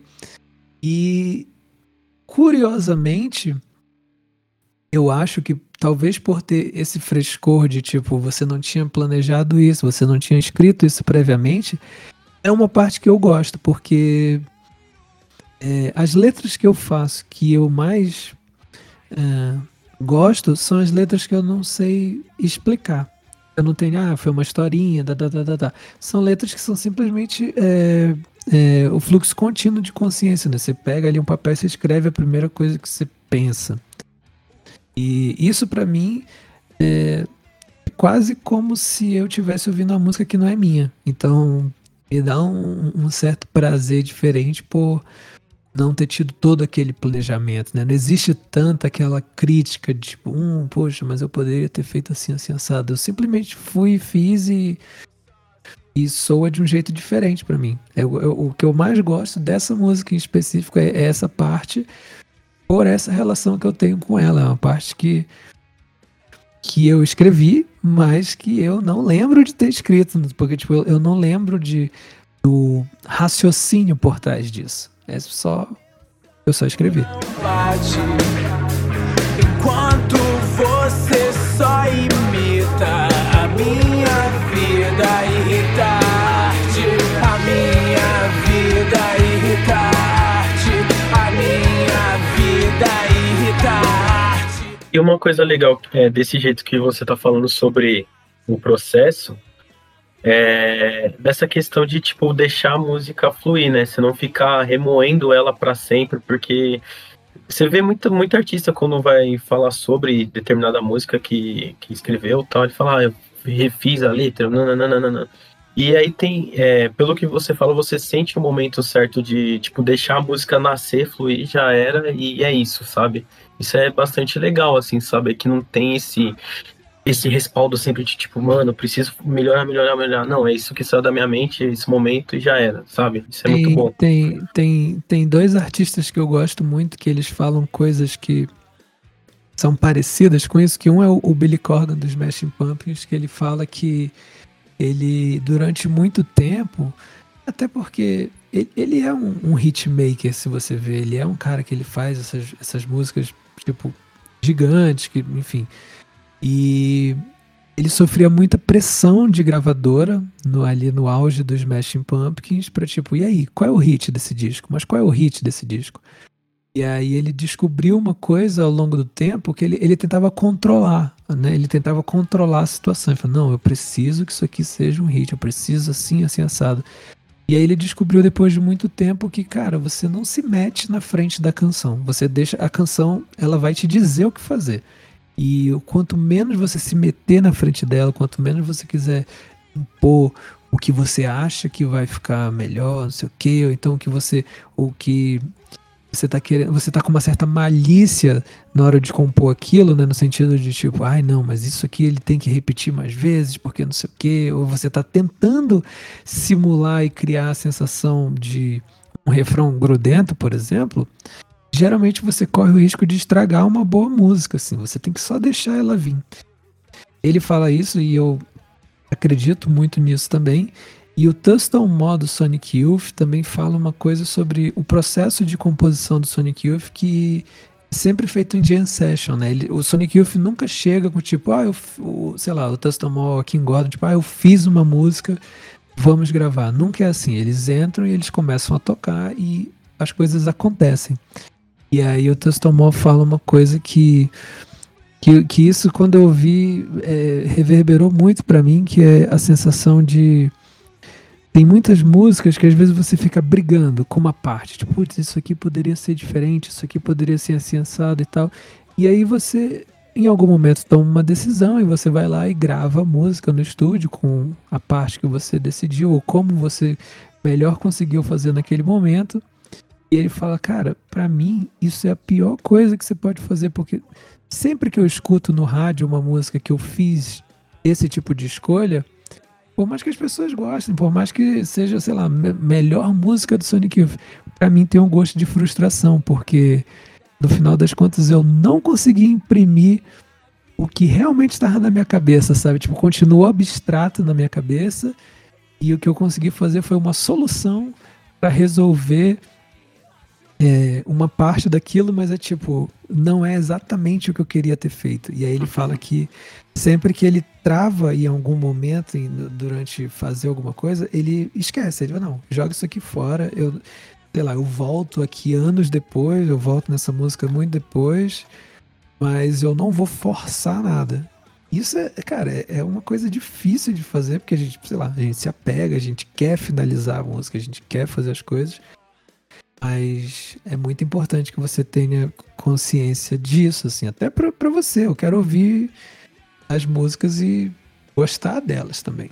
E, curiosamente, eu acho que talvez por ter esse frescor de, tipo, você não tinha planejado isso, você não tinha escrito isso previamente, é uma parte que eu gosto, porque é, as letras que eu faço, que eu mais é, gosto, são as letras que eu não sei explicar. Eu não tenho, ah, foi uma historinha, da, da, da, da, da. São letras que são simplesmente é, é, o fluxo contínuo de consciência, né? Você pega ali um papel e você escreve a primeira coisa que você pensa. E isso pra mim é quase como se eu estivesse ouvindo uma música que não é minha. Então me dá um, um certo prazer diferente por não ter tido todo aquele planejamento, né? Não existe tanta aquela crítica de tipo, hum, poxa, mas eu poderia ter feito assim, assim, assado. Eu simplesmente fui, fiz e, e soa de um jeito diferente pra mim. Eu, eu, o que eu mais gosto dessa música em específico é, é essa parte, por essa relação que eu tenho com ela. É uma parte que, que eu escrevi, mas que eu não lembro de ter escrito, porque tipo, eu, eu não lembro de, do raciocínio por trás disso. É só. Eu só escrevi.
Bate, enquanto você só imita a minha vida irritante, a minha vida irritante, a minha vida irritante.
E uma coisa legal é desse jeito que você tá falando sobre o processo, é dessa questão de, tipo, deixar a música fluir, né? Você não ficar remoendo ela para sempre, porque você vê muito, muito artista quando vai falar sobre determinada música que, que escreveu, tal, ele fala, ah, eu refiz a letra, nananana. E aí tem, é, pelo que você fala, você sente o momento certo de, tipo, deixar a música nascer, fluir, já era, e é isso, sabe? Isso é bastante legal, assim, sabe? Que não tem esse... esse respaldo sempre de tipo, mano, preciso melhorar, melhorar, melhorar. Não, é isso que saiu da minha mente, esse momento e já era, sabe? Isso é
tem,
muito bom.
Tem, tem, tem dois artistas que eu gosto muito, que eles falam coisas que são parecidas com isso, que um é o, o Billy Corgan dos Smashing Pumpkins, que ele fala que ele, durante muito tempo, até porque ele, ele é um, um hitmaker, se você ver, ele é um cara que ele faz essas, essas músicas, tipo, gigantes, que, enfim... E ele sofria muita pressão de gravadora no, ali no auge dos Smashing Pumpkins pra tipo, e aí, qual é o hit desse disco? Mas qual é o hit desse disco? E aí ele descobriu uma coisa ao longo do tempo que ele, ele tentava controlar, né? Ele tentava controlar a situação. Ele falou, não, eu preciso que isso aqui seja um hit, eu preciso assim, assim, assado. E aí ele descobriu depois de muito tempo que, cara, você não se mete na frente da canção. Você deixa, a canção, ela vai te dizer o que fazer. E quanto menos você se meter na frente dela, quanto menos você quiser impor o que você acha que vai ficar melhor, não sei o quê, ou então o que você, o que você tá querendo, você tá com uma certa malícia na hora de compor aquilo, né, no sentido de tipo, ai não, mas isso aqui ele tem que repetir mais vezes, porque não sei o quê, ou você tá tentando simular e criar a sensação de um refrão grudento, por exemplo. Geralmente você corre o risco de estragar uma boa música, assim. Você tem que só deixar ela vir. Ele fala isso e eu acredito muito nisso também. E o Thurston Moore do Sonic Youth também fala uma coisa sobre o processo de composição do Sonic Youth que é sempre feito em jam session, né? Ele, o Sonic Youth nunca chega com tipo, ah, eu, o, sei lá, o Thurston Moore, King Gordon, tipo, ah, eu fiz uma música, vamos gravar. Nunca é assim. Eles entram e eles começam a tocar e as coisas acontecem. E aí o Thurston Moore fala uma coisa que, que, que isso, quando eu vi, é, reverberou muito pra mim, que é a sensação de... Tem muitas músicas que às vezes você fica brigando com uma parte. Tipo, putz, isso aqui poderia ser diferente, isso aqui poderia ser assim, assado e tal. E aí você, em algum momento, toma uma decisão e você vai lá e grava a música no estúdio com a parte que você decidiu, ou como você melhor conseguiu fazer naquele momento. E ele fala, cara, pra mim isso é a pior coisa que você pode fazer, porque sempre que eu escuto no rádio uma música que eu fiz esse tipo de escolha, por mais que as pessoas gostem, por mais que seja, sei lá, me- melhor música do Sonic Youth, pra mim tem um gosto de frustração, porque no final das contas eu não consegui imprimir o que realmente estava na minha cabeça, sabe? Tipo, continuou abstrato na minha cabeça e o que eu consegui fazer foi uma solução para resolver é, uma parte daquilo, mas é tipo, não é exatamente o que eu queria ter feito. E aí ele fala que sempre que ele trava em algum momento em, durante fazer alguma coisa, ele esquece, ele fala, não, joga isso aqui fora, eu, sei lá, eu volto aqui anos depois, eu volto nessa música muito depois, mas eu não vou forçar nada. Isso é, cara, é, é uma coisa difícil de fazer, porque a gente, sei lá, a gente se apega, a gente quer finalizar a música, a gente quer fazer as coisas, mas é muito importante que você tenha consciência disso, assim, até pra, pra você. Eu quero ouvir as músicas e gostar delas também.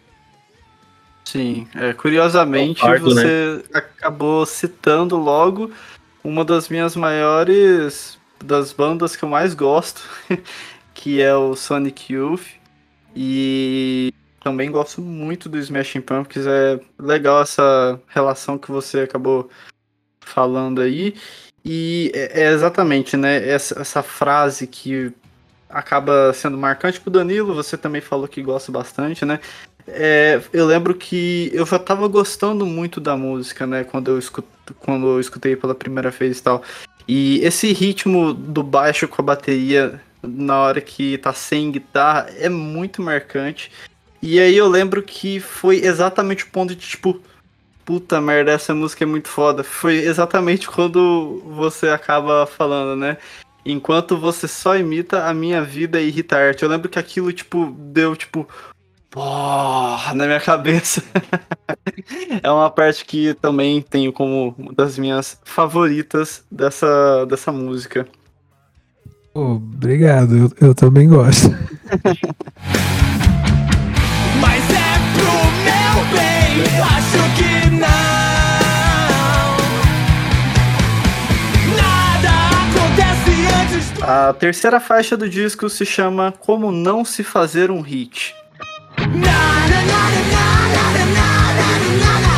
Sim, é, curiosamente
Concordo,
você acabou citando logo uma das minhas maiores, das bandas que eu mais gosto, que é o Sonic Youth, e também gosto muito do Smashing Pumpkins. É legal essa relação que você acabou falando aí, e é, é exatamente, né, essa, essa frase que acaba sendo marcante pro Danilo, você também falou que gosta bastante, né? É, eu lembro que eu já tava gostando muito da música, né? Quando eu, escut, quando eu escutei pela primeira vez e tal. E esse ritmo do baixo com a bateria na hora que tá sem guitarra é muito marcante. E aí eu lembro que foi exatamente o ponto de tipo, puta merda, essa música é muito foda. Foi exatamente quando você acaba falando, né? Enquanto você só imita, a minha vida irrita a arte. Eu lembro que aquilo, tipo, deu, tipo, porra, na minha cabeça. É uma parte que também tenho como uma das minhas favoritas dessa, dessa música.
Pô, obrigado, eu, eu também gosto.
Mas é pro meu bem, acho que não. Nada acontece antes do...
A terceira faixa do disco se chama Como Não Se Fazer um Hit.
Nada, nada, nada, nada, nada.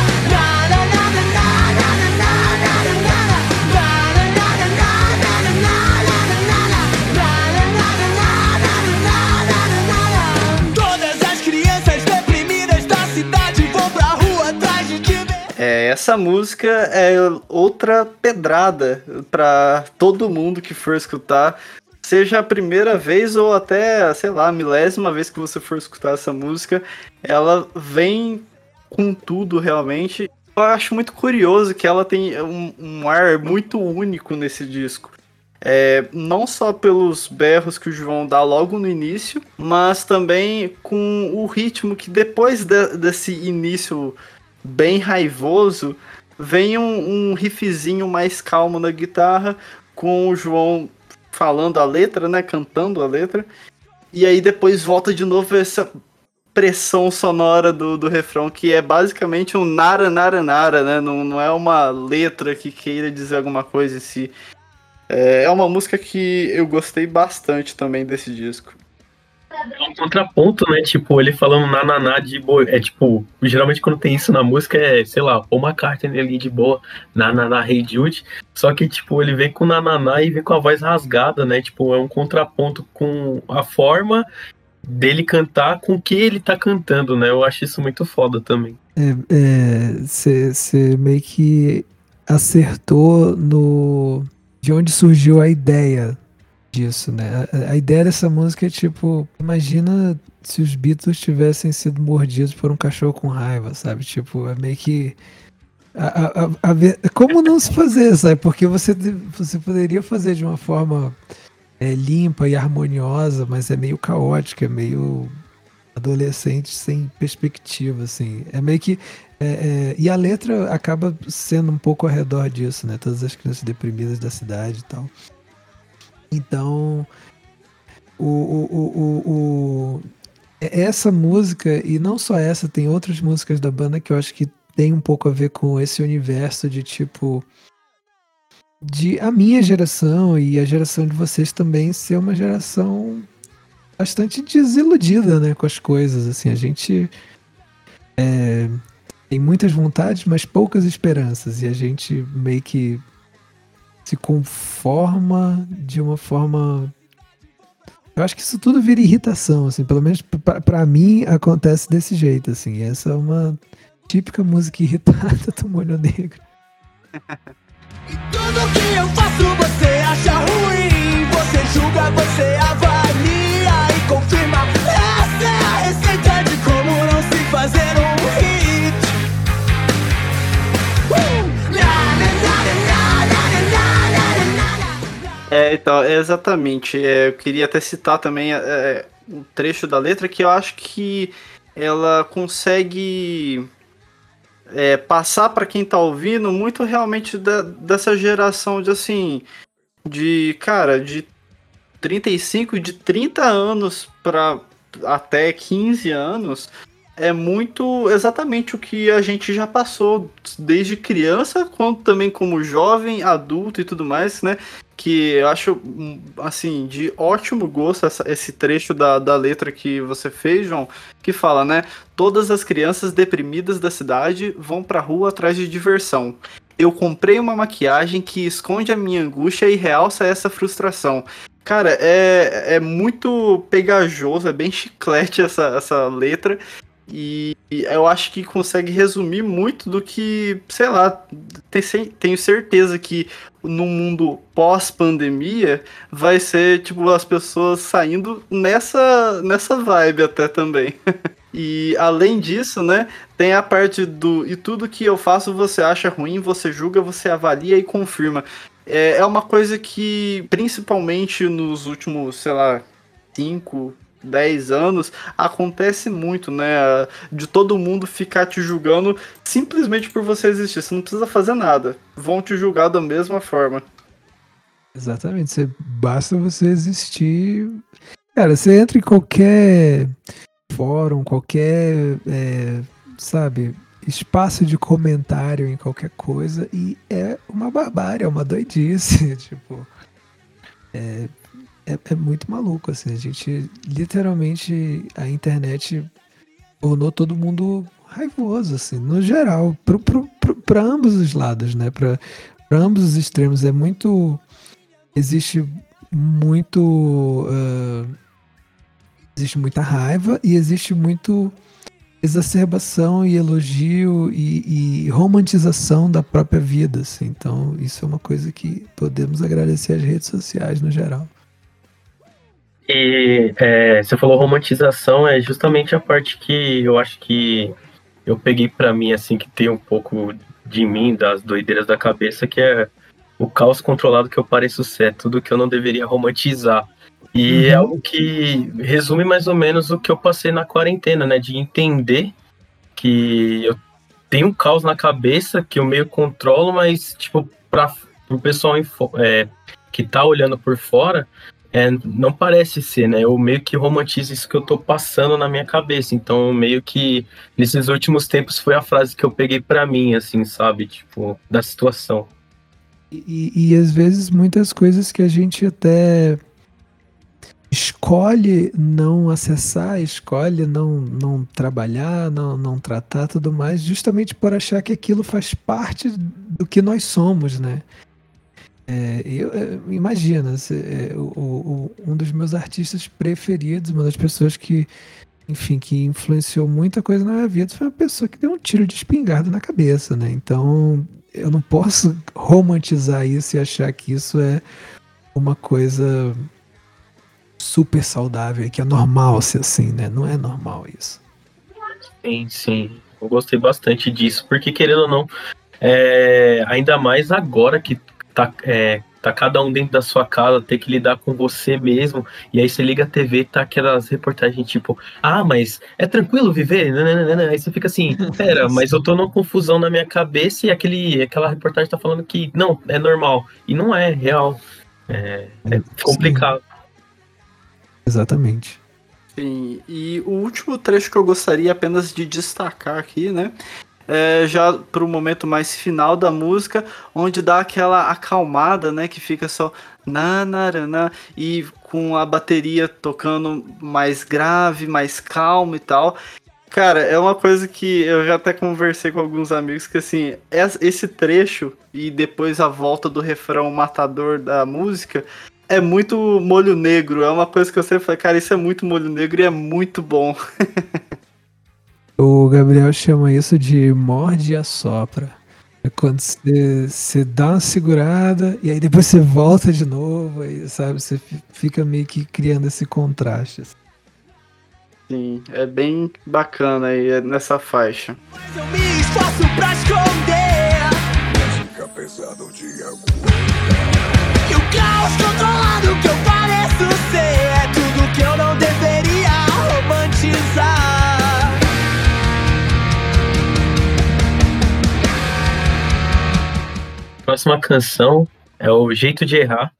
É, essa música é outra pedrada pra todo mundo que for escutar, seja a primeira vez ou até, sei lá, a milésima vez que você for escutar essa música, ela vem com tudo realmente. Eu acho muito curioso que ela tem um, um ar muito único nesse disco. É, não só pelos berros que o João dá logo no início, mas também com o ritmo que depois de, desse início bem raivoso, vem um, um riffzinho mais calmo na guitarra, com o João falando a letra, né, cantando a letra, e aí depois volta de novo essa pressão sonora do, do refrão, que é basicamente um nara, nara, nara, né, não, não é uma letra que queira dizer alguma coisa em si. É, é uma música que eu gostei bastante também desse disco.
É um contraponto, né? Tipo, ele falando nananá de boa. É tipo, geralmente quando tem isso na música é, sei lá, Paul McCartney ali de boa, nananá, Hey Jude. Só que, tipo, ele vem com nananá e vem com a voz rasgada, né? Tipo, é um contraponto com a forma dele cantar com o que ele tá cantando, né? Eu acho isso muito foda também.
Você é, meio que acertou no de onde surgiu a ideia disso, né? A, a ideia dessa música é tipo, imagina se os Beatles tivessem sido mordidos por um cachorro com raiva, sabe? Tipo, é meio que a, a, a, a, como não se fazer, sabe? Porque você, você poderia fazer de uma forma é, limpa e harmoniosa, mas é meio caótica, é meio adolescente sem perspectiva, assim. É meio que é, é, e a letra acaba sendo um pouco ao redor disso, né? Todas as crianças deprimidas da cidade e tal. Então, o, o, o, o, essa música, e não só essa, tem outras músicas da banda que eu acho que tem um pouco a ver com esse universo de tipo, de a minha geração e a geração de vocês também ser uma geração bastante desiludida, né, com as coisas, assim, a gente é, tem muitas vontades, mas poucas esperanças, e a gente meio que se conforma de uma forma Eu acho que isso tudo vira irritação, assim, pelo menos pra, pra mim acontece desse jeito, assim. Essa é uma típica música irritada do Molho Negro.
E tudo que eu faço você acha ruim. Você julga, você avalia e confirma. Essa é a receita de como não se fazer um hit. Uh! Na, na, na, na, na, na, na, na.
É, então, é exatamente. É, eu queria até citar também é, um trecho da letra que eu acho que ela consegue é, passar para quem tá ouvindo muito realmente da- dessa geração de assim, de cara, de trinta e cinco, de trinta anos para até quinze anos. É muito exatamente o que a gente já passou desde criança, quanto também como jovem, adulto e tudo mais, né? Que eu acho, hum, assim, de ótimo gosto essa- esse trecho da, da letra que você fez, João, que fala, né? Todas as crianças deprimidas da cidade vão pra rua atrás de diversão. Eu comprei uma maquiagem que esconde a minha angústia e realça essa frustração. Cara, é, é muito pegajoso, é bem chiclete essa, essa letra. E eu acho que consegue resumir muito do que, sei lá, tem- tenho certeza que no mundo pós-pandemia vai ser, tipo, as pessoas saindo nessa, nessa vibe até também. E além disso, né, tem a parte do e tudo que eu faço você acha ruim, você julga, você avalia e confirma. É, é uma coisa que, principalmente nos últimos, sei lá, cinco dez anos, acontece muito, né? De todo mundo ficar te julgando simplesmente por você existir. Você não precisa fazer nada. Vão te julgar da mesma forma.
Exatamente, você, basta você existir. Cara, você entra em qualquer fórum, qualquer, é, sabe, espaço de comentário em qualquer coisa e é uma barbárie, é uma doidice, tipo, é, é, é muito maluco, assim, a gente, literalmente, a internet tornou todo mundo raivoso, assim, no geral, pro, pro, pro, pra ambos os lados, né, pra, pra ambos os extremos, é muito, existe muito, ah, existe muita raiva e existe muito exacerbação e elogio e, e romantização da própria vida, assim. Então, isso é uma coisa que podemos agradecer às redes sociais no geral.
E é, você falou romantização, é justamente a parte que eu acho que eu peguei pra mim, assim, que tem um pouco de mim, das doideiras da cabeça, que é o caos controlado que eu pareço ser, tudo que eu não deveria romantizar. E é
Uhum.
algo que resume mais ou menos o que eu passei na quarentena, né? De entender que eu tenho um caos na cabeça que eu meio controlo, mas, tipo, para o pessoal info- é, que tá olhando por fora, é, não parece ser, né? Eu meio que romantizo isso que eu tô passando na minha cabeça. Então, meio que nesses últimos tempos foi a frase que eu peguei pra mim, assim, sabe? Tipo, da situação.
E, e às vezes muitas coisas que a gente até escolhe não acessar, escolhe não, não trabalhar, não, não tratar tudo mais, justamente por achar que aquilo faz parte do que nós somos, né? É, eu, é, imagina, se, é, o, o- um dos meus artistas preferidos, uma das pessoas que, enfim, que influenciou muita coisa na minha vida, foi uma pessoa que deu um tiro de espingarda na cabeça, né? Então, eu não posso romantizar isso e achar que isso é uma coisa super saudável e que é normal ser assim, né? Não é normal isso.
Sim, sim. Eu gostei bastante disso, porque querendo ou não, é, ainda mais agora que tá, é, tá cada um dentro da sua casa, ter que lidar com você mesmo, e aí você liga a T V e tá aquelas reportagens tipo, ah, mas é tranquilo viver? Nananana. Aí você fica assim, pera, mas eu tô numa confusão na minha cabeça e aquele, aquela reportagem tá falando que não, é normal, e não é real, é, é
Sim,
complicado.
exatamente.
Sim, e o último trecho que eu gostaria apenas de destacar aqui, né? É já pro momento mais final da música, onde dá aquela acalmada, né? Que fica só na na na na, e com a bateria tocando mais grave, mais calmo e tal. Cara, é uma coisa que eu já até conversei com alguns amigos que assim, es- esse trecho e depois a volta do refrão matador da música é muito molho negro. É uma coisa que eu sempre falei, cara, isso é muito molho negro e é muito bom.
O Gabriel chama isso de morde e assopra. É quando você, você dá uma segurada e aí depois você volta de novo, aí, sabe? Você fi- fica meio que criando esse contraste. assim.
Sim, é bem bacana aí é nessa faixa.
Mas eu me esforço pra esconder.
Fica pesado o dia.
E o caos controlado que eu pareço ser é tudo que eu não deveria romantizar.
Próxima canção é O Jeito de Errar.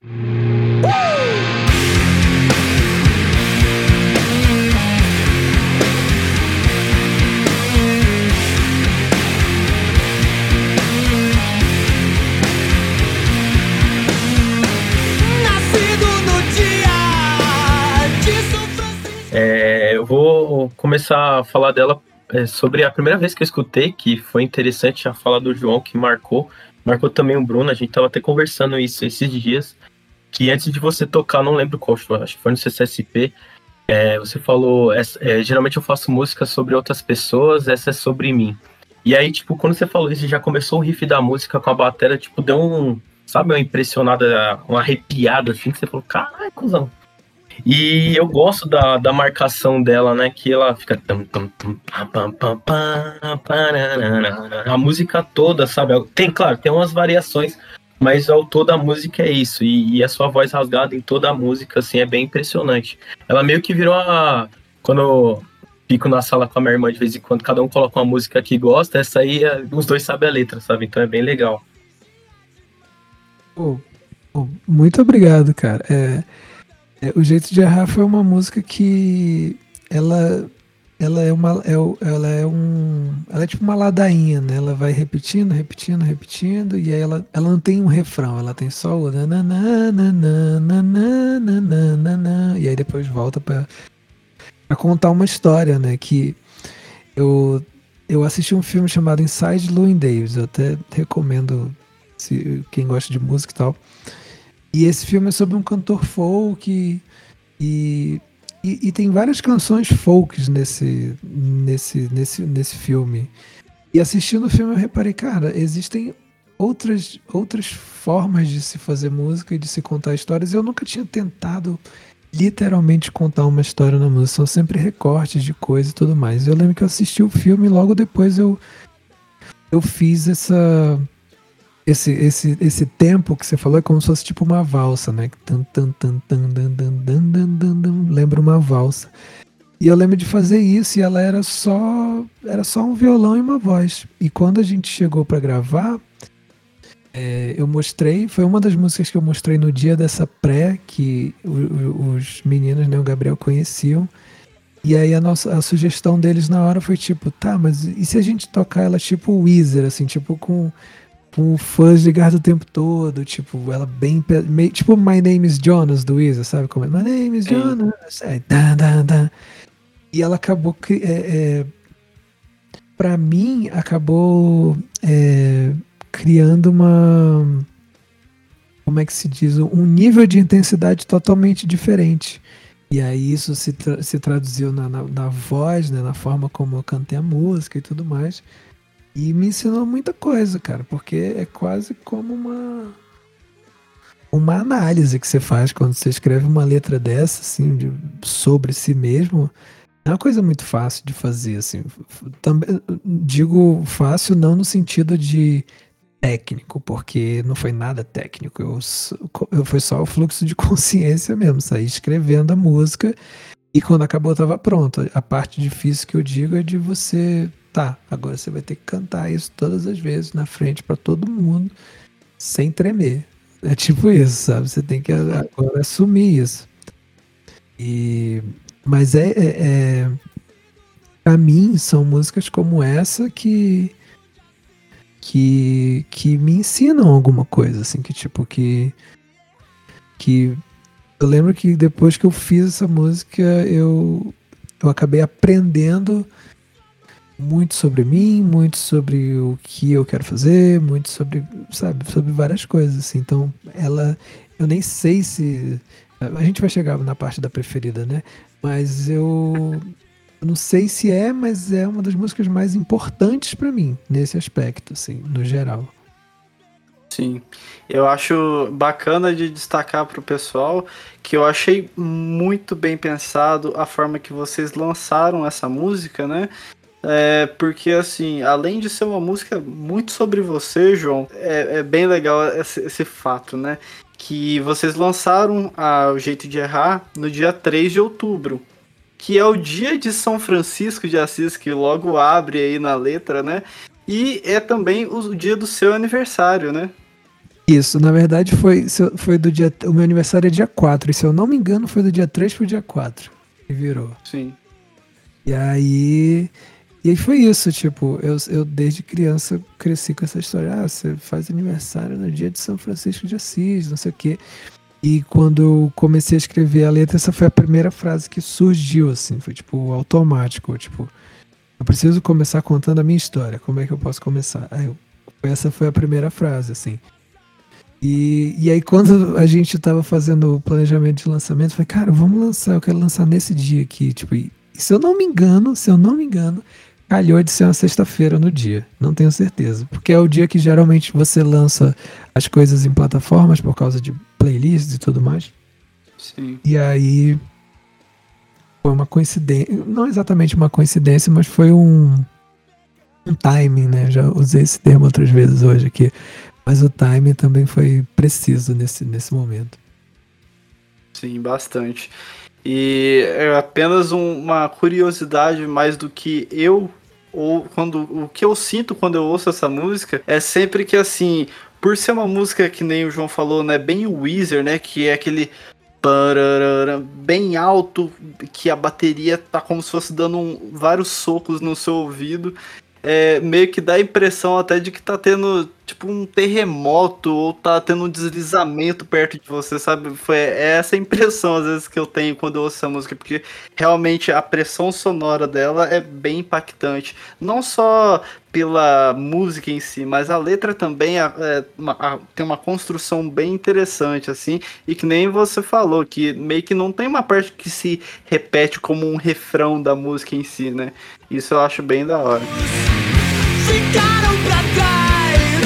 Nascido no dia de São Francisco.
É, eu vou começar a falar dela é, sobre a primeira vez que eu escutei, que foi interessante a fala do João, que marcou. Marcou também o Bruno, a gente tava até conversando isso esses dias, que antes de você tocar, não lembro qual, acho que foi no C C S P, é, você falou, é, é, geralmente eu faço música sobre outras pessoas, essa é sobre mim. E aí, tipo, quando você falou isso, já começou o riff da música com a bateria, tipo, deu um, sabe, uma impressionada, uma arrepiada, assim, que você falou, caralho, cuzão. E eu gosto da, da marcação dela, né? Que ela fica. tum, tum, tum, pam, pam, pam, pam, pararara. A música toda, sabe? Tem, claro, tem umas variações, mas ao todo a música é isso. E, e a sua voz rasgada em toda a música, assim, é bem impressionante. Ela meio que virou a. Quando eu fico na sala com a minha irmã de vez em quando, cada um coloca uma música que gosta, essa aí é- os dois sabem a letra, sabe? Então é bem legal.
Pô, pô, muito obrigado, cara. É, é, O Jeito de Errar foi uma música que ela, ela é uma, é, o- ela é um, ela é tipo uma ladainha, né? Ela vai repetindo, repetindo, repetindo e aí ela, ela não tem um refrão, ela tem só o nananã, nananã, nananã, nananã, e aí depois volta pra, pra contar uma história, né? Que eu eu assisti um filme chamado Inside Llewyn Davis, eu até recomendo se quem gosta de música e tal. E esse filme é sobre um cantor folk e, e, e tem várias canções folks nesse, nesse, nesse, nesse filme. E assistindo o filme eu reparei, cara, existem outras, outras formas de se fazer música e de se contar histórias. Eu nunca tinha tentado literalmente contar uma história na música, são sempre recortes de coisa e tudo mais. Eu lembro que eu assisti o filme e logo depois eu, eu fiz essa... Esse, esse, esse tempo que você falou é como se fosse tipo uma valsa, né? Tan, tan, tan, tan, dan, dan, dan, dan, dan, dan. Lembra uma valsa. E eu lembro de fazer isso e ela era só era só um violão e uma voz. E quando a gente chegou para gravar, é, eu mostrei, foi uma das músicas que eu mostrei no dia dessa pré que o- o- os meninos, né, o Gabriel conheciam. E aí a nossa a sugestão deles na hora foi tipo, tá, mas e se a gente tocar ela tipo Weezer, assim, tipo com com fãs ligados o tempo todo, tipo, ela bem, pe- meio, tipo My Name is Jonas do Weezer, sabe como é? My Name is
Sim.
Jonas, aí, dá, dá, dá. E ela acabou, cri- é, é, pra mim, acabou é, criando uma, como é que se diz, um nível de intensidade totalmente diferente. E aí isso se, tra- se traduziu na, na, na voz, né, na forma como eu cantei a música e tudo mais. E me ensinou muita coisa, cara, porque é quase como uma uma análise que você faz quando você escreve uma letra dessa, assim, de- sobre si mesmo. É uma coisa muito fácil de fazer, assim. Também digo fácil não no sentido de técnico, porque não foi nada técnico. Eu, s- eu foi só o fluxo de consciência mesmo, sair escrevendo a música e quando acabou estava pronto. A parte difícil que eu digo é de você, tá, agora você vai ter que cantar isso todas as vezes na frente para todo mundo, sem tremer. É tipo isso, sabe? Você tem que agora assumir isso. E, mas é, é, é para mim são músicas como essa que que que me ensinam alguma coisa, assim, que tipo que que eu lembro que depois que eu fiz essa música eu eu acabei aprendendo muito sobre mim, muito sobre o que eu quero fazer, muito sobre, sabe, sobre várias coisas, assim. Então, ela, eu nem sei se, a gente vai chegar na parte da preferida, né? Mas eu, eu não sei se é, mas é uma das músicas mais importantes pra mim, nesse aspecto, assim, no geral.
Sim, eu acho bacana de destacar para o pessoal que eu achei muito bem pensado a forma que vocês lançaram essa música, né? É, porque assim, além de ser uma música muito sobre você, João, é, é bem legal esse, esse fato, né? Que vocês lançaram a O Jeito de Errar no dia três de outubro, que é o dia de São Francisco de Assis, que logo abre aí na letra, né? E é também o dia do seu aniversário, né?
Isso, na verdade foi, se eu- foi do dia. O meu aniversário é dia quatro, e se eu não me engano, foi do dia três pro dia quatro que virou.
Sim.
E aí. E aí foi isso, tipo, eu, eu desde criança cresci com essa história. Ah, você faz aniversário no dia de São Francisco de Assis, não sei o quê. E quando eu comecei a escrever a letra, essa foi a primeira frase que surgiu, assim, foi tipo automático, tipo, eu preciso começar contando a minha história, como é que eu posso começar? Aí eu, essa foi a primeira frase, assim. E, e aí quando a gente tava fazendo o planejamento de lançamento, eu falei, cara, vamos lançar, eu quero lançar nesse dia aqui, tipo, e, e se eu não me engano, se eu não me engano, calhou de ser uma sexta-feira no dia, não tenho certeza, porque é o dia que geralmente você lança as coisas em plataformas por causa de playlists e tudo mais.
Sim.
E aí foi uma coincidência, não exatamente uma coincidência, mas foi um, um timing, né? Já usei esse termo outras vezes hoje aqui, mas o timing também foi preciso nesse, nesse momento.
Sim, bastante. E é apenas um- uma curiosidade mais do que eu ou quando o que eu sinto quando eu ouço essa música é sempre que assim, por ser uma música que nem o João falou, né, bem Weezer, né, que é aquele pararara, bem alto, que a bateria tá como se fosse dando um- vários socos no seu ouvido. É, meio que dá a impressão até de que tá tendo tipo um terremoto ou tá tendo um deslizamento perto de você, sabe? Foi é essa a impressão às vezes que eu tenho quando eu ouço essa música, porque realmente a pressão sonora dela é bem impactante. Não só pela música em si, mas a letra também é, é uma- a- tem uma construção bem interessante, assim, e que nem você falou, que meio que não tem uma parte que se repete como um refrão da música em si, né? Isso eu acho bem da hora.
Ficaram pra trás,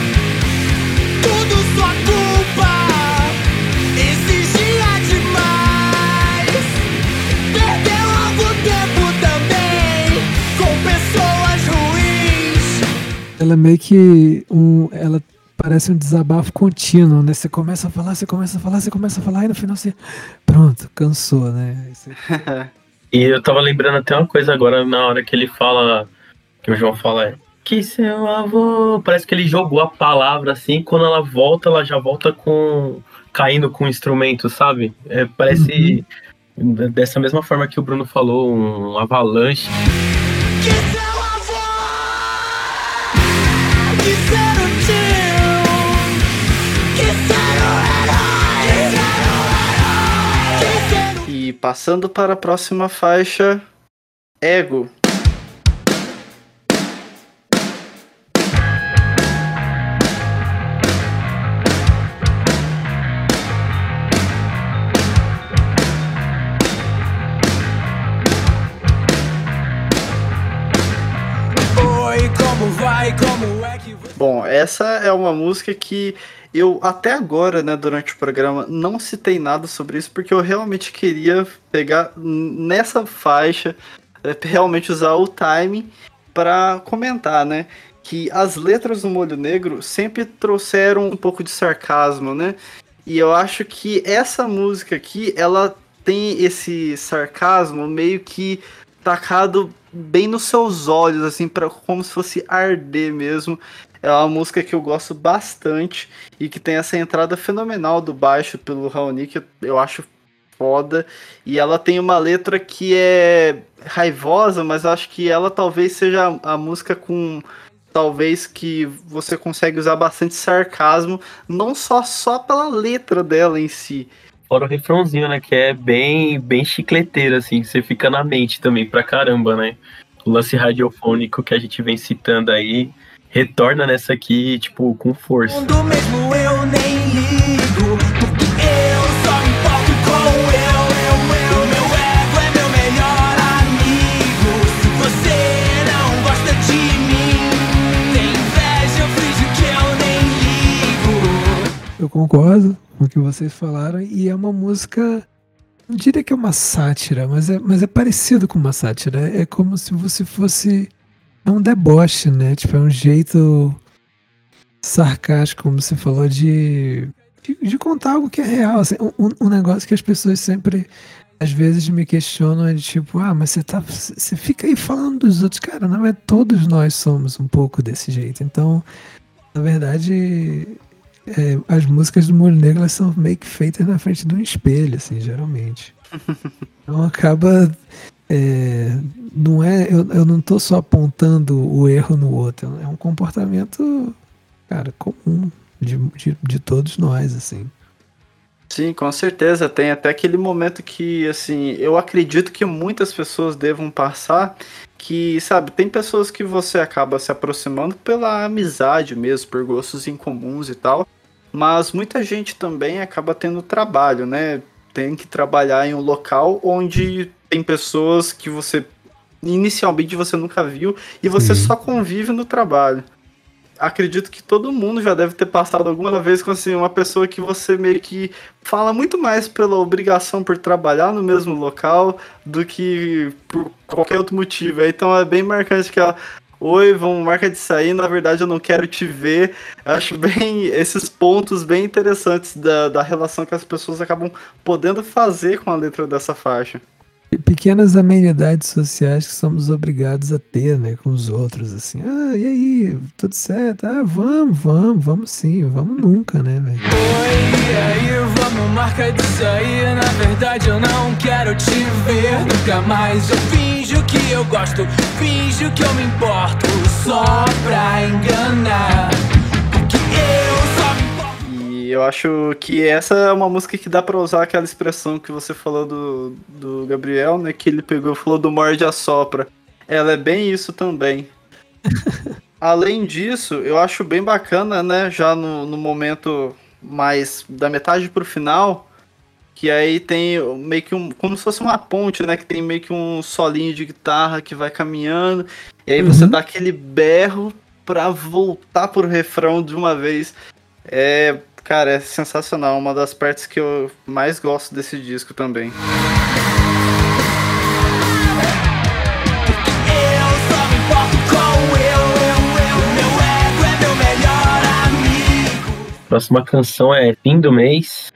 tudo sua culpa. Exigia demais, perdeu algum tempo também com pessoas ruins.
Ela é meio que um, ela parece um desabafo contínuo, né? Você começa a falar, você começa a falar, você começa a falar e no final você, pronto, cansou, né? Aí você-
E eu tava lembrando até uma coisa agora, na hora que ele fala, que o João fala, é, que seu avô, parece que ele jogou a palavra assim, quando ela volta, ela já volta com, caindo com o instrumento, sabe? É, parece, dessa mesma forma que o Bruno falou, um avalanche.
Que seu avô, que ser o tio, que ser o herói, que ser o
E passando para a próxima faixa, Ego.
Oi, como vai, como é que você...
Bom, essa é uma música que eu até agora, né, durante o programa, não citei nada sobre isso, porque eu realmente queria pegar nessa faixa, é, realmente usar o timing para comentar, né? Que as letras do Molho Negro sempre trouxeram um pouco de sarcasmo, né? E eu acho que essa música aqui, ela tem esse sarcasmo meio que tacado bem nos seus olhos, assim, pra, como se fosse arder mesmo. É uma música que eu gosto bastante e que tem essa entrada fenomenal do baixo pelo Raoni, que eu, eu acho foda. E ela tem uma letra que é raivosa, mas eu acho que ela talvez seja a, a música com... Talvez que você consegue usar bastante sarcasmo, não só, só pela letra dela em si.
Fora o refrãozinho, né, que é bem, bem chicleteiro, assim, que você fica na mente também, pra caramba, né? o lance radiofônico que a gente vem citando aí retorna nessa aqui, tipo, com força.
Do mesmo eu nem ligo, porque eu só me importo com eu, eu, eu. O meu ego é meu melhor amigo. Se você não gosta de mim, tem inveja, eu finjo que eu nem ligo.
Eu concordo com o que vocês falaram, e é uma música, não diria que é uma sátira, mas é, mas é parecido com uma sátira. É como se você fosse. É um deboche, né? Tipo, é um jeito sarcástico, como você falou, de, de, de contar algo que é real. Assim, um, um negócio que as pessoas sempre, às vezes, me questionam é de tipo, ah, mas você tá, você fica aí falando dos outros. Cara, não é, todos nós somos um pouco desse jeito. Então, na verdade, é, as músicas do Molho Negro, elas são meio que feitas na frente de um espelho, assim, geralmente. Então acaba... É, não é, eu, eu não tô só apontando o erro no outro, é um comportamento, cara, comum de, de, de todos nós, assim.
Sim, com certeza. Tem até aquele momento que, assim, eu acredito que muitas pessoas devam passar, que, sabe, tem pessoas que você acaba se aproximando pela amizade mesmo, por gostos incomuns e tal, mas muita gente também acaba tendo trabalho, né? Tem que trabalhar em um local onde tem pessoas que você inicialmente você nunca viu e você
Sim.
só convive no trabalho. Acredito que todo mundo já deve ter passado alguma vez com assim, uma pessoa que você meio que fala muito mais pela obrigação por trabalhar no mesmo local do que por qualquer outro motivo. Então é bem marcante que ela, oi, vamos marcar de sair, na verdade eu não quero te ver. Acho bem esses pontos bem interessantes da, da relação que as pessoas acabam podendo fazer com a letra dessa faixa.
Pequenas amenidades sociais que somos obrigados a ter, né, com os outros, assim, ah, e aí, tudo certo? Ah, vamos, vamos, vamos sim, vamos nunca, né, velho?
Oi, e aí, vamos marcar de sair. Na verdade eu não quero te ver nunca mais. Eu finjo que eu gosto, finjo que eu me importo, só pra enganar, porque eu só me importo.
E eu acho que essa é uma música que dá pra usar aquela expressão que você falou do, do Gabriel, né? Que ele pegou e falou do morde a sopra. Ela é bem isso também. Além disso, eu acho bem bacana, né? Já no, no momento mais da metade pro final, que aí tem meio que um... como se fosse uma ponte, né? Que tem meio que um solinho de guitarra que vai caminhando. E aí você
Uhum.
dá aquele berro pra voltar pro refrão de uma vez. É... Cara, é sensacional, uma das partes que eu mais gosto desse disco também.
Eu só me importo com eu, eu, eu. Meu ego é meu melhor amigo.
Próxima canção é Fim do Mês.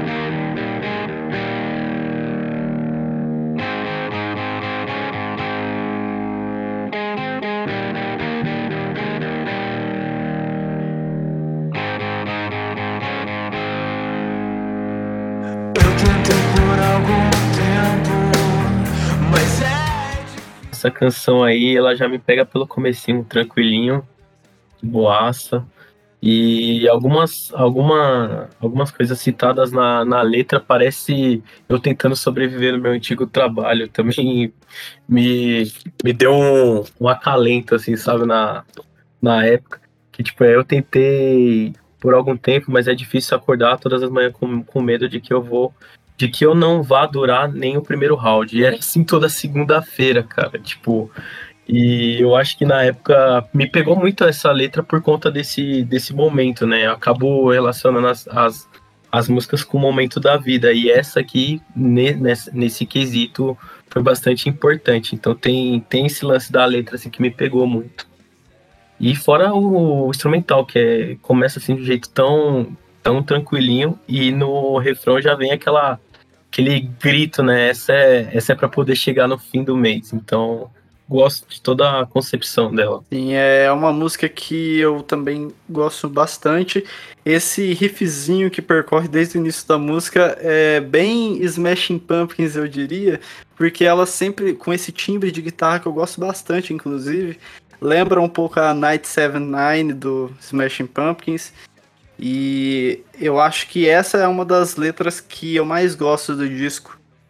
Eu tentei por algum tempo, mas é
Essa canção aí, ela já me pega pelo comecinho, tranquilinho, de boaça. E algumas, alguma, algumas coisas citadas na, na letra parece eu tentando sobreviver no meu antigo trabalho. Também me, me deu um, um acalento, assim, sabe, na, na época. Que, tipo, eu tentei por algum tempo, mas é difícil acordar todas as manhãs com, com medo de que eu vou... de que eu não vá durar nem o primeiro round. E é assim toda segunda-feira, cara, tipo... E eu acho que na época me pegou muito essa letra por conta desse, desse momento, né? Eu acabo relacionando as, as, as músicas com o momento da vida. E essa aqui, ne, nesse, nesse quesito, foi bastante importante. Então tem, tem esse lance da letra assim, que me pegou muito. E fora o, o instrumental, que é, começa assim de um jeito tão, tão tranquilinho. E no refrão já vem aquela, aquele grito, né? Essa é, essa é pra poder chegar no fim do mês. Então... gosto de toda a concepção dela.
Sim, é uma música que eu também gosto bastante. Esse riffzinho que percorre desde o início da música é bem Smashing Pumpkins, eu diria, porque ela sempre, com esse timbre de guitarra que eu gosto bastante, inclusive, lembra um pouco a Night Seven Nine do Smashing Pumpkins. E eu acho que essa é uma das letras que eu mais gosto do disco.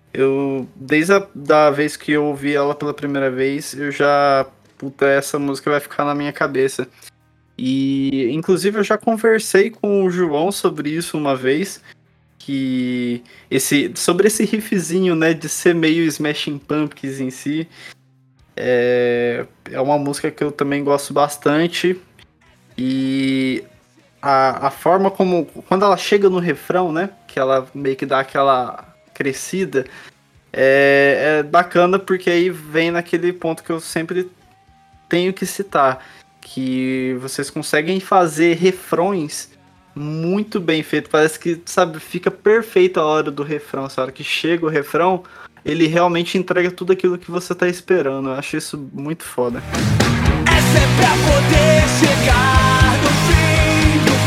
Eu, desde a da vez que eu ouvi ela pela primeira vez, eu já... Puta, essa música vai ficar na minha cabeça. E, inclusive, eu já conversei com o João sobre isso uma vez, que esse, sobre esse riffzinho, né, de ser meio Smashing Pumpkins em si. É, é uma música que eu também gosto bastante. E a, a forma como... Quando ela chega no refrão, né, que ela meio que dá aquela crescida, é, é bacana porque aí vem naquele ponto que eu sempre tenho que citar, que vocês conseguem fazer refrões muito bem feitos. Parece que, sabe, fica perfeito a hora do refrão. Essa hora que chega o refrão, ele realmente entrega tudo aquilo que você tá esperando. Eu acho isso muito foda.
Essa é pra poder chegar no fim do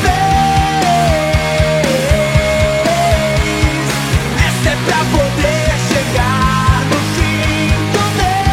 mês. Essa é pra poder chegar no fim do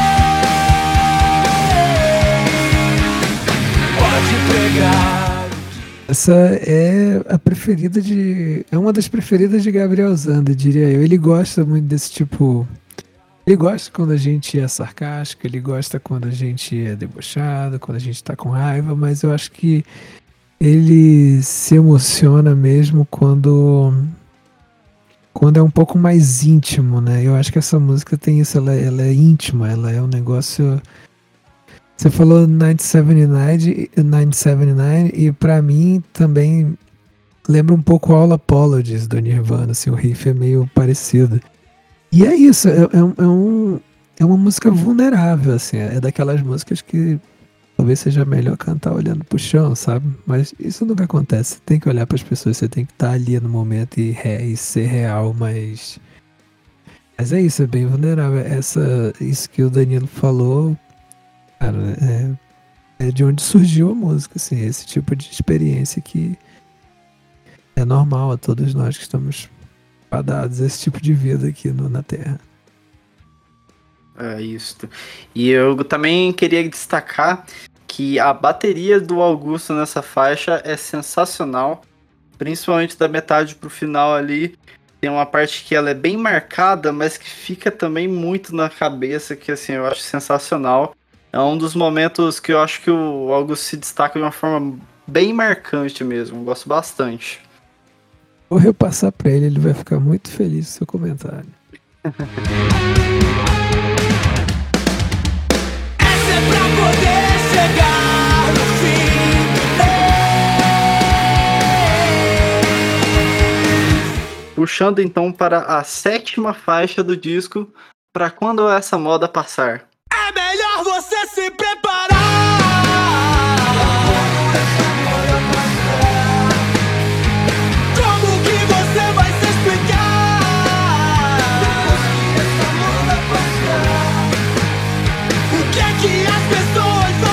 mês. Pode pegar.
Essa é a preferida de. É uma das preferidas de Gabriel Zander, diria eu. Ele gosta muito desse tipo. Ele gosta quando a gente é sarcástico, ele gosta quando a gente é debochado, quando a gente tá com raiva, mas eu acho que ele se emociona mesmo quando. Quando é um pouco mais íntimo, né? Eu acho que essa música tem isso, ela, ela é íntima, ela é um negócio. Você falou mil novecentos e setenta e nove e pra mim também lembra um pouco All Apologies do Nirvana, assim, o riff é meio parecido. E é isso, é, é, um- é um, é uma música vulnerável, assim, é daquelas músicas que talvez seja melhor cantar olhando pro chão, sabe? Mas isso nunca acontece, você tem que olhar pras pessoas, você tem que estar ali no momento e, re- e ser real, mas... Mas é isso, é bem vulnerável. Essa, isso que o Danilo falou, cara, é, é de onde surgiu a música, assim, esse tipo de experiência que é normal a todos nós que estamos fadados a esse tipo de vida aqui no- na Terra.
É isso. E eu também queria destacar que a bateria do Augusto nessa faixa é sensacional, principalmente da metade pro final ali. Tem uma parte que ela é bem marcada, mas que fica também muito na cabeça, que assim, eu acho sensacional. É um dos momentos que eu acho que o Augusto se destaca de uma forma bem marcante mesmo. Eu gosto bastante.
Vou repassar pra ele, ele vai ficar muito feliz com o seu comentário.
Essa é pra poder chegar no fim do mês.
Puxando então para a sétima faixa do disco, Pra Quando Essa Moda Passar.
É melhor você se preparar. Como que você vai se explicar? O que é que as pessoas vão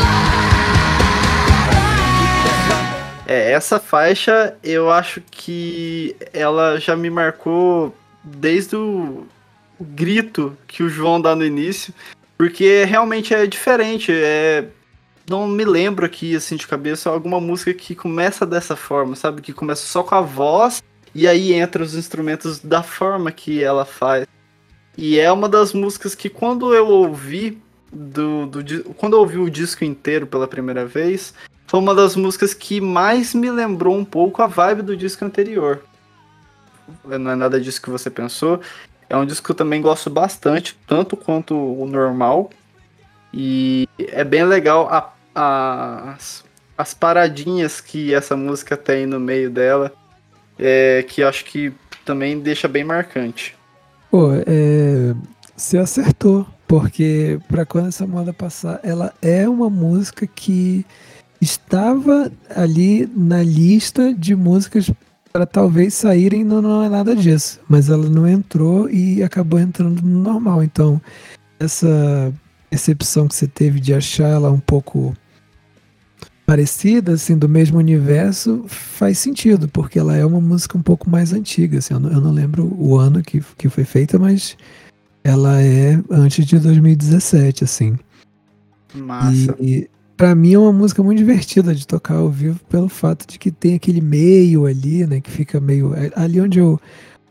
falar?
É, essa faixa eu acho que ela já me marcou desde o, o grito que o João dá no início, porque realmente é diferente, é, não me lembro aqui assim de cabeça alguma música que começa dessa forma, sabe? Que começa só com a voz e aí entra os instrumentos da forma que ela faz. E é uma das músicas que quando eu ouvi do, do di- quando eu ouvi o disco inteiro pela primeira vez, foi uma das músicas que mais me lembrou um pouco a vibe do disco anterior. Não é nada disso que você pensou. É um disco que eu também gosto bastante, tanto quanto o normal. E é bem legal a- a- as, as paradinhas que essa música tem no meio dela, é, que eu acho que também deixa bem marcante.
Pô, é, você acertou, porque Pra Quando Essa Moda Passar, ela é uma música que estava ali na lista de músicas para talvez saírem no Não É Nada Disso, mas ela não entrou e acabou entrando no normal. Então, essa percepção que você teve de achar ela um pouco parecida, assim, do mesmo universo, faz sentido, porque ela é uma música um pouco mais antiga, assim, eu não, eu não lembro o ano que, que foi feita, mas ela é antes de dois mil e dezessete, assim.
Massa.
E pra mim é uma música muito divertida de tocar ao vivo pelo fato de que tem aquele meio ali, né, que fica meio ali onde eu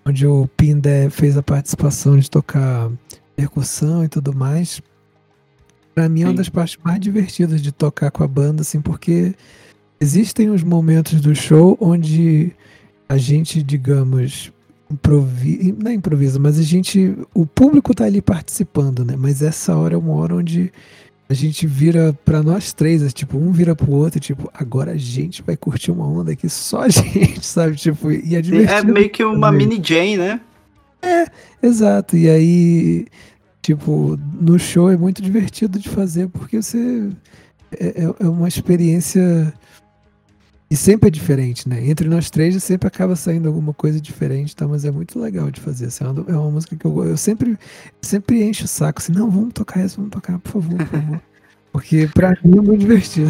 onde o Pindé fez a participação de tocar percussão e tudo mais. Pra mim é uma
Sim.
das partes mais divertidas de tocar com a banda, assim, porque existem os momentos do show onde a gente, digamos, improvisa, não é improvisa, mas a gente, o público tá ali participando, né? Mas essa hora é uma hora onde a gente vira pra nós três, é, tipo, um vira pro outro, tipo, agora a gente vai curtir uma onda aqui, só a gente, sabe? Tipo, e é
É
divertido
meio que uma
também.
mini Jam, né?
Exato, e aí, tipo, no show é muito divertido de fazer, porque você é, é- é uma experiência e sempre é diferente, né? Entre nós três sempre acaba saindo alguma coisa diferente, tá? Mas é muito legal de fazer, assim, é uma, é uma música que eu, go- eu sempre, sempre encho o saco, assim, não, vamos tocar essa, vamos tocar, por favor, por favor. Porque pra mim é muito divertido.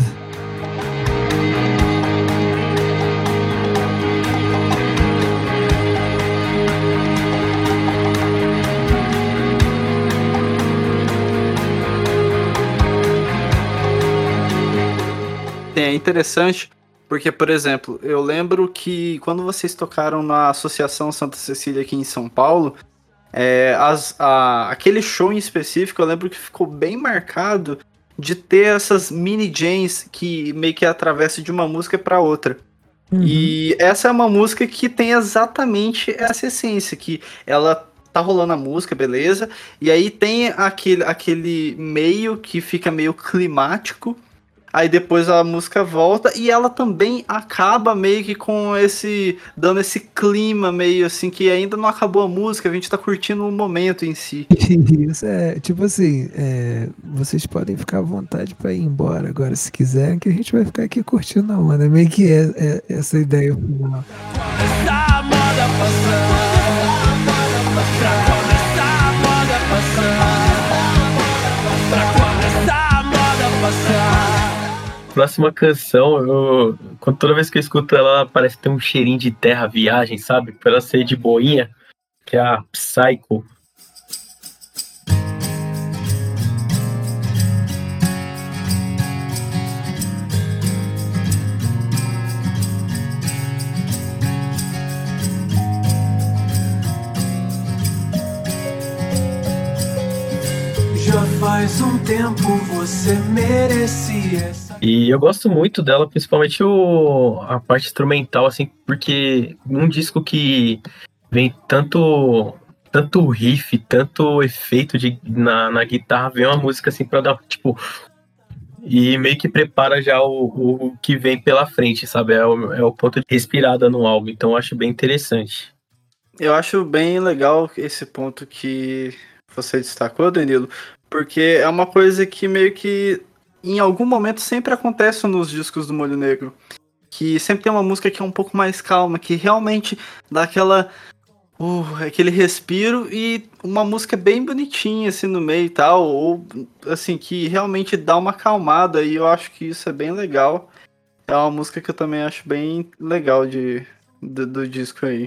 É interessante, porque, por exemplo, eu lembro que quando vocês tocaram na Associação Santa Cecília aqui em São Paulo, é, as- a- aquele show em específico, eu lembro que ficou bem marcado de ter essas mini jams que meio que atravessam de uma música para outra.
Uhum.
E essa é uma música que tem exatamente essa essência, que ela tá rolando a música, beleza? E aí tem aquele, aquele meio que fica meio climático, aí depois a música volta e ela também acaba meio que com esse, dando esse clima meio assim, que ainda não acabou a música, a gente tá curtindo o momento em si.
Isso é, tipo assim, é, vocês podem ficar à vontade pra ir embora agora, se quiserem, que a gente vai ficar aqui curtindo a onda. Meio que é, é essa ideia final.
Essa moda passar, pra quando essa moda passar, pra quando essa moda passar.
Próxima canção, eu, quando toda vez que eu escuto ela, parece ter um cheirinho de terra, viagem, sabe? Por ela ser de boinha, que é a Psycho.
Já faz um tempo você merecia essa.
E eu gosto muito dela, principalmente o, a parte instrumental, assim, porque num disco que vem tanto tanto riff, tanto efeito de, na, na guitarra, vem uma música assim pra dar, tipo, e meio que prepara já o, o que vem pela frente, sabe? É o, é o ponto de respirada no álbum, então eu acho bem interessante.
Eu acho bem legal esse ponto que você destacou, Danilo, porque é uma coisa que meio que em algum momento sempre acontece nos discos do Molho Negro, que sempre tem uma música que é um pouco mais calma, que realmente dá aquela uh, aquele respiro e uma música bem bonitinha assim no meio e tal, ou assim que realmente dá uma acalmada e eu acho que isso é bem legal. É uma música que eu também acho bem legal de do, do disco aí.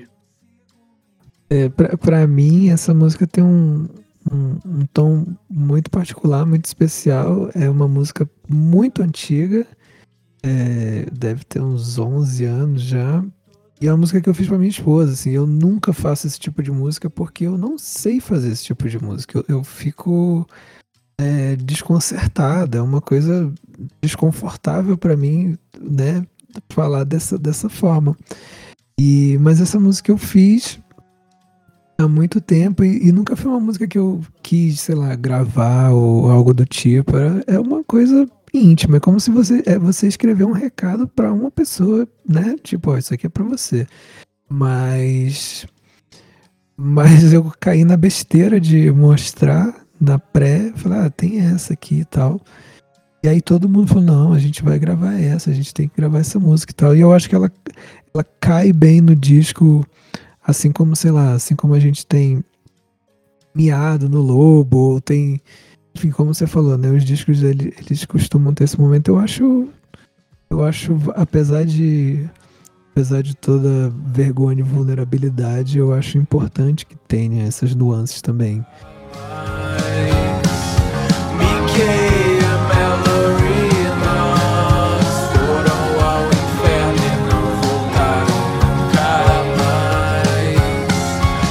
É, pra, pra mim, essa música tem um, um, um tom muito particular, muito especial. É uma música muito antiga, é, deve ter uns onze anos já. E é uma música que eu fiz pra minha esposa. Assim, eu nunca faço esse tipo de música porque eu não sei fazer esse tipo de música. Eu, eu fico é, desconcertada, é uma coisa desconfortável pra mim, né? Falar dessa, dessa forma. E, mas essa música eu fiz há muito tempo e, e nunca foi uma música que eu quis, sei lá, gravar ou algo do tipo. Era, é uma coisa íntima, é como se você, é, você escrever um recado pra uma pessoa, né? Tipo, ó, isso aqui é pra você. Mas, mas eu caí na besteira de mostrar na pré, falar, ah, tem essa aqui e tal. E aí todo mundo falou, não, a gente vai gravar essa, a gente tem que gravar essa música e tal. E eu acho que ela, ela cai bem no disco. Assim como, sei lá, assim como a gente tem Miado no Lobo, ou tem, enfim, como você falou, né? Os discos eles, eles costumam ter esse momento. Eu acho, eu acho, apesar de, apesar de toda vergonha e vulnerabilidade, eu acho importante que tenha essas nuances também.
Mickey, Mallory, nós foram ao inferno e não voltaram nunca mais.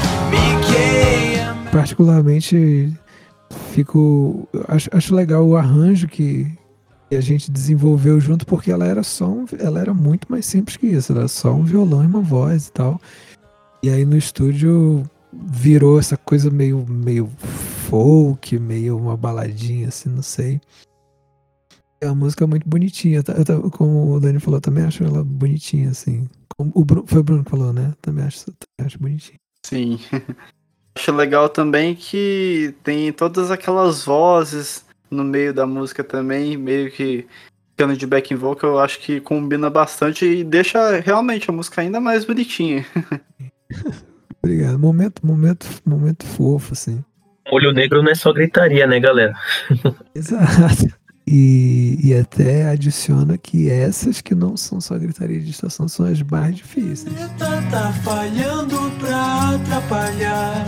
particularmente fico. Acho, acho legal o arranjo que, que a gente desenvolveu junto, porque ela era só um, ela era muito mais simples que isso, era só um violão e uma voz e tal. E aí no estúdio virou essa coisa meio, meio folk, meio uma baladinha, assim, não sei. É uma música muito bonitinha, tá- eu tá- como o Dani falou, também acho ela bonitinha, assim. Como o Bruno, foi o Bruno que falou, né? Também acho, também acho bonitinho.
Sim. Acho legal também que tem todas aquelas vozes no meio da música também, meio que ficando de backing vocal, eu acho que combina bastante e deixa realmente a música ainda mais bonitinha.
Obrigado. Momento, momento, momento fofo, assim.
Olho negro não é só gritaria, né, galera?
Exato. E, e até adiciona que essas que não são só gritaria de estação são as mais difíceis.
Tá falhando pra atrapalhar.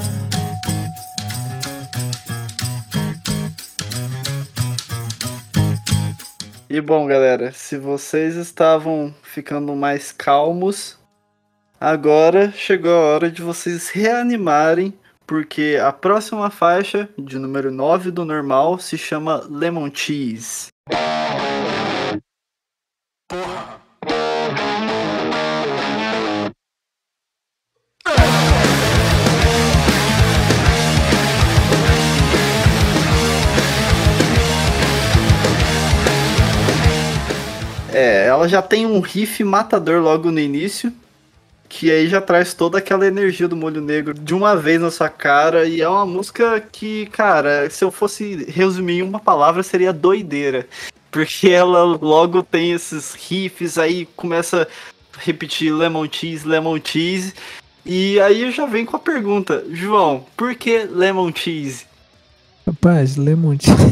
E bom, galera, se vocês estavam ficando mais calmos, agora chegou a hora de vocês reanimarem, porque a próxima faixa, de número nove do normal, se chama Lemon Cheese. É, ela já tem um riff matador logo no início, que aí já traz toda aquela energia do Molho Negro de uma vez na sua cara, e é uma música que, cara, se eu fosse resumir em uma palavra, seria doideira. Porque ela logo tem esses riffs, aí começa a repetir Lemon Cheese, Lemon Cheese, e aí eu já venho com a pergunta, João, por que Lemon Cheese?
Rapaz, Lemon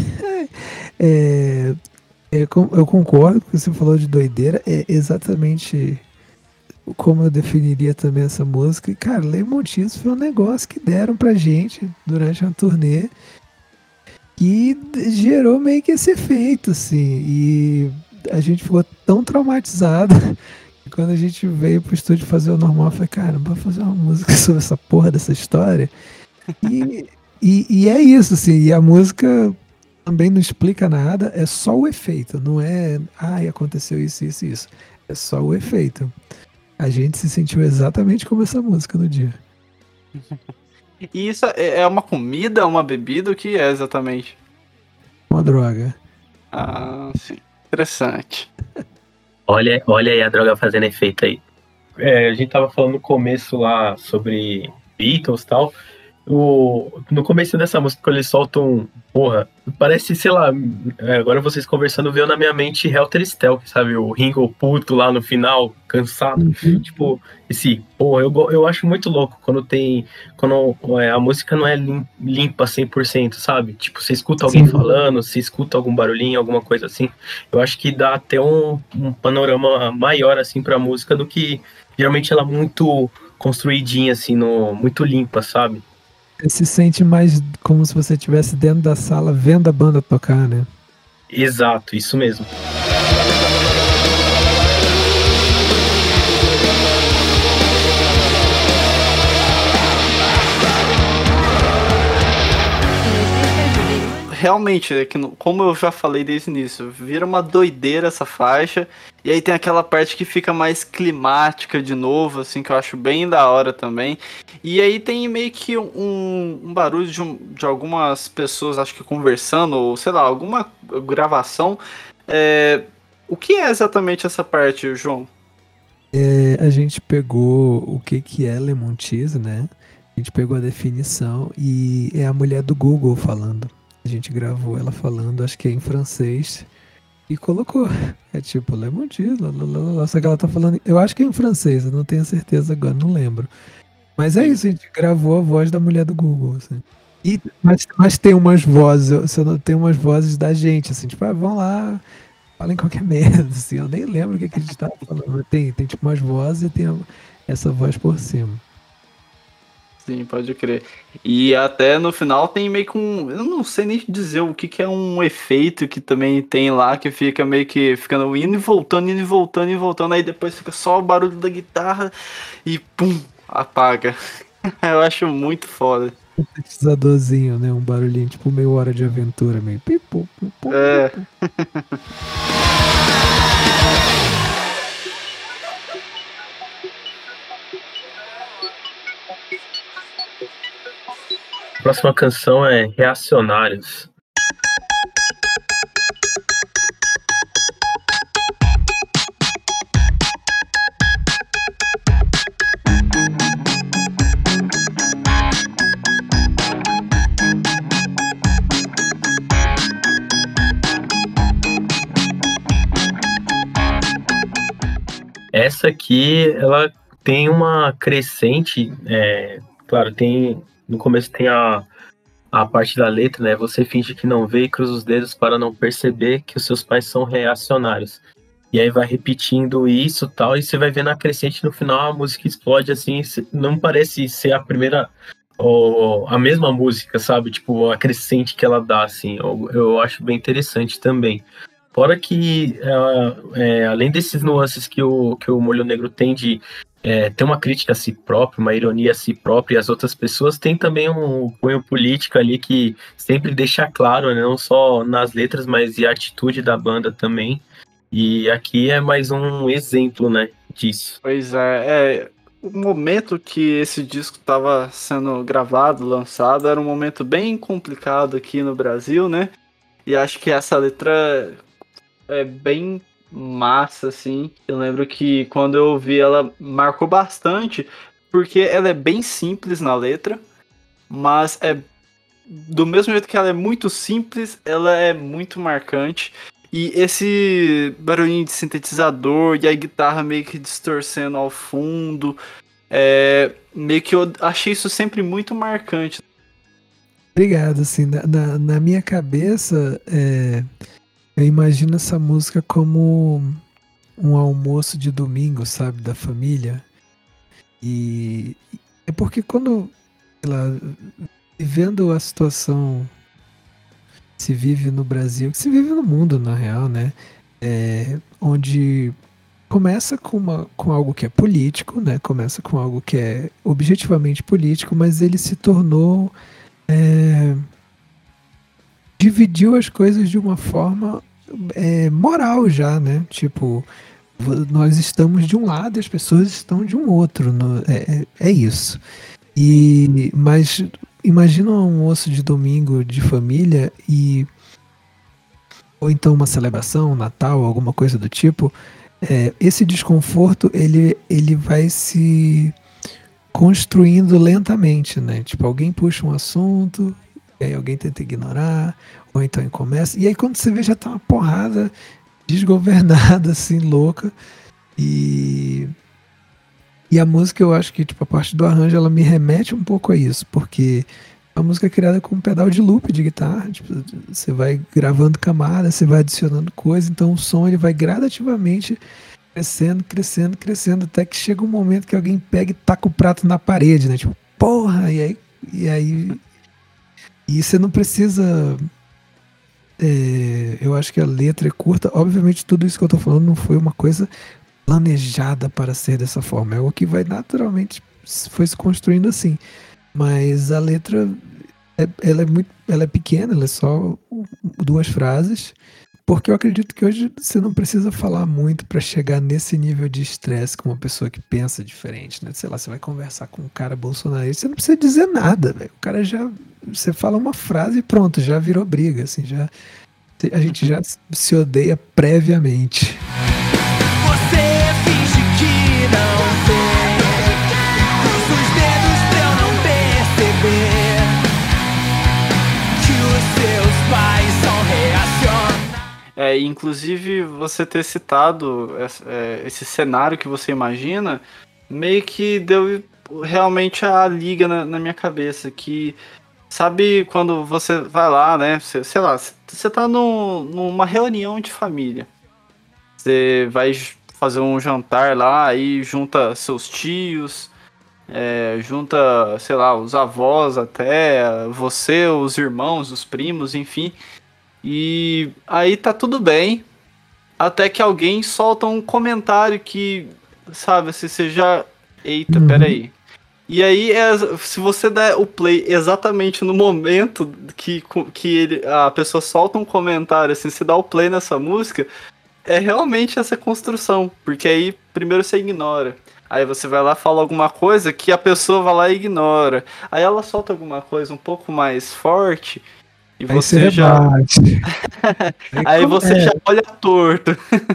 é, é, com- eu concordo com o que você falou de doideira. É exatamente como eu definiria também essa música. E, cara, Lemon Cheese foi um negócio que deram pra gente durante uma turnê que d- gerou meio que esse efeito, assim. E a gente ficou tão traumatizado que quando a gente veio pro estúdio fazer o normal, eu falei, cara, vou fazer uma música sobre essa porra dessa história. E, e, e é isso, assim. E a música também não explica nada, é só o efeito. Não é, ai, aconteceu isso, isso, isso. É só o efeito. A gente se sentiu exatamente como essa música no dia.
E isso é é uma comida, uma bebida, o que é exatamente?
Uma droga.
Ah, sim. Interessante.
Olha, olha aí a droga fazendo efeito aí. É, a gente tava falando no começo lá sobre Beatles e tal. O, no começo dessa música, quando eles soltam, porra, parece, sei lá, é, agora vocês conversando, veio na minha mente Helter Skelter, sabe? O Ringo puto lá no final, cansado. Tipo, esse, porra, eu, go- eu acho muito louco quando tem, quando é, a música não é lim- limpa cem por cento, sabe? Tipo, você escuta alguém
Sim.
falando, você escuta algum barulhinho, alguma coisa assim. Eu acho que dá até um, um panorama maior, assim, pra música do que, geralmente, ela é muito construidinha, assim, no, muito limpa, sabe?
Você se sente mais como se você estivesse dentro da sala vendo a banda tocar, né?
Exato, isso mesmo.
Realmente, é que no- como eu já falei desde o início, vira uma doideira essa faixa. E aí tem aquela parte que fica mais climática de novo, assim, que eu acho bem da hora também. E aí tem meio que um, um barulho de, um- de algumas pessoas, acho que conversando, ou sei lá, alguma gravação. É, o que é exatamente essa parte, João?
É, a gente pegou o que, que é lemon cheese, né? A gente pegou a definição e é a mulher do Google falando. A gente gravou ela falando, acho que é em francês, e colocou. É tipo, lemon cheese, lá, lá, lá, lá. Só que ela tá falando, eu acho que é em francês, eu não tenho certeza agora, não lembro. Mas é isso, a gente gravou a voz da mulher do Google, assim. E, mas, mas tem umas vozes, eu, se eu não tenho umas vozes da gente, assim, tipo, ah, vão lá, falem qualquer merda, assim, eu nem lembro o que, que a gente tava falando. Mas Tem, tem tipo umas vozes e tem a- essa voz por cima.
Sim, pode crer. E até no final tem meio que um. Eu não sei nem dizer o que, que é um efeito que também tem lá, que fica meio que ficando indo e voltando, indo e voltando e voltando. Aí depois fica só o barulho da guitarra e pum, apaga. Eu acho muito foda.
sintetizadorzinho, né? Um barulhinho tipo meio Hora de Aventura, meio pipo, pipo,
É.
pipo.
A próxima canção é Reacionários. Essa aqui, ela tem uma crescente, é, claro, tem no começo tem a, a parte da letra, né? Você finge que não vê e cruza os dedos para não perceber que os seus pais são reacionários. E aí vai repetindo isso tal, e você vai vendo a crescente no final, a música explode assim, não parece ser a primeira, ou a mesma música, sabe? Tipo, a crescente que ela dá, assim, eu, eu acho bem interessante também. Fora que, é, é, além desses nuances que o, que o Molho Negro tem de é, ter uma crítica a si próprio, uma ironia a si próprio e às outras pessoas, tem também um cunho político ali que sempre deixa claro, né, não só nas letras, mas e a atitude da banda também. E aqui é mais um exemplo, né, disso.
Pois é, é, o momento que esse disco estava sendo gravado, lançado, era um momento bem complicado aqui no Brasil, né? E acho que essa letra é bem massa, assim. Eu lembro que quando eu ouvi ela marcou bastante, porque ela é bem simples na letra, mas é do mesmo jeito que ela é muito simples, ela é muito marcante. E esse barulhinho de sintetizador e a guitarra meio que distorcendo ao fundo, é, meio que eu achei isso sempre muito marcante.
Obrigado, assim, na, na, na minha cabeça, é, eu imagino essa música como um almoço de domingo, sabe, da família. E é porque quando, sei lá, vivendo a situação que se vive no Brasil, que se vive no mundo, na real, né? É, onde começa com, uma, com algo que é político, né? Começa com algo que é objetivamente político, mas ele se tornou... É, dividiu as coisas de uma forma é, moral já, né? Tipo, v- nós estamos de um lado e as pessoas estão de um outro. no- é, é- é isso. E, mas imagina um almoço de domingo de família e ou então uma celebração, um Natal, alguma coisa do tipo. É, esse desconforto ele, ele vai se construindo lentamente, né? Tipo, alguém puxa um assunto, e aí alguém tenta ignorar, ou então começa. E aí quando você vê já tá uma porrada desgovernada, assim, louca. E, e a música eu acho que, tipo, a parte do arranjo ela me remete um pouco a isso, porque a música é criada com um pedal de loop de guitarra, tipo, você vai gravando camadas, você vai adicionando coisa, então o som ele vai gradativamente crescendo, crescendo, crescendo, até que chega um momento que alguém pega e taca o prato na parede, né? Tipo, porra! E aí, e aí e você não precisa. É, eu acho que a letra é curta. Obviamente, tudo isso que eu tô falando não foi uma coisa planejada para ser dessa forma. É o que vai naturalmente foi se construindo assim. Mas a letra, é, ela é muito, ela é pequena, ela é só duas frases. Porque eu acredito que hoje você não precisa falar muito para chegar nesse nível de estresse com uma pessoa que pensa diferente, né? Sei lá, você vai conversar com um cara bolsonarista, você não precisa dizer nada, velho. O cara já, você fala uma frase e pronto, já virou briga, assim, já a gente já se odeia previamente.
Você finge que não vê, cruza os dedos pra eu não perceber que os seus pais são reacionários.
É, inclusive, você ter citado esse, é, esse cenário que você imagina, meio que deu realmente a liga na, na minha cabeça, que sabe quando você vai lá, né, você, sei lá, você tá no, numa reunião de família, você vai fazer um jantar lá, aí junta seus tios, é, junta, sei lá, os avós até, você, os irmãos, os primos, enfim, e aí tá tudo bem, até que alguém solta um comentário que, sabe, assim, você já... Eita,
Uhum.
peraí. E aí, é, se você der o play exatamente no momento que, que ele, a pessoa solta um comentário, assim, se dá o play nessa música, é realmente essa construção. Porque aí, primeiro você ignora. Aí você vai lá, fala alguma coisa que a pessoa vai lá e ignora. Aí ela solta alguma coisa um pouco mais forte e
Aí
você
você
já...
rebate.
Aí
como-
você
é,
já olha torto.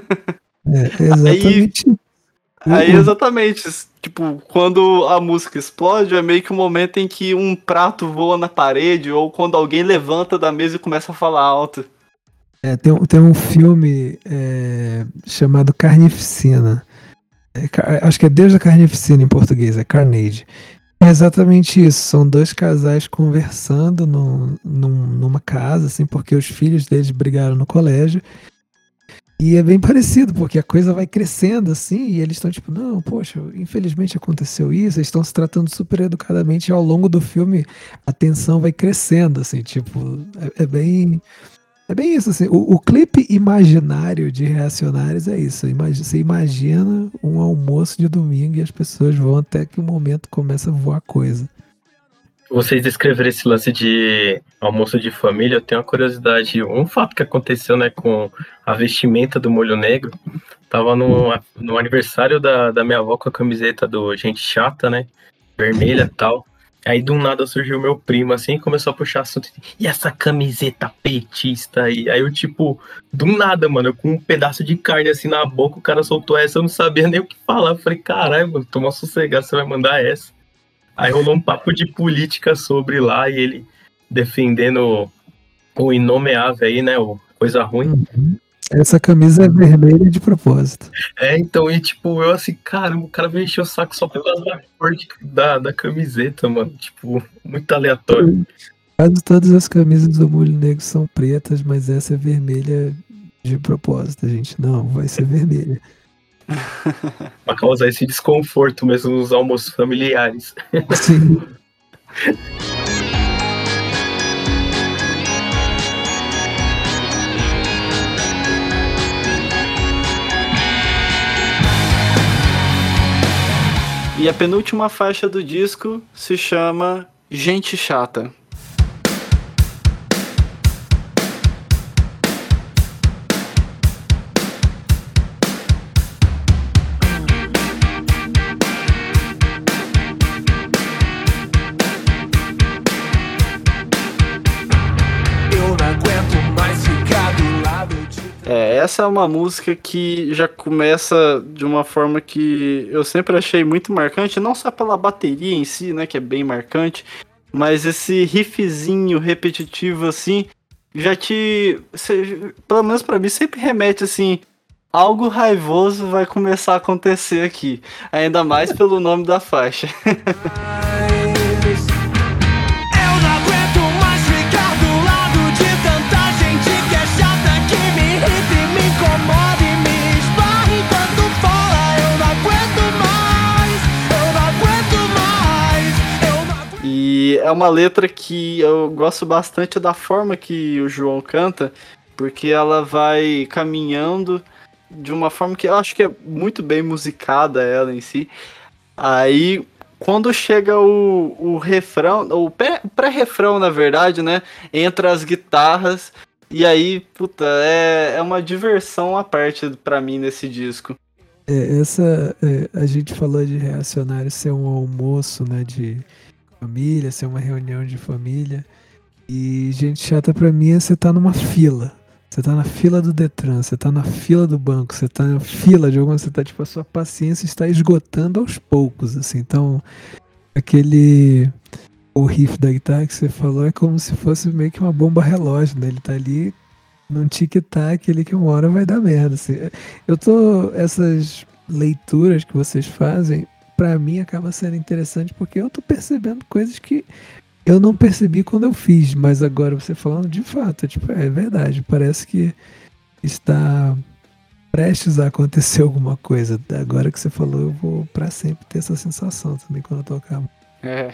é, exatamente. O-
Aí,
o-
exatamente, tipo, quando a música explode, é meio que o momento em que um prato voa na parede, ou quando alguém levanta da mesa e começa a falar alto.
é, tem, um- tem um filme é, chamado Carnificina. É, ca- acho que é Deus da Carnificina em português, é Carnage. É exatamente isso. São dois casais conversando num, num- numa casa, assim, porque os filhos deles brigaram no colégio. E é bem parecido, porque a coisa vai crescendo assim, e eles estão tipo, não, poxa, infelizmente aconteceu isso, eles estão se tratando super educadamente, e ao longo do filme a tensão vai crescendo, assim, tipo, é, é bem. É bem isso, assim. O, o clipe imaginário de Reacionários é isso. Imagi- Você imagina um almoço de domingo e as pessoas vão até que o momento começa a voar coisa.
Vocês descreveram esse lance de almoço de família, eu tenho uma curiosidade. Um fato que aconteceu, né, com a vestimenta do Molho Negro. Tava no, no aniversário da, da minha avó com a camiseta do Gente Chata, né, vermelha e tal. Aí do nada surgiu meu primo, assim, e começou a puxar assunto. E essa camiseta petista aí? Aí eu, tipo, do nada, mano, eu com um pedaço de carne assim na boca, o cara soltou essa, eu não sabia nem o que falar. Eu falei, caralho, mano, toma sossegado, você vai mandar essa. Aí rolou um papo de política sobre lá e ele defendendo o inomeável aí, né? O coisa ruim.
Essa camisa é vermelha de propósito.
É, então, e tipo, eu assim, caramba, o cara veio encher o saco só por causa da cor de- da, da camiseta, mano. Tipo, muito aleatório.
Quase todas as camisas do Molho Negro são pretas, mas essa é vermelha de propósito, gente. Não, vai ser vermelha.
Pra causar esse desconforto mesmo nos almoços familiares.
Sim.
E a penúltima faixa do disco se chama Gente Chata.
Eu não aguento mais ficar do lado de...
É, essa é uma música que já começa de uma forma que eu sempre achei muito marcante, não só pela bateria em si, né, que é bem marcante, mas esse riffzinho repetitivo assim, já te, cê- pelo menos pra mim, sempre remete assim, algo raivoso vai começar a acontecer aqui, ainda mais pelo nome da faixa.
Eu não aguento mais ficar do lado de tanta gente que é chata, que me irrita e me incomoda e me esbarra enquanto fala. Eu não aguento mais, eu não aguento mais, eu não aguento.
E é uma letra que eu gosto bastante da forma que o João canta, porque ela vai caminhando de uma forma que eu acho que é muito bem musicada ela em si. Aí, quando chega o, o refrão, o pré- o pré-refrão, na verdade, né? Entra as guitarras, e aí, puta, é, é uma diversão à parte pra mim nesse disco.
É, essa, é, a gente falou de Reacionários ser um almoço, né, de família, ser uma reunião de família. E gente chata pra mim é você tá numa fila. Você tá na fila do Detran, você tá na fila do banco, você tá na fila de alguma, você tá tipo, a sua paciência está esgotando aos poucos, assim. Então, aquele o riff da guitarra que você falou é como se fosse meio que uma bomba relógio, né? Ele tá ali num tic-tac, ele que uma hora vai dar merda, assim. Eu tô essas leituras que vocês fazem, pra mim acaba sendo interessante porque eu tô percebendo coisas que eu não percebi quando eu fiz, mas agora você falando de fato, é, tipo, é verdade, parece que está prestes a acontecer alguma coisa. Agora que você falou, eu vou pra sempre ter essa sensação também quando eu tocar.
É.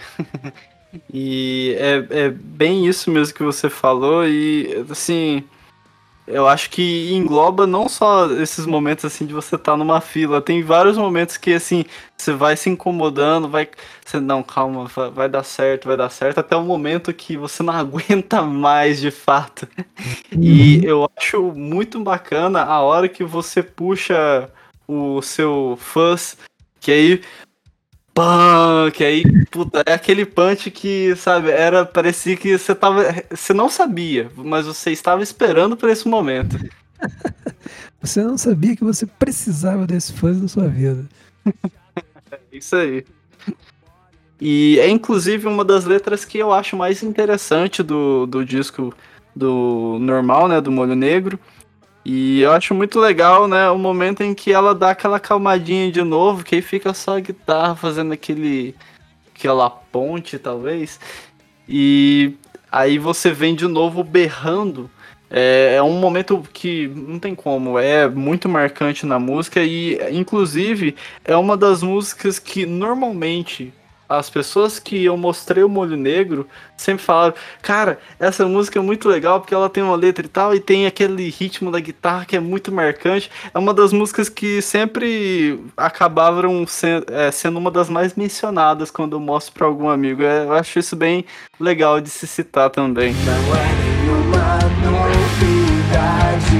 E é, é bem isso mesmo que você falou, e assim, eu acho que engloba não só esses momentos assim de você estar numa fila, tem vários momentos que assim, você vai se incomodando, vai, você não, calma, vai, vai dar certo, vai dar certo, até o momento que você não aguenta mais de fato. E
Uhum.
eu acho muito bacana a hora que você puxa o seu fuzz, que aí pã, que aí, puta, é aquele punch que, sabe, era, parecia que você tava, você não sabia, mas você estava esperando por esse momento.
Você não sabia que você precisava desse fãs na sua vida.
Isso aí. E é inclusive uma das letras que eu acho mais interessante do, do disco do normal, né, do Molho Negro. E eu acho muito legal, né, o momento em que ela dá aquela calmadinha de novo, que aí fica só a guitarra fazendo aquele, aquela ponte, talvez. E aí você vem de novo berrando. É, é um momento que não tem como, é muito marcante na música e, inclusive, é uma das músicas que normalmente as pessoas que eu mostrei o Molho Negro sempre falaram: cara, essa música é muito legal porque ela tem uma letra e tal, e tem aquele ritmo da guitarra que é muito marcante. É uma das músicas que sempre acabaram sen- é, sendo uma das mais mencionadas quando eu mostro para algum amigo. É, eu acho isso bem legal de se citar também.
Não é nenhuma novidade.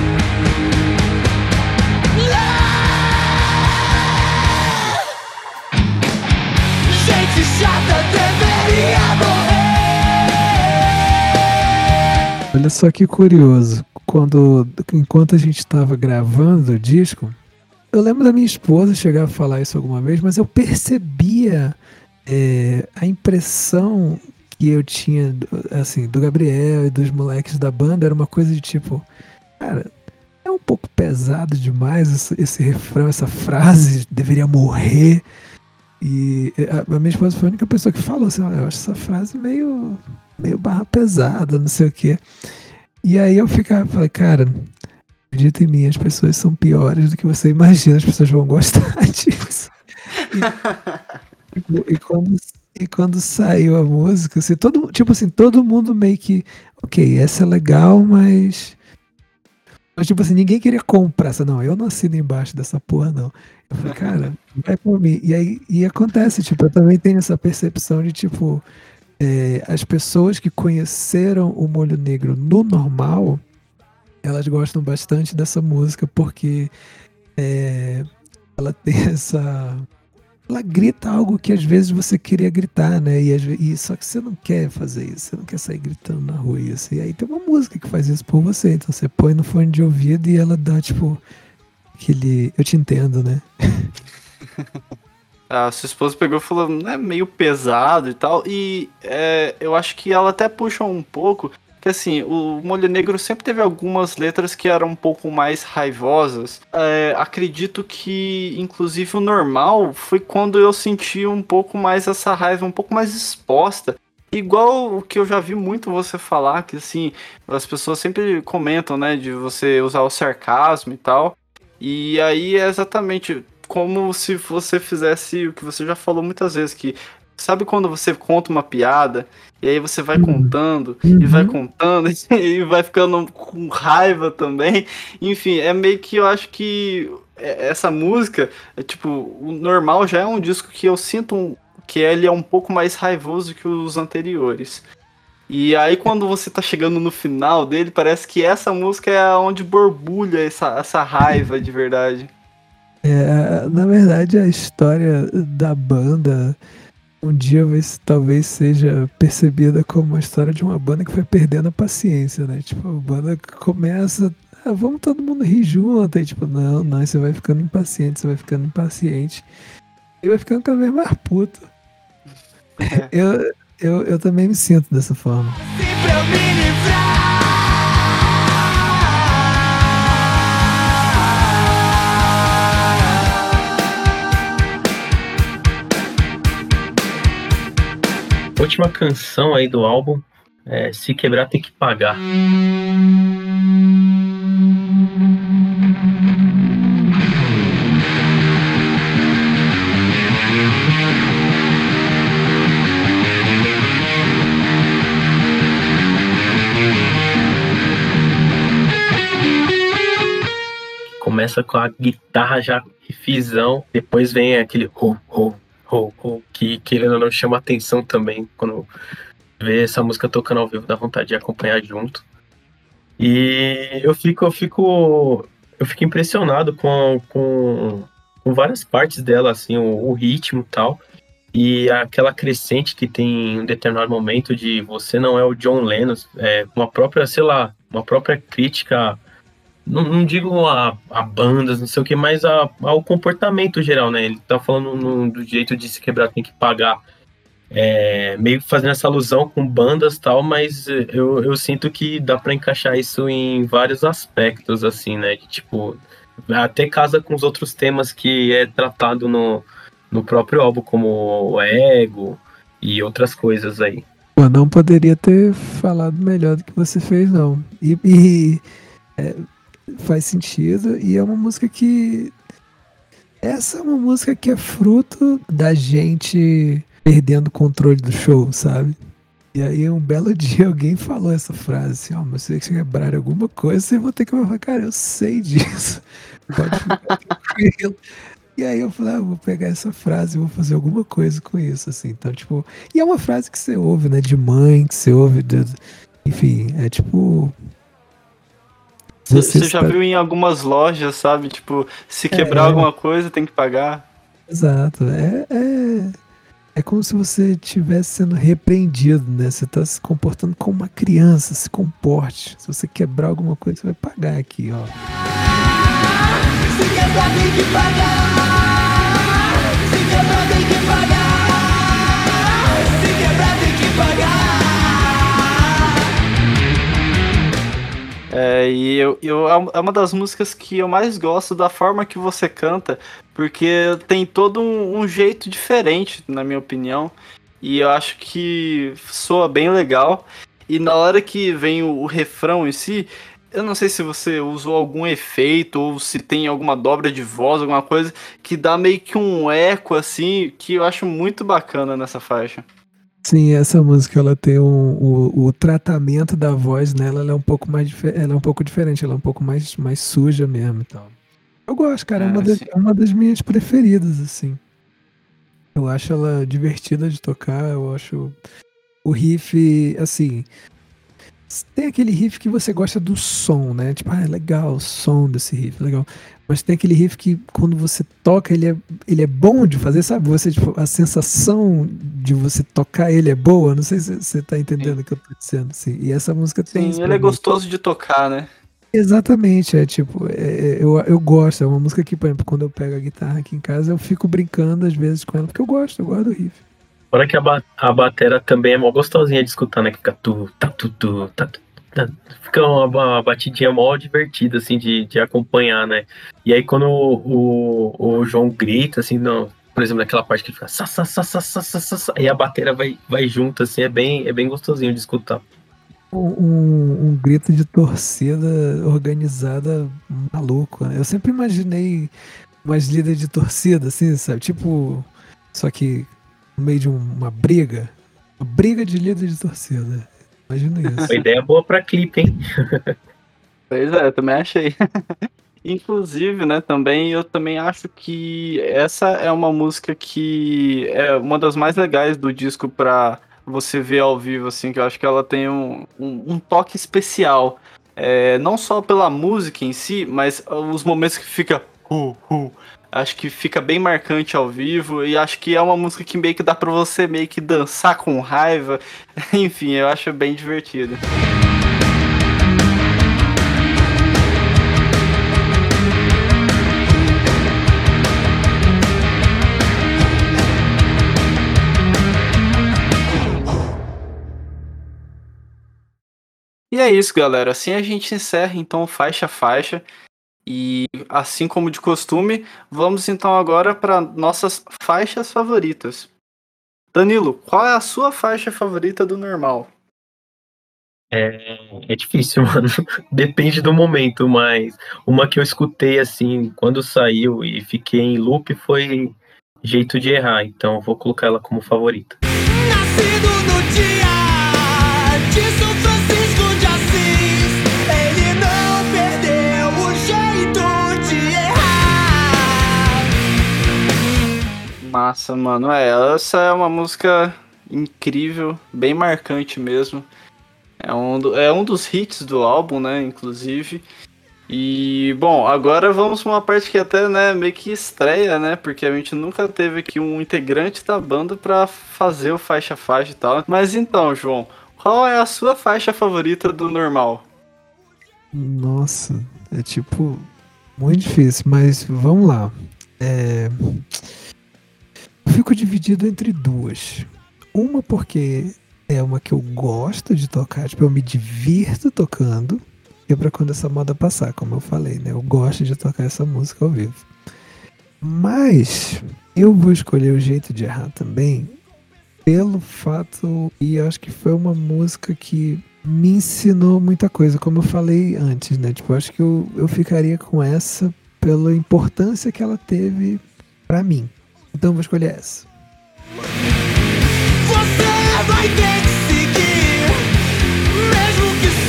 Gente chata deveria morrer.
Olha só que curioso. Quando, enquanto a gente estava gravando o disco, eu lembro da minha esposa chegar a falar isso alguma vez, mas eu percebia é, a impressão que eu tinha, assim, do Gabriel e dos moleques da banda, era uma coisa de tipo, cara, é um pouco pesado demais esse, esse refrão, essa frase, deveria morrer. E a, a minha esposa foi a única pessoa que falou assim, olha, eu acho essa frase meio, meio barra pesada, não sei o quê. E aí eu ficava, falei, cara, acredita em mim, as pessoas são piores do que você imagina, as pessoas vão gostar disso. E, e quando, e quando saiu a música, assim, todo, tipo assim, todo mundo meio que, ok, essa é legal, mas... Mas, tipo assim, ninguém queria comprar essa. Não, eu não assino embaixo dessa porra, não. Eu falei, cara, vai por mim. E aí e acontece, tipo, eu também tenho essa percepção de, tipo, é, as pessoas que conheceram o Molho Negro no normal, elas gostam bastante dessa música, porque é, ela tem essa... Ela grita algo que às vezes você queria gritar, né? E, às ve- e só que você não quer fazer isso, você não quer sair gritando na rua isso. E aí tem uma música que faz isso por você. Então você põe no fone de ouvido e ela dá, tipo, aquele. Eu te entendo, né?
A sua esposa pegou e falou, não é meio pesado e tal, e é, eu acho que ela até puxa um pouco, que assim, o Molho Negro sempre teve algumas letras que eram um pouco mais raivosas. É, acredito que, inclusive, o normal foi quando eu senti um pouco mais essa raiva, um pouco mais exposta. Igual o que eu já vi muito você falar, que assim, as pessoas sempre comentam, né, de você usar o sarcasmo e tal. E aí é exatamente como se você fizesse o que você já falou muitas vezes, que sabe quando você conta uma piada e aí você vai
Uhum.
contando e vai
Uhum.
contando e vai ficando com raiva também. Enfim, é meio que eu acho que é- essa música, é tipo, o normal já é um disco que eu sinto um- que ele é um pouco mais raivoso que os anteriores. E aí quando você tá chegando no final dele, parece que essa música é onde borbulha essa, essa raiva de verdade.
É, na verdade, a história da banda um dia vai, talvez seja percebida como a história de uma banda que foi perdendo a paciência, né? Tipo, a banda que começa, ah, vamos todo mundo rir junto, aí tipo, não, não, aí você vai ficando impaciente, você vai ficando impaciente, e vai ficando cada vez mais puto. Eu, eu, eu também me sinto dessa forma.
Se pra eu me livrar.
Última canção aí do álbum é Se Quebrar Tem Que Pagar. começa com a guitarra já riffzão, depois vem aquele ho, ho, ho, ho, que querendo ou não chama atenção também, quando vê essa música tocando ao vivo, dá vontade de acompanhar junto. E eu fico, eu fico, eu fico impressionado com, com, com várias partes dela, assim, o, o ritmo e tal, e aquela crescente que tem em um determinado momento de você não é o John Lennon, é uma própria, sei lá, uma própria crítica, não, não digo a, a bandas, não sei o que, mas a, ao comportamento geral, né? Ele tá falando no, do jeito de se quebrar tem que pagar, é, meio que fazendo essa alusão com bandas e tal, mas eu, eu sinto que dá pra encaixar isso em vários aspectos, assim, né? De, tipo, até casa com os outros temas que é tratado no, no próprio álbum, como o ego e outras coisas aí.
Pô, não poderia ter falado melhor do que você fez, não. E, e é, faz sentido, e é uma música que... Essa é uma música que é fruto da gente perdendo o controle do show, sabe? E aí um belo dia alguém falou essa frase assim, ó, oh, mas se você quebrar alguma coisa, você vai ter que falar, cara, eu sei disso. Pode ficar tranquilo. E aí eu falei, ah, vou pegar essa frase e vou fazer alguma coisa com isso, assim. Então, tipo... E é uma frase que você ouve, né? De mãe, que você ouve... De... Enfim, é tipo...
Você, você já está... viu em algumas lojas, sabe? Tipo, se quebrar é, alguma coisa, tem que pagar.
Exato. É, é... é como se você estivesse sendo repreendido, né? Você está se comportando como uma criança, se comporte. Se você quebrar alguma coisa, você vai pagar aqui, ó.
Se quebrar tem que pagar. Se quebrar tem que pagar. Se quebrar tem que pagar.
É, e eu, eu, é uma das músicas que eu mais gosto da forma que você canta, porque tem todo um, um jeito diferente, na minha opinião, e eu acho que soa bem legal. E na hora que vem o, o refrão em si, eu não sei se você usou algum efeito ou se tem alguma dobra de voz, alguma coisa que dá meio que um eco assim, que eu acho muito bacana nessa faixa.
Sim, essa música ela tem um, o, o tratamento da voz nela, ela é um pouco mais ela é um pouco diferente, ela é um pouco mais, mais suja mesmo e tal. Eu gosto, cara, é, é uma, das, é uma das minhas preferidas, assim. Eu acho ela divertida de tocar, eu acho o riff, assim... Tem aquele riff que você gosta do som, né? Tipo, ah, é legal o som desse riff, legal. Mas tem aquele riff que quando você toca, ele é, ele é bom de fazer, sabe? Você, tipo, a sensação de você tocar ele é boa. Não sei se você tá entendendo Sim. o que eu tô dizendo. Assim. E essa música tem
Sim,
isso.
ele é gostoso de tocar, né?
Exatamente, é tipo, é, eu, eu gosto, é uma música que, por exemplo, quando eu pego a guitarra aqui em casa, eu fico brincando às vezes com ela, porque eu gosto, eu gosto do riff.
Fora que a, ba- a batera também é mó gostosinha de escutar, né? Que fica tu, tá, tu, tu, tá, tu, tá. Fica uma, uma batidinha mó divertida, assim, de, de acompanhar, né? E aí quando o, o, o João grita, assim, não, por exemplo, naquela parte que ele fica sa, sa, sa, sa, sa, sa, sa, sa, e a batera vai, vai junto, assim, é bem, é bem gostosinho de escutar.
Um, um grito de torcida organizada maluco, né? Eu sempre imaginei umas líderes de torcida, assim, sabe? Tipo, só que no meio de um, uma briga. Uma briga de líder de torcida. Imagina isso.
A ideia é boa pra clipe, hein?
Pois é, eu também achei. Inclusive, né, também, eu também acho que essa é uma música que é uma das mais legais do disco pra você ver ao vivo, assim, que eu acho que ela tem um, um, um toque especial. É, não só pela música em si, mas os momentos que fica... Uh, uh, acho que fica bem marcante ao vivo, e acho que é uma música que meio que dá pra você meio que dançar com raiva. Enfim, eu acho bem divertido. E é isso, galera. Assim a gente encerra, então, faixa a faixa. E assim como de costume, vamos então agora para nossas faixas favoritas. Danilo, qual é a sua faixa favorita do Normal?
É, é difícil, mano. Depende do momento, mas uma que eu escutei, assim, quando saiu e fiquei em loop foi Jeito de Errar. Então eu vou colocar ela como favorita.
Nascido no dia de São Francisco de Assis, ele não perdeu o jeito de
Massa, mano. É, essa é uma música incrível, bem marcante mesmo. É um, do- é um dos hits do álbum, né, inclusive. E, bom, agora vamos pra uma parte que até, né, meio que estreia, né, porque a gente nunca teve aqui um integrante da banda pra fazer o faixa-faixa e tal. Mas então, João, qual é a sua faixa favorita do Normal?
Nossa, é tipo muito difícil, mas vamos lá. É, eu fico dividido entre duas. Uma porque é uma que eu gosto de tocar, tipo, eu me divirto tocando. E é pra quando essa moda passar, como eu falei, né? Eu gosto de tocar essa música ao vivo. Mas eu vou escolher o Jeito de Errar também pelo fato, e eu acho que foi uma música que me ensinou muita coisa, como eu falei antes, né? Tipo, eu acho que eu, eu ficaria com essa pela importância que ela teve pra mim. Então eu vou escolher essa.
Você vai ter que seguir, mesmo que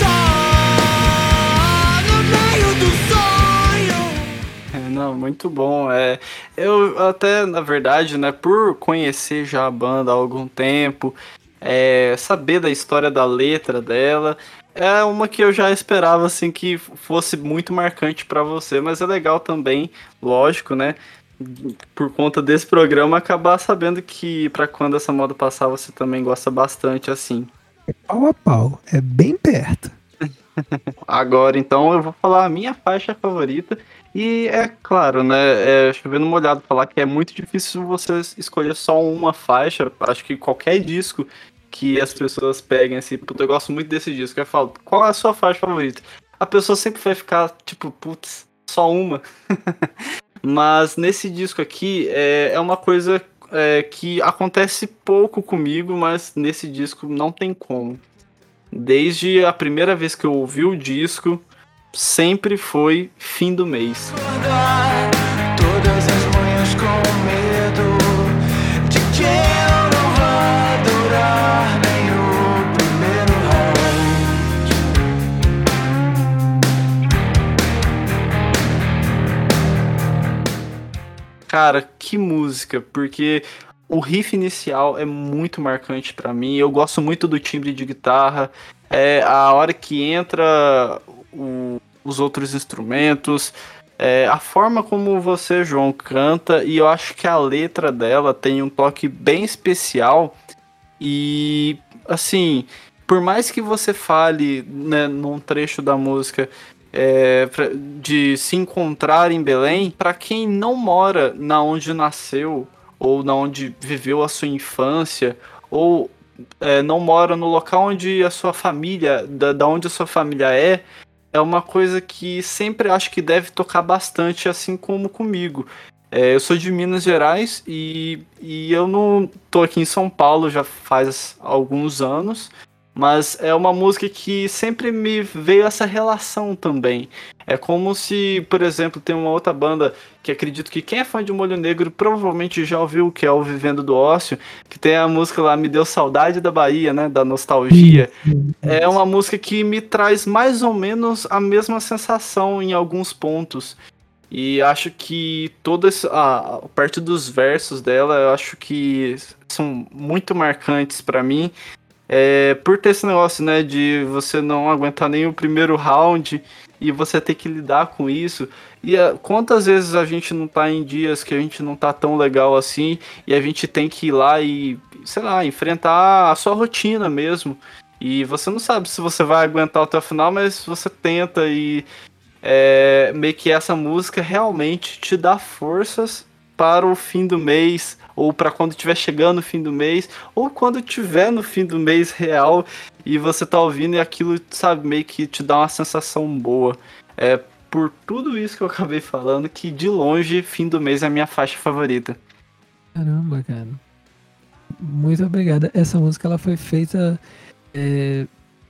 só no meio do sonho.
É, não, muito bom. É, eu até, na verdade, né, por conhecer já a banda há algum tempo, é, saber da história da letra dela, é uma que eu já esperava assim que fosse muito marcante pra você, mas é legal também, lógico, né, por conta desse programa acabar sabendo que pra quando essa moda passar você também gosta bastante assim.
Pau a pau, é bem perto.
Agora, então, eu vou falar a minha faixa favorita. E é claro, né? É chovendo molhado falar que é muito difícil você escolher só uma faixa. Acho que qualquer disco que as pessoas peguem assim, puta, eu gosto muito desse disco. Eu falo, qual é a sua faixa favorita? A pessoa sempre vai ficar tipo, putz, só uma. Mas nesse disco aqui é, é uma coisa é, que acontece pouco comigo, mas nesse disco não tem como. Desde a primeira vez que eu ouvi o disco, sempre foi Fim do Mês.
Acordar todas as manhãs com medo de que eu não vá durar nem o primeiro round.
Cara, que música, porque o riff inicial é muito marcante pra mim. Eu gosto muito do timbre de guitarra. É a hora que entra o- os outros instrumentos, é, a forma como você, João, canta, e eu acho que a letra dela tem um toque bem especial. E assim, por mais que você fale, né, num trecho da música é, pra- de se encontrar em Belém, para quem não mora na onde nasceu ou na onde viveu a sua infância, ou é, não mora no local onde a sua família, da, da onde a sua família é, é uma coisa que sempre acho que deve tocar bastante, assim como comigo. É, eu sou de Minas Gerais e, e eu não tô aqui em São Paulo já faz alguns anos, mas é uma música que sempre me veio essa relação também. É como se, por exemplo, tem uma outra banda que acredito que quem é fã de Molho Negro provavelmente já ouviu, que é o Vivendo do Ócio, que tem a música lá Me Deu Saudade da Bahia, né, da nostalgia. É uma música que me traz mais ou menos a mesma sensação em alguns pontos. E acho que toda essa, a, a parte dos versos dela, eu acho que são muito marcantes pra mim. É, por ter esse negócio, né, de você não aguentar nem o primeiro round e você ter que lidar com isso. E ah, quantas vezes a gente não tá em dias que a gente não tá tão legal assim e a gente tem que ir lá e, sei lá, enfrentar a sua rotina mesmo. E você não sabe se você vai aguentar até o final, mas você tenta e é, meio que essa música realmente te dá forças para o fim do mês, ou para quando estiver chegando o fim do mês, ou quando estiver no fim do mês real e você tá ouvindo e aquilo, sabe, meio que te dá uma sensação boa. É por tudo isso que eu acabei falando que de longe fim do mês é a minha faixa favorita.
Caramba, cara. Muito obrigada. Essa música ela foi feita. é,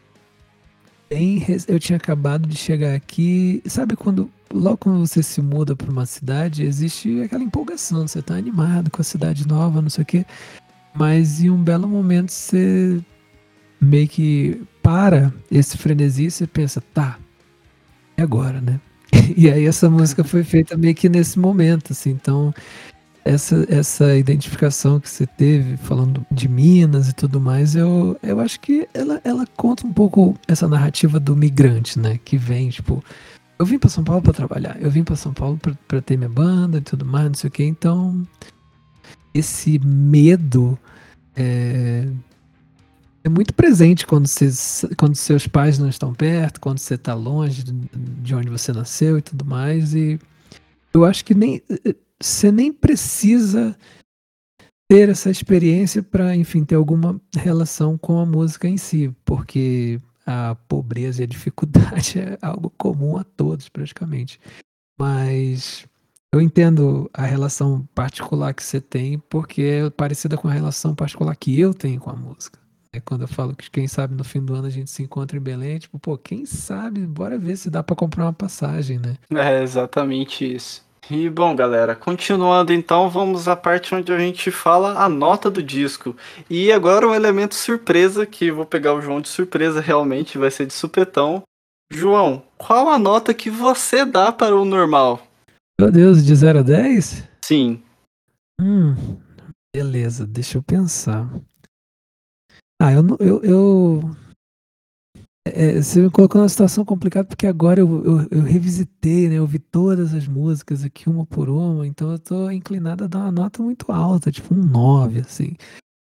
bem rec- Eu tinha acabado de chegar aqui. Sabe quando. Logo quando você se muda para uma cidade, existe aquela empolgação. Você tá animado com a cidade nova, não sei o quê. Mas em um belo momento você meio que para esse frenesi e você pensa, tá, é agora, né? E aí essa música foi feita meio que nesse momento, assim. Então essa, essa identificação que você teve, falando de Minas e tudo mais, eu, eu acho que ela, ela conta um pouco essa narrativa do migrante, né? Que vem, tipo, eu vim pra São Paulo pra trabalhar, eu vim pra São Paulo pra, pra ter minha banda e tudo mais, não sei o que, então esse medo é, é muito presente quando, cês, quando seus pais não estão perto, quando você tá longe de, de onde você nasceu e tudo mais, e eu acho que nem você nem precisa ter essa experiência para, enfim, ter alguma relação com a música em si, porque a pobreza e a dificuldade é algo comum a todos, praticamente. Mas eu entendo a relação particular que você tem, porque é parecida com a relação particular que eu tenho com a música. É quando eu falo que, quem sabe, no fim do ano a gente se encontra em Belém, tipo, pô, quem sabe, bora ver se dá para comprar uma passagem, né?
É exatamente isso. E bom, galera, continuando então, vamos à parte onde a gente fala a nota do disco. E agora um elemento surpresa, que vou pegar o João de surpresa realmente, vai ser de supetão. João, qual a nota que você dá para o normal?
Meu Deus, de zero a dez?
Sim.
Hum, beleza, deixa eu pensar. Ah, eu, não- eu, eu é, você me colocou numa situação complicada porque agora eu, eu, eu revisitei, né? Eu vi todas as músicas aqui uma por uma, então eu tô inclinado a dar uma nota muito alta, tipo um nove, assim.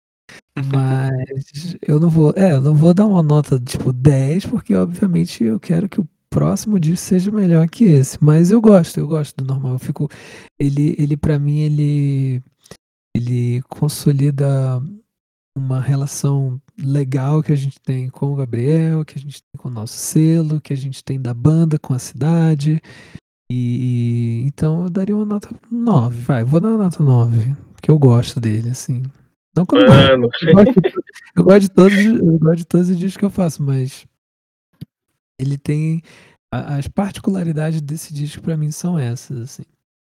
Mas eu não vou, é, eu não vou dar uma nota tipo dez, porque obviamente eu quero que o próximo disco seja melhor que esse. Mas eu gosto, eu gosto do normal. Eu fico, ele, ele para mim, ele, ele consolida uma relação legal que a gente tem com o Gabriel, que a gente tem com o nosso selo, que a gente tem da banda com a cidade. E, e- então eu daria uma nota nove, vai, vou dar uma nota nove, porque eu gosto dele, assim. Não que eu não gosto,
Mano,
eu gosto, de- eu gosto de todos, eu gosto de todos os discos que eu faço, mas ele tem a- as particularidades desse disco pra mim são essas, assim.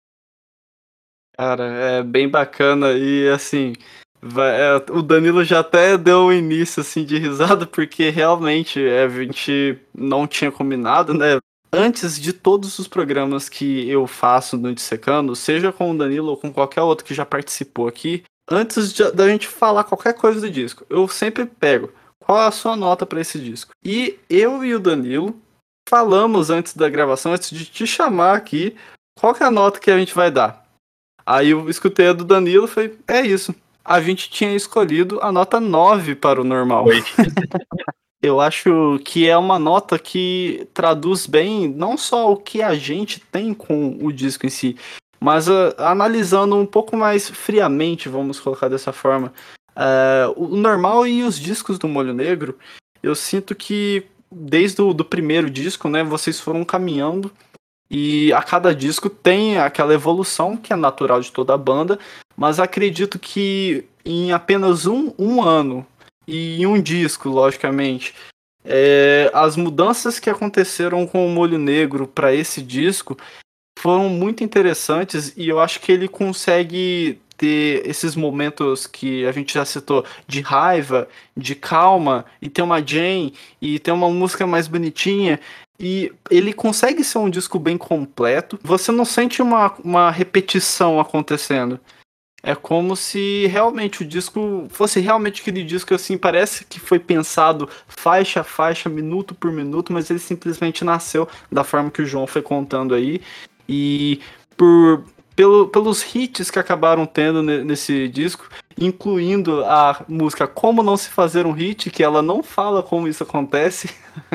Cara, é bem bacana e assim, vai- é, o Danilo já até deu um início assim de risada, porque realmente é, a gente não tinha combinado, né? Antes de todos os programas que eu faço no Dissecando, seja com o Danilo ou com qualquer outro que já participou aqui, antes de- da gente falar qualquer coisa do disco, eu sempre pego qual é a sua nota para esse disco. E eu e o Danilo falamos antes da gravação, antes de te chamar aqui, qual que é a nota que a gente vai dar. Aí eu escutei a do Danilo e falei, é isso. A gente tinha escolhido a nota nove para o normal.
foi.
Eu acho que é uma nota que traduz bem não só o que a gente tem com o disco em si, mas uh, analisando um pouco mais friamente, vamos colocar dessa forma, uh, o normal e os discos do Molho Negro, eu sinto que desde o do primeiro disco, né, vocês foram caminhando e a cada disco tem aquela evolução que é natural de toda a banda, mas acredito que em apenas um, um ano e em um disco, logicamente, é, as mudanças que aconteceram com o Molho Negro para esse disco foram muito interessantes e eu acho que ele consegue ter esses momentos que a gente já citou de raiva, de calma, e ter uma Jane, e ter uma música mais bonitinha. E ele consegue ser um disco bem completo. Você não sente uma, uma repetição acontecendo. É como se realmente o disco fosse realmente aquele disco assim, parece que foi pensado faixa a faixa, minuto por minuto, mas ele simplesmente nasceu da forma que o João foi contando aí. E por, pelo, pelos hits que acabaram tendo ne- nesse disco, incluindo a música Como Não Se Fazer um Hit, que ela não fala como isso acontece.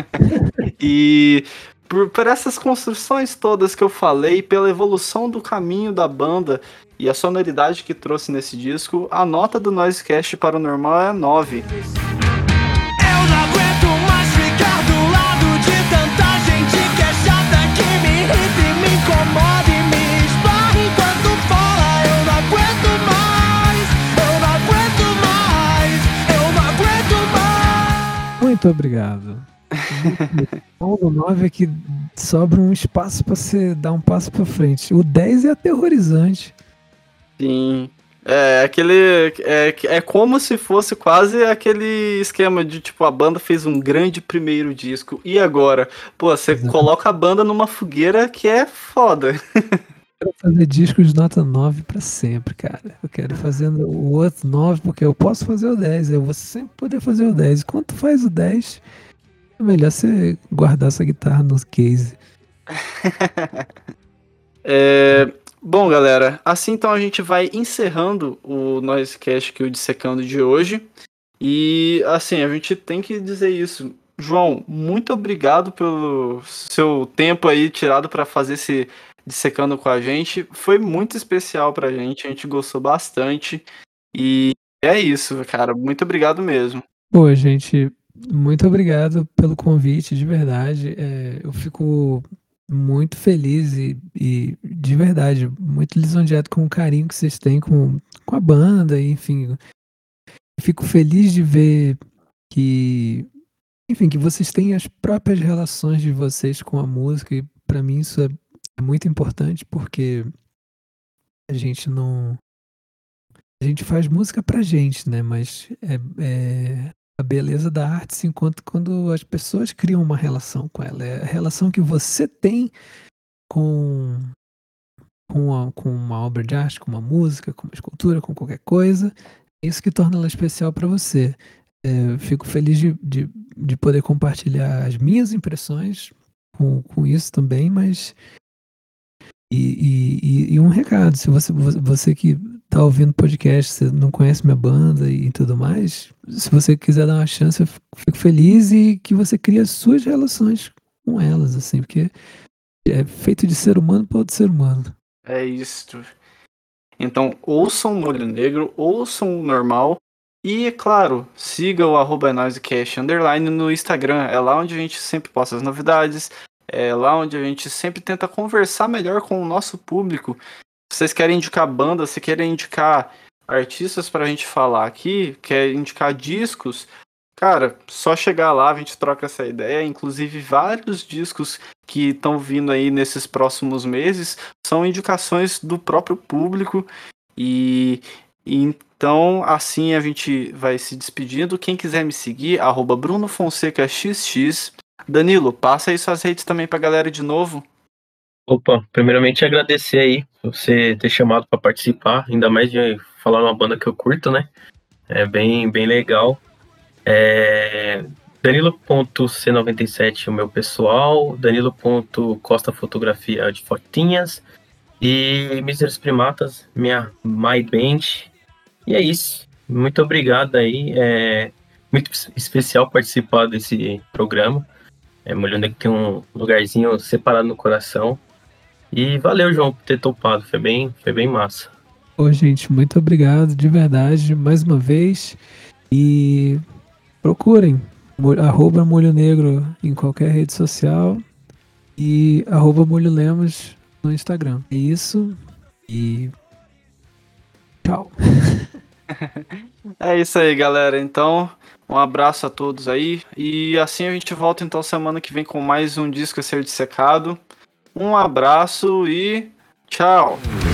E por, por essas construções todas que eu falei, pela evolução do caminho da banda e a sonoridade que trouxe nesse disco, a nota do Noisecast para o normal é nove.
Eu não aguento mais ficar do lado de tanta gente que é chata, que me irrita e me incomoda e me esbarra enquanto fala. Eu não aguento mais, eu não aguento mais, eu não aguento mais.
Muito obrigado. O nove é que sobra um espaço pra você dar um passo pra frente. O dez é aterrorizante.
Sim. É aquele. É, é como se fosse quase aquele esquema de tipo, a banda fez um grande primeiro disco. E agora? Pô, você
Exato.
coloca a banda numa fogueira que é foda.
quero fazer disco de nota nove pra sempre, cara. Eu quero ir fazendo o outro nove, porque eu posso fazer o dez. Eu vou sempre poder fazer o dez. Quando tu faz o dez, é melhor você guardar essa guitarra no case.
É, bom, galera, assim então a gente vai encerrando o Noisecast aqui, o Dissecando de hoje. E assim, a gente tem que dizer isso. João, muito obrigado pelo seu tempo aí tirado para fazer esse Dissecando com a gente. Foi muito especial pra gente, a gente gostou bastante. E é isso, cara. Muito obrigado mesmo.
Pô, gente, muito obrigado pelo convite, de verdade. É, eu fico muito feliz e, e, de verdade, muito lisonjeado com o carinho que vocês têm com, com a banda, e, enfim. Fico feliz de ver que, enfim, que vocês têm as próprias relações de vocês com a música, e pra mim isso é, é muito importante, porque a gente não. A gente faz música pra gente, né? Mas é, é- a beleza da arte se encontra quando as pessoas criam uma relação com ela. É a relação que você tem com, com, a- com uma obra de arte, com uma música, com uma escultura, com qualquer coisa. É isso que torna ela especial para você. É, eu fico feliz de, de, de poder compartilhar as minhas impressões com, com isso também, mas. E, e, e- e um recado, se você, você você que tá ouvindo podcast, você não conhece minha banda e tudo mais, se você quiser dar uma chance, eu fico fico feliz, e que você crie as suas relações com elas, assim, porque é feito de ser humano para outro ser humano.
É isso. Então, ouçam o Molho Negro, ouçam o normal. E, é claro, siga o arroba noisecast underline no Instagram. É lá onde a gente sempre posta as novidades. É lá onde a gente sempre tenta conversar melhor com o nosso público. Se vocês querem indicar bandas, se querem indicar artistas pra gente falar aqui, quer indicar discos, cara, só chegar lá, a gente troca essa ideia. Inclusive, vários discos que estão vindo aí nesses próximos meses são indicações do próprio público. E, e então, assim a gente vai se despedindo. Quem quiser me seguir, arroba Bruno Fonseca X X. Danilo, passa aí suas redes também pra galera de novo.
Opa, primeiramente agradecer aí por você ter chamado para participar, ainda mais de falar uma banda que eu curto, né? É bem, bem legal. É... Danilo ponto C noventa e sete o meu pessoal, Danilo ponto Costa Fotografia de fotinhas e Míseros Primatas, minha My Band. E é isso. Muito obrigado aí. É muito especial participar desse programa. É, Molho Negro tem um lugarzinho separado no coração. E valeu, João, por ter topado. Foi bem, foi bem massa.
Ô, gente, muito obrigado, de verdade, mais uma vez. E procurem mo- arroba Molho Negro em qualquer rede social e arroba Molho Lemos no Instagram. É isso e tchau.
É isso aí, galera. Então, um abraço a todos aí. E assim a gente volta então semana que vem com mais um disco a ser dissecado. Um abraço e tchau!